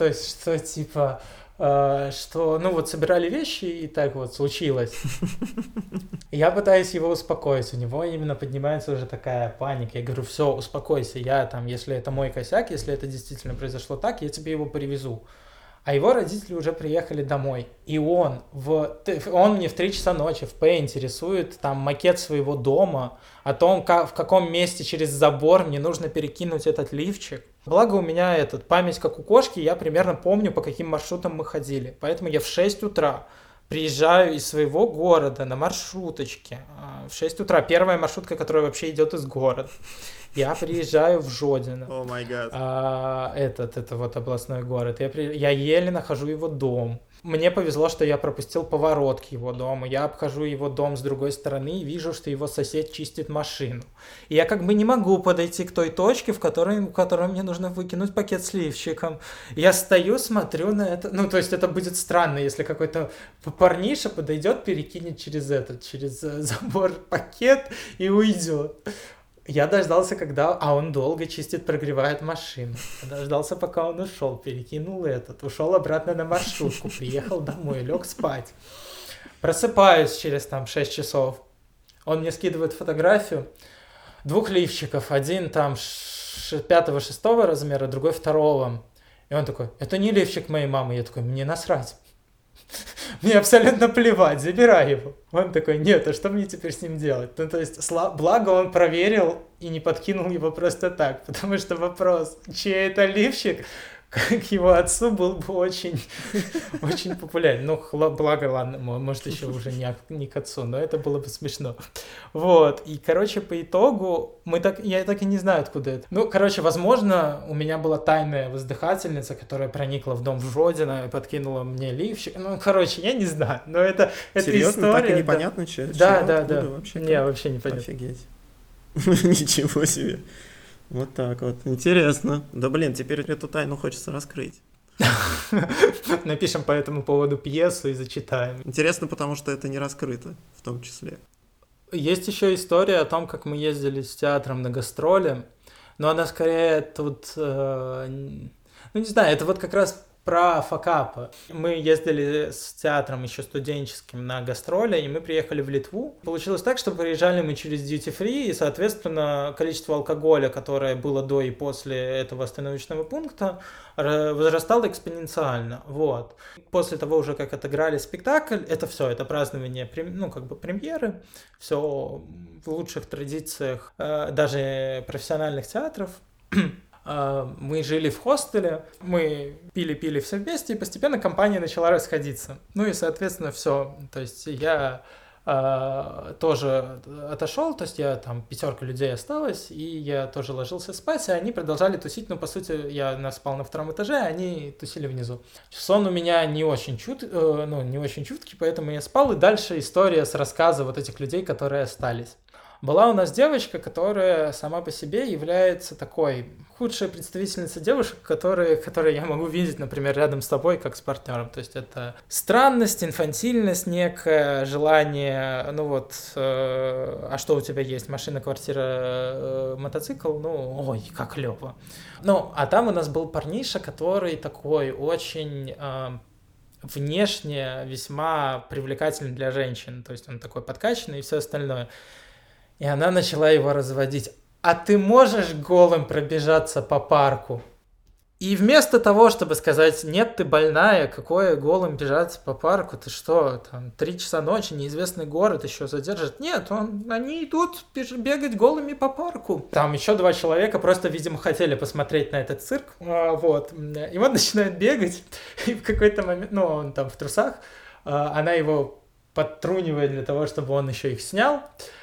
собирали вещи, и так вот случилось. Я пытаюсь его успокоить, у него именно поднимается уже такая паника. Я говорю, все, успокойся, если это мой косяк, если это действительно произошло так, я тебе его привезу. А его родители уже приехали домой, и он мне в 3 часа ночи в Paint рисует там макет своего дома, о том, в каком месте через забор мне нужно перекинуть этот лифчик. Благо у меня память как у кошки, я примерно помню, по каким маршрутам мы ходили. Поэтому я в 6 утра приезжаю из своего города на маршруточке в 6 утра. Первая маршрутка, которая вообще идет из города. Я приезжаю в Жодино. О май гад. Это вот областной город. Я еле нахожу его дом. Мне повезло, что я пропустил поворот к его дому. Я обхожу его дом с другой стороны и вижу, что его сосед чистит машину. И я как бы не могу подойти к той точке, в которой мне нужно выкинуть пакет с лифчиком. Я стою, смотрю на это. Ну, то есть это будет странно, если какой-то парниша подойдет, перекинет через забор пакет и уйдет. Я дождался, а он долго чистит, прогревает машину. Я дождался, пока он ушел, перекинул ушел обратно на маршрутку, приехал домой, лег спать. Просыпаюсь через 6 часов. Он мне скидывает фотографию 2 лифчиков. Один там 5-6 размера, другой 2. И он такой: это не лифчик моей мамы. Я такой: мне насрать. Мне абсолютно плевать, забирай его. Он такой: нет, а что мне теперь с ним делать? Ну, то есть, благо он проверил и не подкинул его просто так, потому что вопрос, чей это лифчик, к его отцу был бы очень, очень популярен. Ну, благо, ладно, может, еще уже не к отцу, но это было бы смешно. Вот, и, короче, по итогу, я так и не знаю, откуда это. Ну, короче, возможно, у меня была тайная воздыхательница, которая проникла в дом в Жодино и подкинула мне лифчик. Ну, короче, я не знаю, но это Серьезно? история. Так и непонятно, что? Да. Вообще, не, вообще непонятно. Офигеть. Ничего себе. Вот так вот. Интересно. Да блин, теперь эту тайну хочется раскрыть. Напишем по этому поводу пьесу и зачитаем. Интересно, потому что это не раскрыто, в том числе. Есть еще история о том, как мы ездили с театром на гастроли, но она скорее тут... ну, не знаю, это вот как раз про факапы. Мы ездили с театром еще студенческим на гастроли, и мы приехали в Литву. Получилось так, что приезжали мы через duty-free, и, соответственно, количество алкоголя, которое было до и после этого остановочного пункта, возрастало экспоненциально. Вот. После того уже, как отыграли спектакль, это все, это празднование, премьеры, все в лучших традициях даже профессиональных театров. Мы жили в хостеле, мы пили все вместе, и постепенно компания начала расходиться. Ну и, соответственно, все. То есть я тоже отошел, то есть я там 5 людей осталось, и я тоже ложился спать, и они продолжали тусить, но по сути я спал на 2 этаже, а они тусили внизу. Сон у меня не очень чуткий, поэтому я спал, и дальше история с рассказа вот этих людей, которые остались. Была у нас девочка, которая сама по себе является такой худшей представительницей девушек, которые я могу видеть, например, рядом с тобой, как с партнером. То есть это странность, инфантильность, некое желание, а что у тебя есть? Машина, квартира, мотоцикл? Ну, ой, как клево. Ну, а там у нас был парниша, который такой очень... внешне весьма привлекательный для женщин. То есть он такой подкачанный и все остальное. И она начала его разводить. А ты можешь голым пробежаться по парку? И вместо того, чтобы сказать: нет, ты больная, какое голым бежаться по парку, ты что, там 3 часа ночи, неизвестный город еще задержит. Нет, они идут бегать голыми по парку. Там еще 2 человека просто, видимо, хотели посмотреть на этот цирк. Вот. И он начинает бегать, и в какой-то момент, он там в трусах, она его подтрунивает для того, чтобы он еще их снял.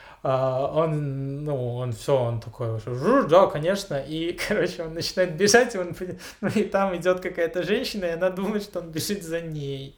Он такой уже, да, конечно, и, короче, он начинает бежать, и там идет какая-то женщина, и она думает, что он бежит за ней.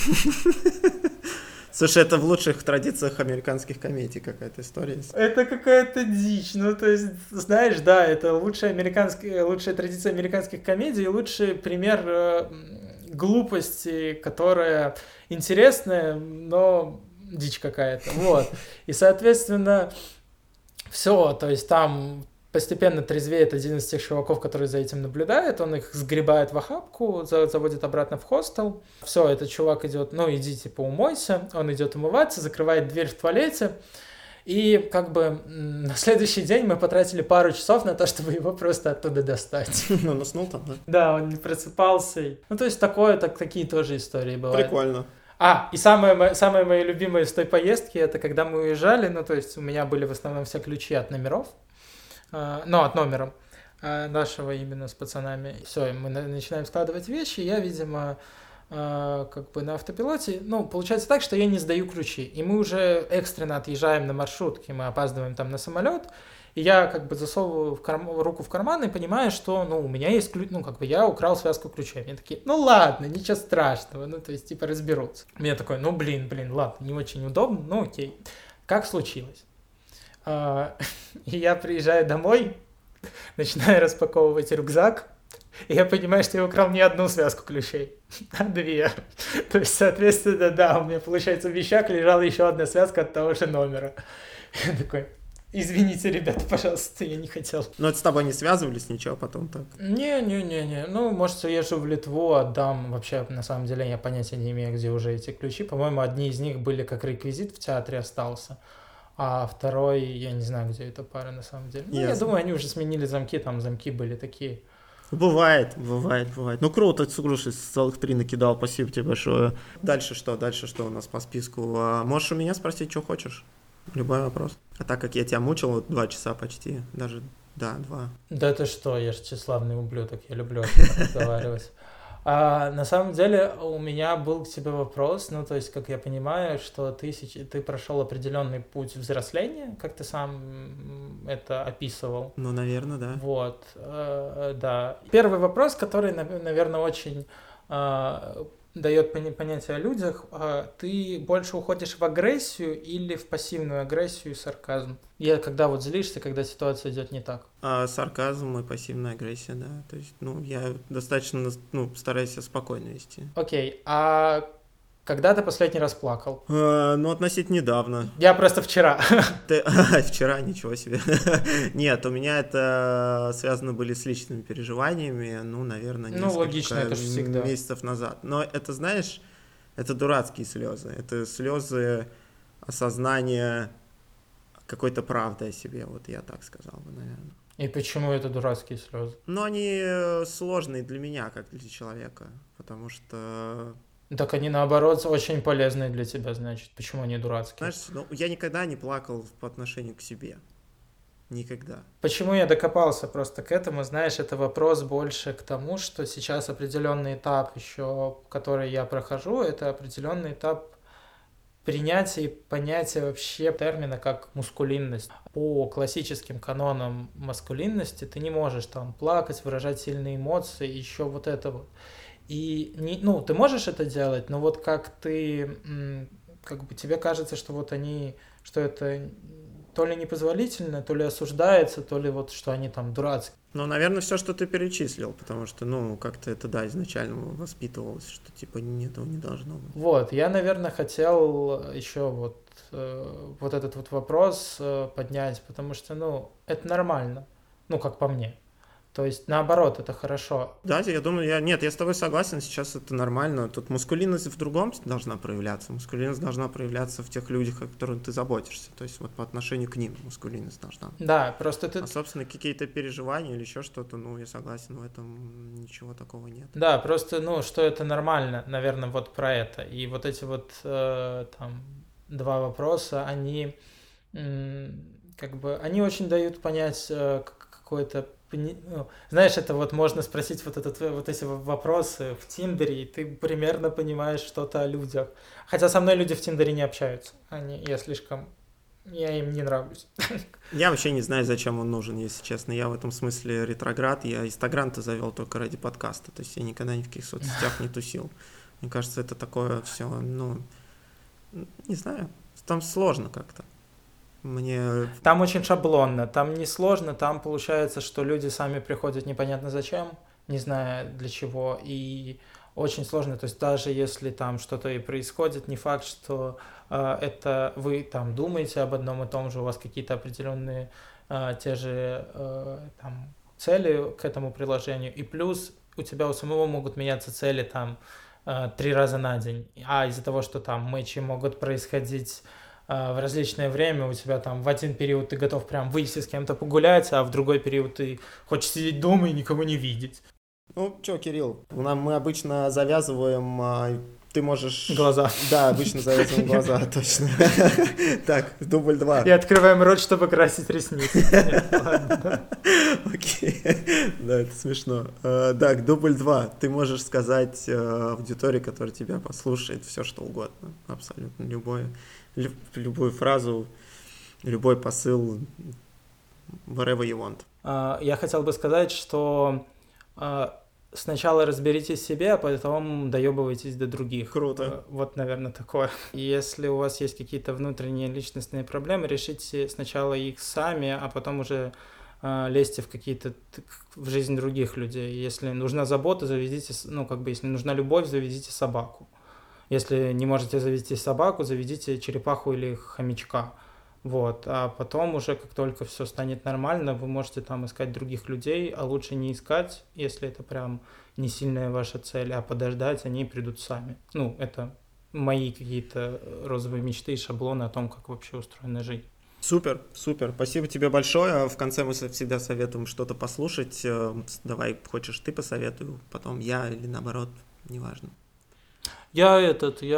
Слушай, это в лучших традициях американских комедий какая-то история. Это какая-то дичь, то есть, знаешь, да, это лучшая традиция американских комедий, лучший пример глупости, которая интересная, но... дичь какая-то, вот. И, соответственно, все, то есть там постепенно трезвеет один из тех чуваков, который за этим наблюдает, он их сгребает в охапку, заводит обратно в хостел. Все, этот чувак идет, иди, умойся, он идет умываться, закрывает дверь в туалете, и на следующий день мы потратили пару часов на то, чтобы его просто оттуда достать. Он уснул там, да? Да, он не просыпался. То есть такие тоже истории бывают. Прикольно. И самые мои любимые с той поездки, это когда мы уезжали, то есть у меня были в основном все ключи от номеров, от номера нашего именно с пацанами. Все, мы начинаем складывать вещи, я, видимо, как бы на автопилоте. Ну, получается так, что я не сдаю ключи. И мы уже экстренно отъезжаем на маршрутке, мы опаздываем там на самолет. И я как бы засовываю руку в карман и понимаю, что, ну, у меня есть ключ, ну, как бы я украл связку ключей. Мне такие, ну, ладно, ничего страшного, ну, то есть, типа, разберутся. Мне такой, ну, блин, ладно, не очень удобно, ну, окей. Как случилось? И я приезжаю домой, начинаю распаковывать рюкзак, и я понимаю, что я украл не одну связку ключей, а две. То есть, соответственно, да, у меня, получается, в вещах лежала еще одна связка от того же номера. Я такой, извините, ребята, пожалуйста, я не хотел. Но это с тобой не связывались, ничего потом так? Не. Ну, может, съезжу в Литву, отдам. Вообще, на самом деле, я понятия не имею, где уже эти ключи. По-моему, одни из них были как реквизит в театре остался. А второй, я не знаю, где эта пара на самом деле. Ну, я думаю, они уже сменили замки, там замки были такие. Бывает. Ну, круто, слушай, целых 3 накидал, спасибо тебе большое. Дальше что у нас по списку? Можешь у меня спросить, что хочешь? Любой вопрос. А так как я тебя мучил 2 часа почти, даже, да, 2. Да ты что, я же тщеславный ублюдок, я люблю разговаривать. На самом деле у меня был к тебе вопрос, ну то есть, как я понимаю, что ты прошел определенный путь взросления, как ты сам это описывал. Ну, наверное, да. Вот, да. Первый вопрос, который, наверное, очень дает понятие о людях, ты больше уходишь в агрессию или в пассивную агрессию и сарказм? Когда вот злишься, когда ситуация идет не так? Сарказм и пассивная агрессия, да. То есть, я достаточно, стараюсь спокойно вести. Окей, а когда ты последний раз плакал? Относительно недавно. Я просто вчера. Вчера, ничего себе. Нет, у меня это связано были с личными переживаниями, наверное, несколько логично, это же всегда. Месяцев назад. Но это, знаешь, это дурацкие слезы. Это слезы осознания какой-то правды о себе, вот я так сказал бы, наверное. И почему это дурацкие слезы? Они сложные для меня, как для человека, потому что... Так они, наоборот, очень полезные для тебя, значит. Почему они дурацкие? Знаешь, я никогда не плакал по отношению к себе. Никогда. Почему я докопался просто к этому? Знаешь, это вопрос больше к тому, что сейчас определенный этап еще, который я прохожу, это определенный этап принятия и понятия вообще термина как мускулинность. По классическим канонам маскулинности ты не можешь там плакать, выражать сильные эмоции, еще вот это вот. И ты можешь это делать, но вот как ты, как бы тебе кажется, что вот они, что это то ли непозволительно, то ли осуждается, то ли вот что они там дурацкие. Наверное, все, что ты перечислил, потому что, как-то это, да, изначально воспитывалось, что типа этого не должно быть. Вот, я, наверное, хотел еще вот этот вот вопрос поднять, потому что, это нормально, как по мне. То есть, наоборот, это хорошо. Да, я думаю, я с тобой согласен, сейчас это нормально. Тут мускулинность в другом должна проявляться. Мускулинность должна проявляться в тех людях, о которых ты заботишься. То есть, вот по отношению к ним мускулинность должна. Да, просто ты... собственно, какие-то переживания или еще что-то, я согласен, в этом ничего такого нет. Да, просто, что это нормально, наверное, вот про это. И вот эти вот, там, 2 вопроса, они, они очень дают понять какое-то... знаешь, это вот можно спросить вот эти вопросы в Тиндере, и ты примерно понимаешь что-то о людях. Хотя со мной люди в Тиндере не общаются. Я им не нравлюсь. Я вообще не знаю, зачем он нужен, если честно. Я в этом смысле ретроград. Я Инстаграм-то завел только ради подкаста. То есть я никогда ни в каких соцсетях не тусил. Мне кажется, это такое все, не знаю, там сложно как-то. Там очень шаблонно, там не сложно, там получается, что люди сами приходят непонятно зачем, не зная для чего, и очень сложно, то есть даже если там что-то и происходит, не факт, что это вы там думаете об одном и том же, у вас какие-то определенные те же там цели к этому приложению, и плюс у тебя у самого могут меняться цели там 3 раза на день, а из-за того, что там матчи могут происходить в различное время, у тебя там в один период ты готов прям выйти с кем-то погулять, а в другой период ты хочешь сидеть дома и никого не видеть. Кирилл, мы обычно завязываем Ты можешь... Глаза. Да, обычно завязываем глаза, точно. Так, дубль 2. И открываем рот, чтобы красить ресницы. Ладно. Окей. Да, это смешно. Так, дубль 2. Ты можешь сказать аудитории, которая тебя послушает, все что угодно. Абсолютно любую фразу, любой посыл, whatever you want. Я хотел бы сказать, что сначала разберитесь в себе, а потом доебывайтесь до других. Круто. Вот, наверное, такое. Если у вас есть какие-то внутренние личностные проблемы, решите сначала их сами, а потом уже лезьте в жизнь других людей. Если нужна забота, заведите, если нужна любовь, заведите собаку. Если не можете завести собаку, заведите черепаху или хомячка. Вот, а потом уже, как только все станет нормально, вы можете там искать других людей, а лучше не искать, если это прям не сильная ваша цель, а подождать, они придут сами. Это мои какие-то розовые мечты и шаблоны о том, как вообще устроена жизнь. Супер, супер. Спасибо тебе большое. В конце мы всегда советуем что-то послушать. Давай, хочешь ты посоветую, потом я или наоборот, неважно. Я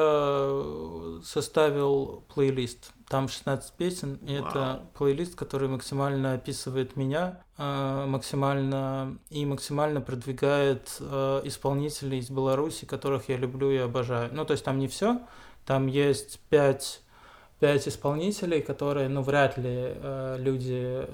составил плейлист. Там 16 песен, и это плейлист, который максимально описывает меня, максимально продвигает исполнителей из Беларуси, которых я люблю и обожаю. То есть там не все, там есть 5 исполнителей, которые, вряд ли люди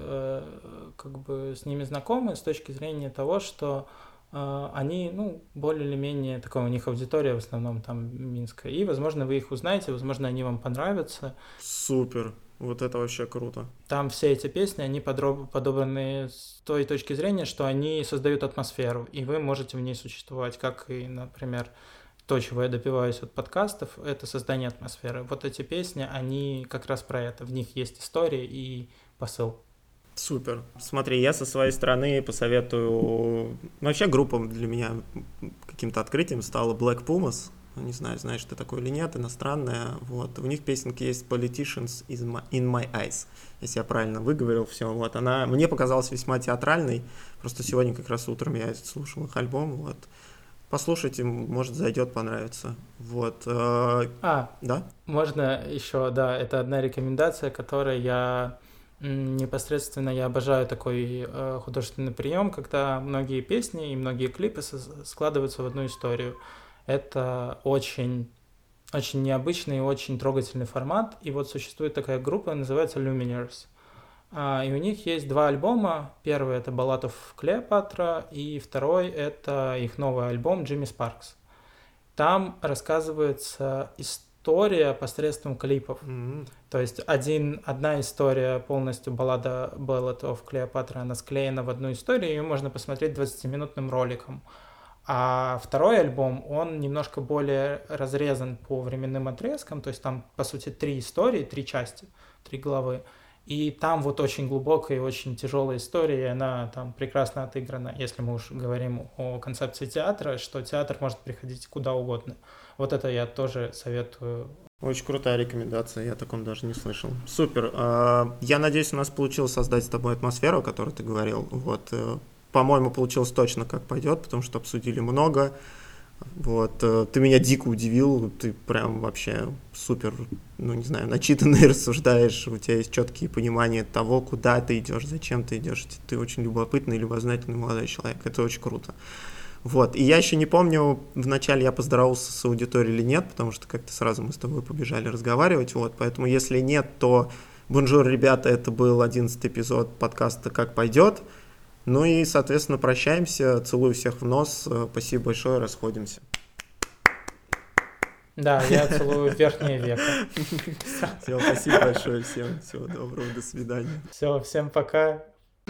с ними знакомы с точки зрения того, что они, более или менее, такая у них аудитория в основном там минская, и, возможно, вы их узнаете, возможно, они вам понравятся. Супер, вот это вообще круто. Там все эти песни, они подобраны с той точки зрения, что они создают атмосферу, и вы можете в ней существовать, как и, например, то, чего я добиваюсь от подкастов, это создание атмосферы. Вот эти песни, они как раз про это, в них есть история и посыл. Супер. Смотри, я со своей стороны посоветую... Вообще группа для меня каким-то открытием стала Black Pumas. Не знаю, знаешь ты такое или нет, иностранная. Вот. У них песенка есть Politicians in My Eyes, если я правильно выговорил все. Вот. Она мне показалась весьма театральной. Просто сегодня как раз утром я слушал их альбом. Вот. Послушайте, может, зайдет, понравится. Вот. Да? Можно еще, да, это одна рекомендация, которой я обожаю такой художественный прием, когда многие песни и многие клипы складываются в одну историю. Это очень, очень необычный и очень трогательный формат. И вот существует такая группа, называется Lumineers. И у них есть 2 альбома. Первый — это Ballad of Cleopatra, и второй — это их новый альбом Jimmy Sparks. Там рассказывается история посредством клипов. То есть одна история полностью Ballad of Cleopatra, она склеена в одну историю, ее можно посмотреть 20-минутным роликом. А второй альбом, он немножко более разрезан по временным отрезкам, то есть там, по сути, 3 истории, 3 части, 3 главы. И там вот очень глубокая и очень тяжелая история, и она там прекрасно отыграна, если мы уж говорим о концепции театра, что театр может приходить куда угодно. Вот это я тоже советую. Очень крутая рекомендация, я о таком даже не слышал. Супер. Я надеюсь, у нас получилось создать с тобой атмосферу, о которой ты говорил. Вот. По-моему, получилось точно как пойдет, потому что обсудили много. Вот. Ты меня дико удивил, ты прям вообще супер, начитанный рассуждаешь, у тебя есть четкие понимания того, куда ты идешь, зачем ты идешь. Ты очень любопытный, любознательный молодой человек, это очень круто. Вот, и я еще не помню, вначале я поздоровался с аудиторией или нет, потому что как-то сразу мы с тобой побежали разговаривать, вот, поэтому если нет, то бонжур, ребята, это был 11-й эпизод подкаста «Как пойдет». Ну и, соответственно, прощаемся. Целую всех в нос. Спасибо большое. Расходимся. Да, я целую верхнее веко. Все, спасибо большое всем. Всего доброго. До свидания. Все, всем пока.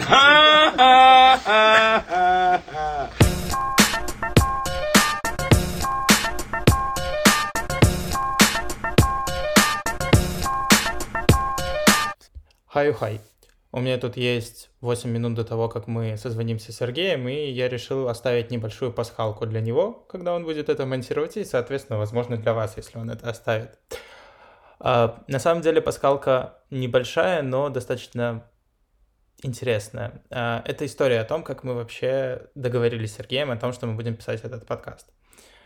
Хай-хай. У меня тут есть 8 минут до того, как мы созвонимся с Сергеем, и я решил оставить небольшую пасхалку для него, когда он будет это монтировать, и, соответственно, возможно, для вас, если он это оставит. На самом деле пасхалка небольшая, но достаточно интересная. Это история о том, как мы вообще договорились с Сергеем о том, что мы будем писать этот подкаст.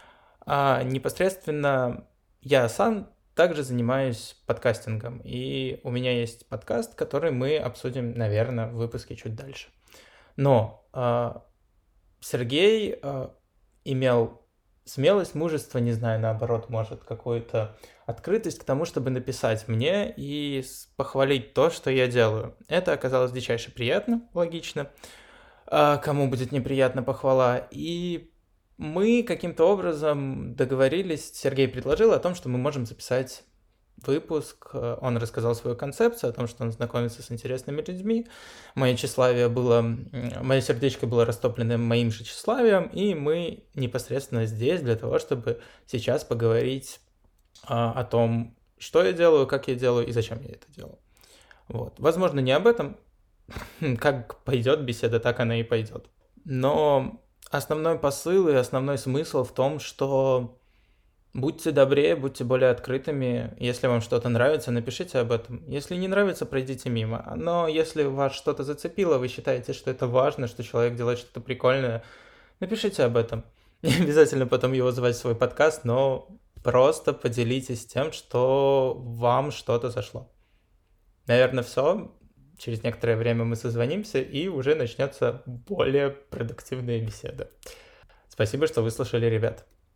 А непосредственно я сам также занимаюсь подкастингом, и у меня есть подкаст, который мы обсудим, наверное, в выпуске чуть дальше. Но Сергей имел смелость, мужество, не знаю, наоборот, может, какую-то открытость к тому, чтобы написать мне и похвалить то, что я делаю. Это оказалось дичайше приятно, логично. Кому будет неприятна похвала. И мы каким-то образом договорились, Сергей предложил о том, что мы можем записать выпуск. Он рассказал свою концепцию о том, что он знакомится с интересными людьми. Мое сердечко было растоплено моим же тщеславием, и мы непосредственно здесь для того, чтобы сейчас поговорить о том, что я делаю, как я делаю и зачем я это делаю. Вот. Возможно, не об этом. Как пойдет беседа, так она и пойдет. Но основной посыл и основной смысл в том, что будьте добрее, будьте более открытыми. Если вам что-то нравится, напишите об этом. Если не нравится, пройдите мимо. Но если вас что-то зацепило, вы считаете, что это важно, что человек делает что-то прикольное, напишите об этом. Не обязательно потом его звать в свой подкаст, но просто поделитесь тем, что вам что-то зашло. Наверное, все. Через некоторое время мы созвонимся, и уже начнется более продуктивная беседа. Спасибо, что выслушали, ребят.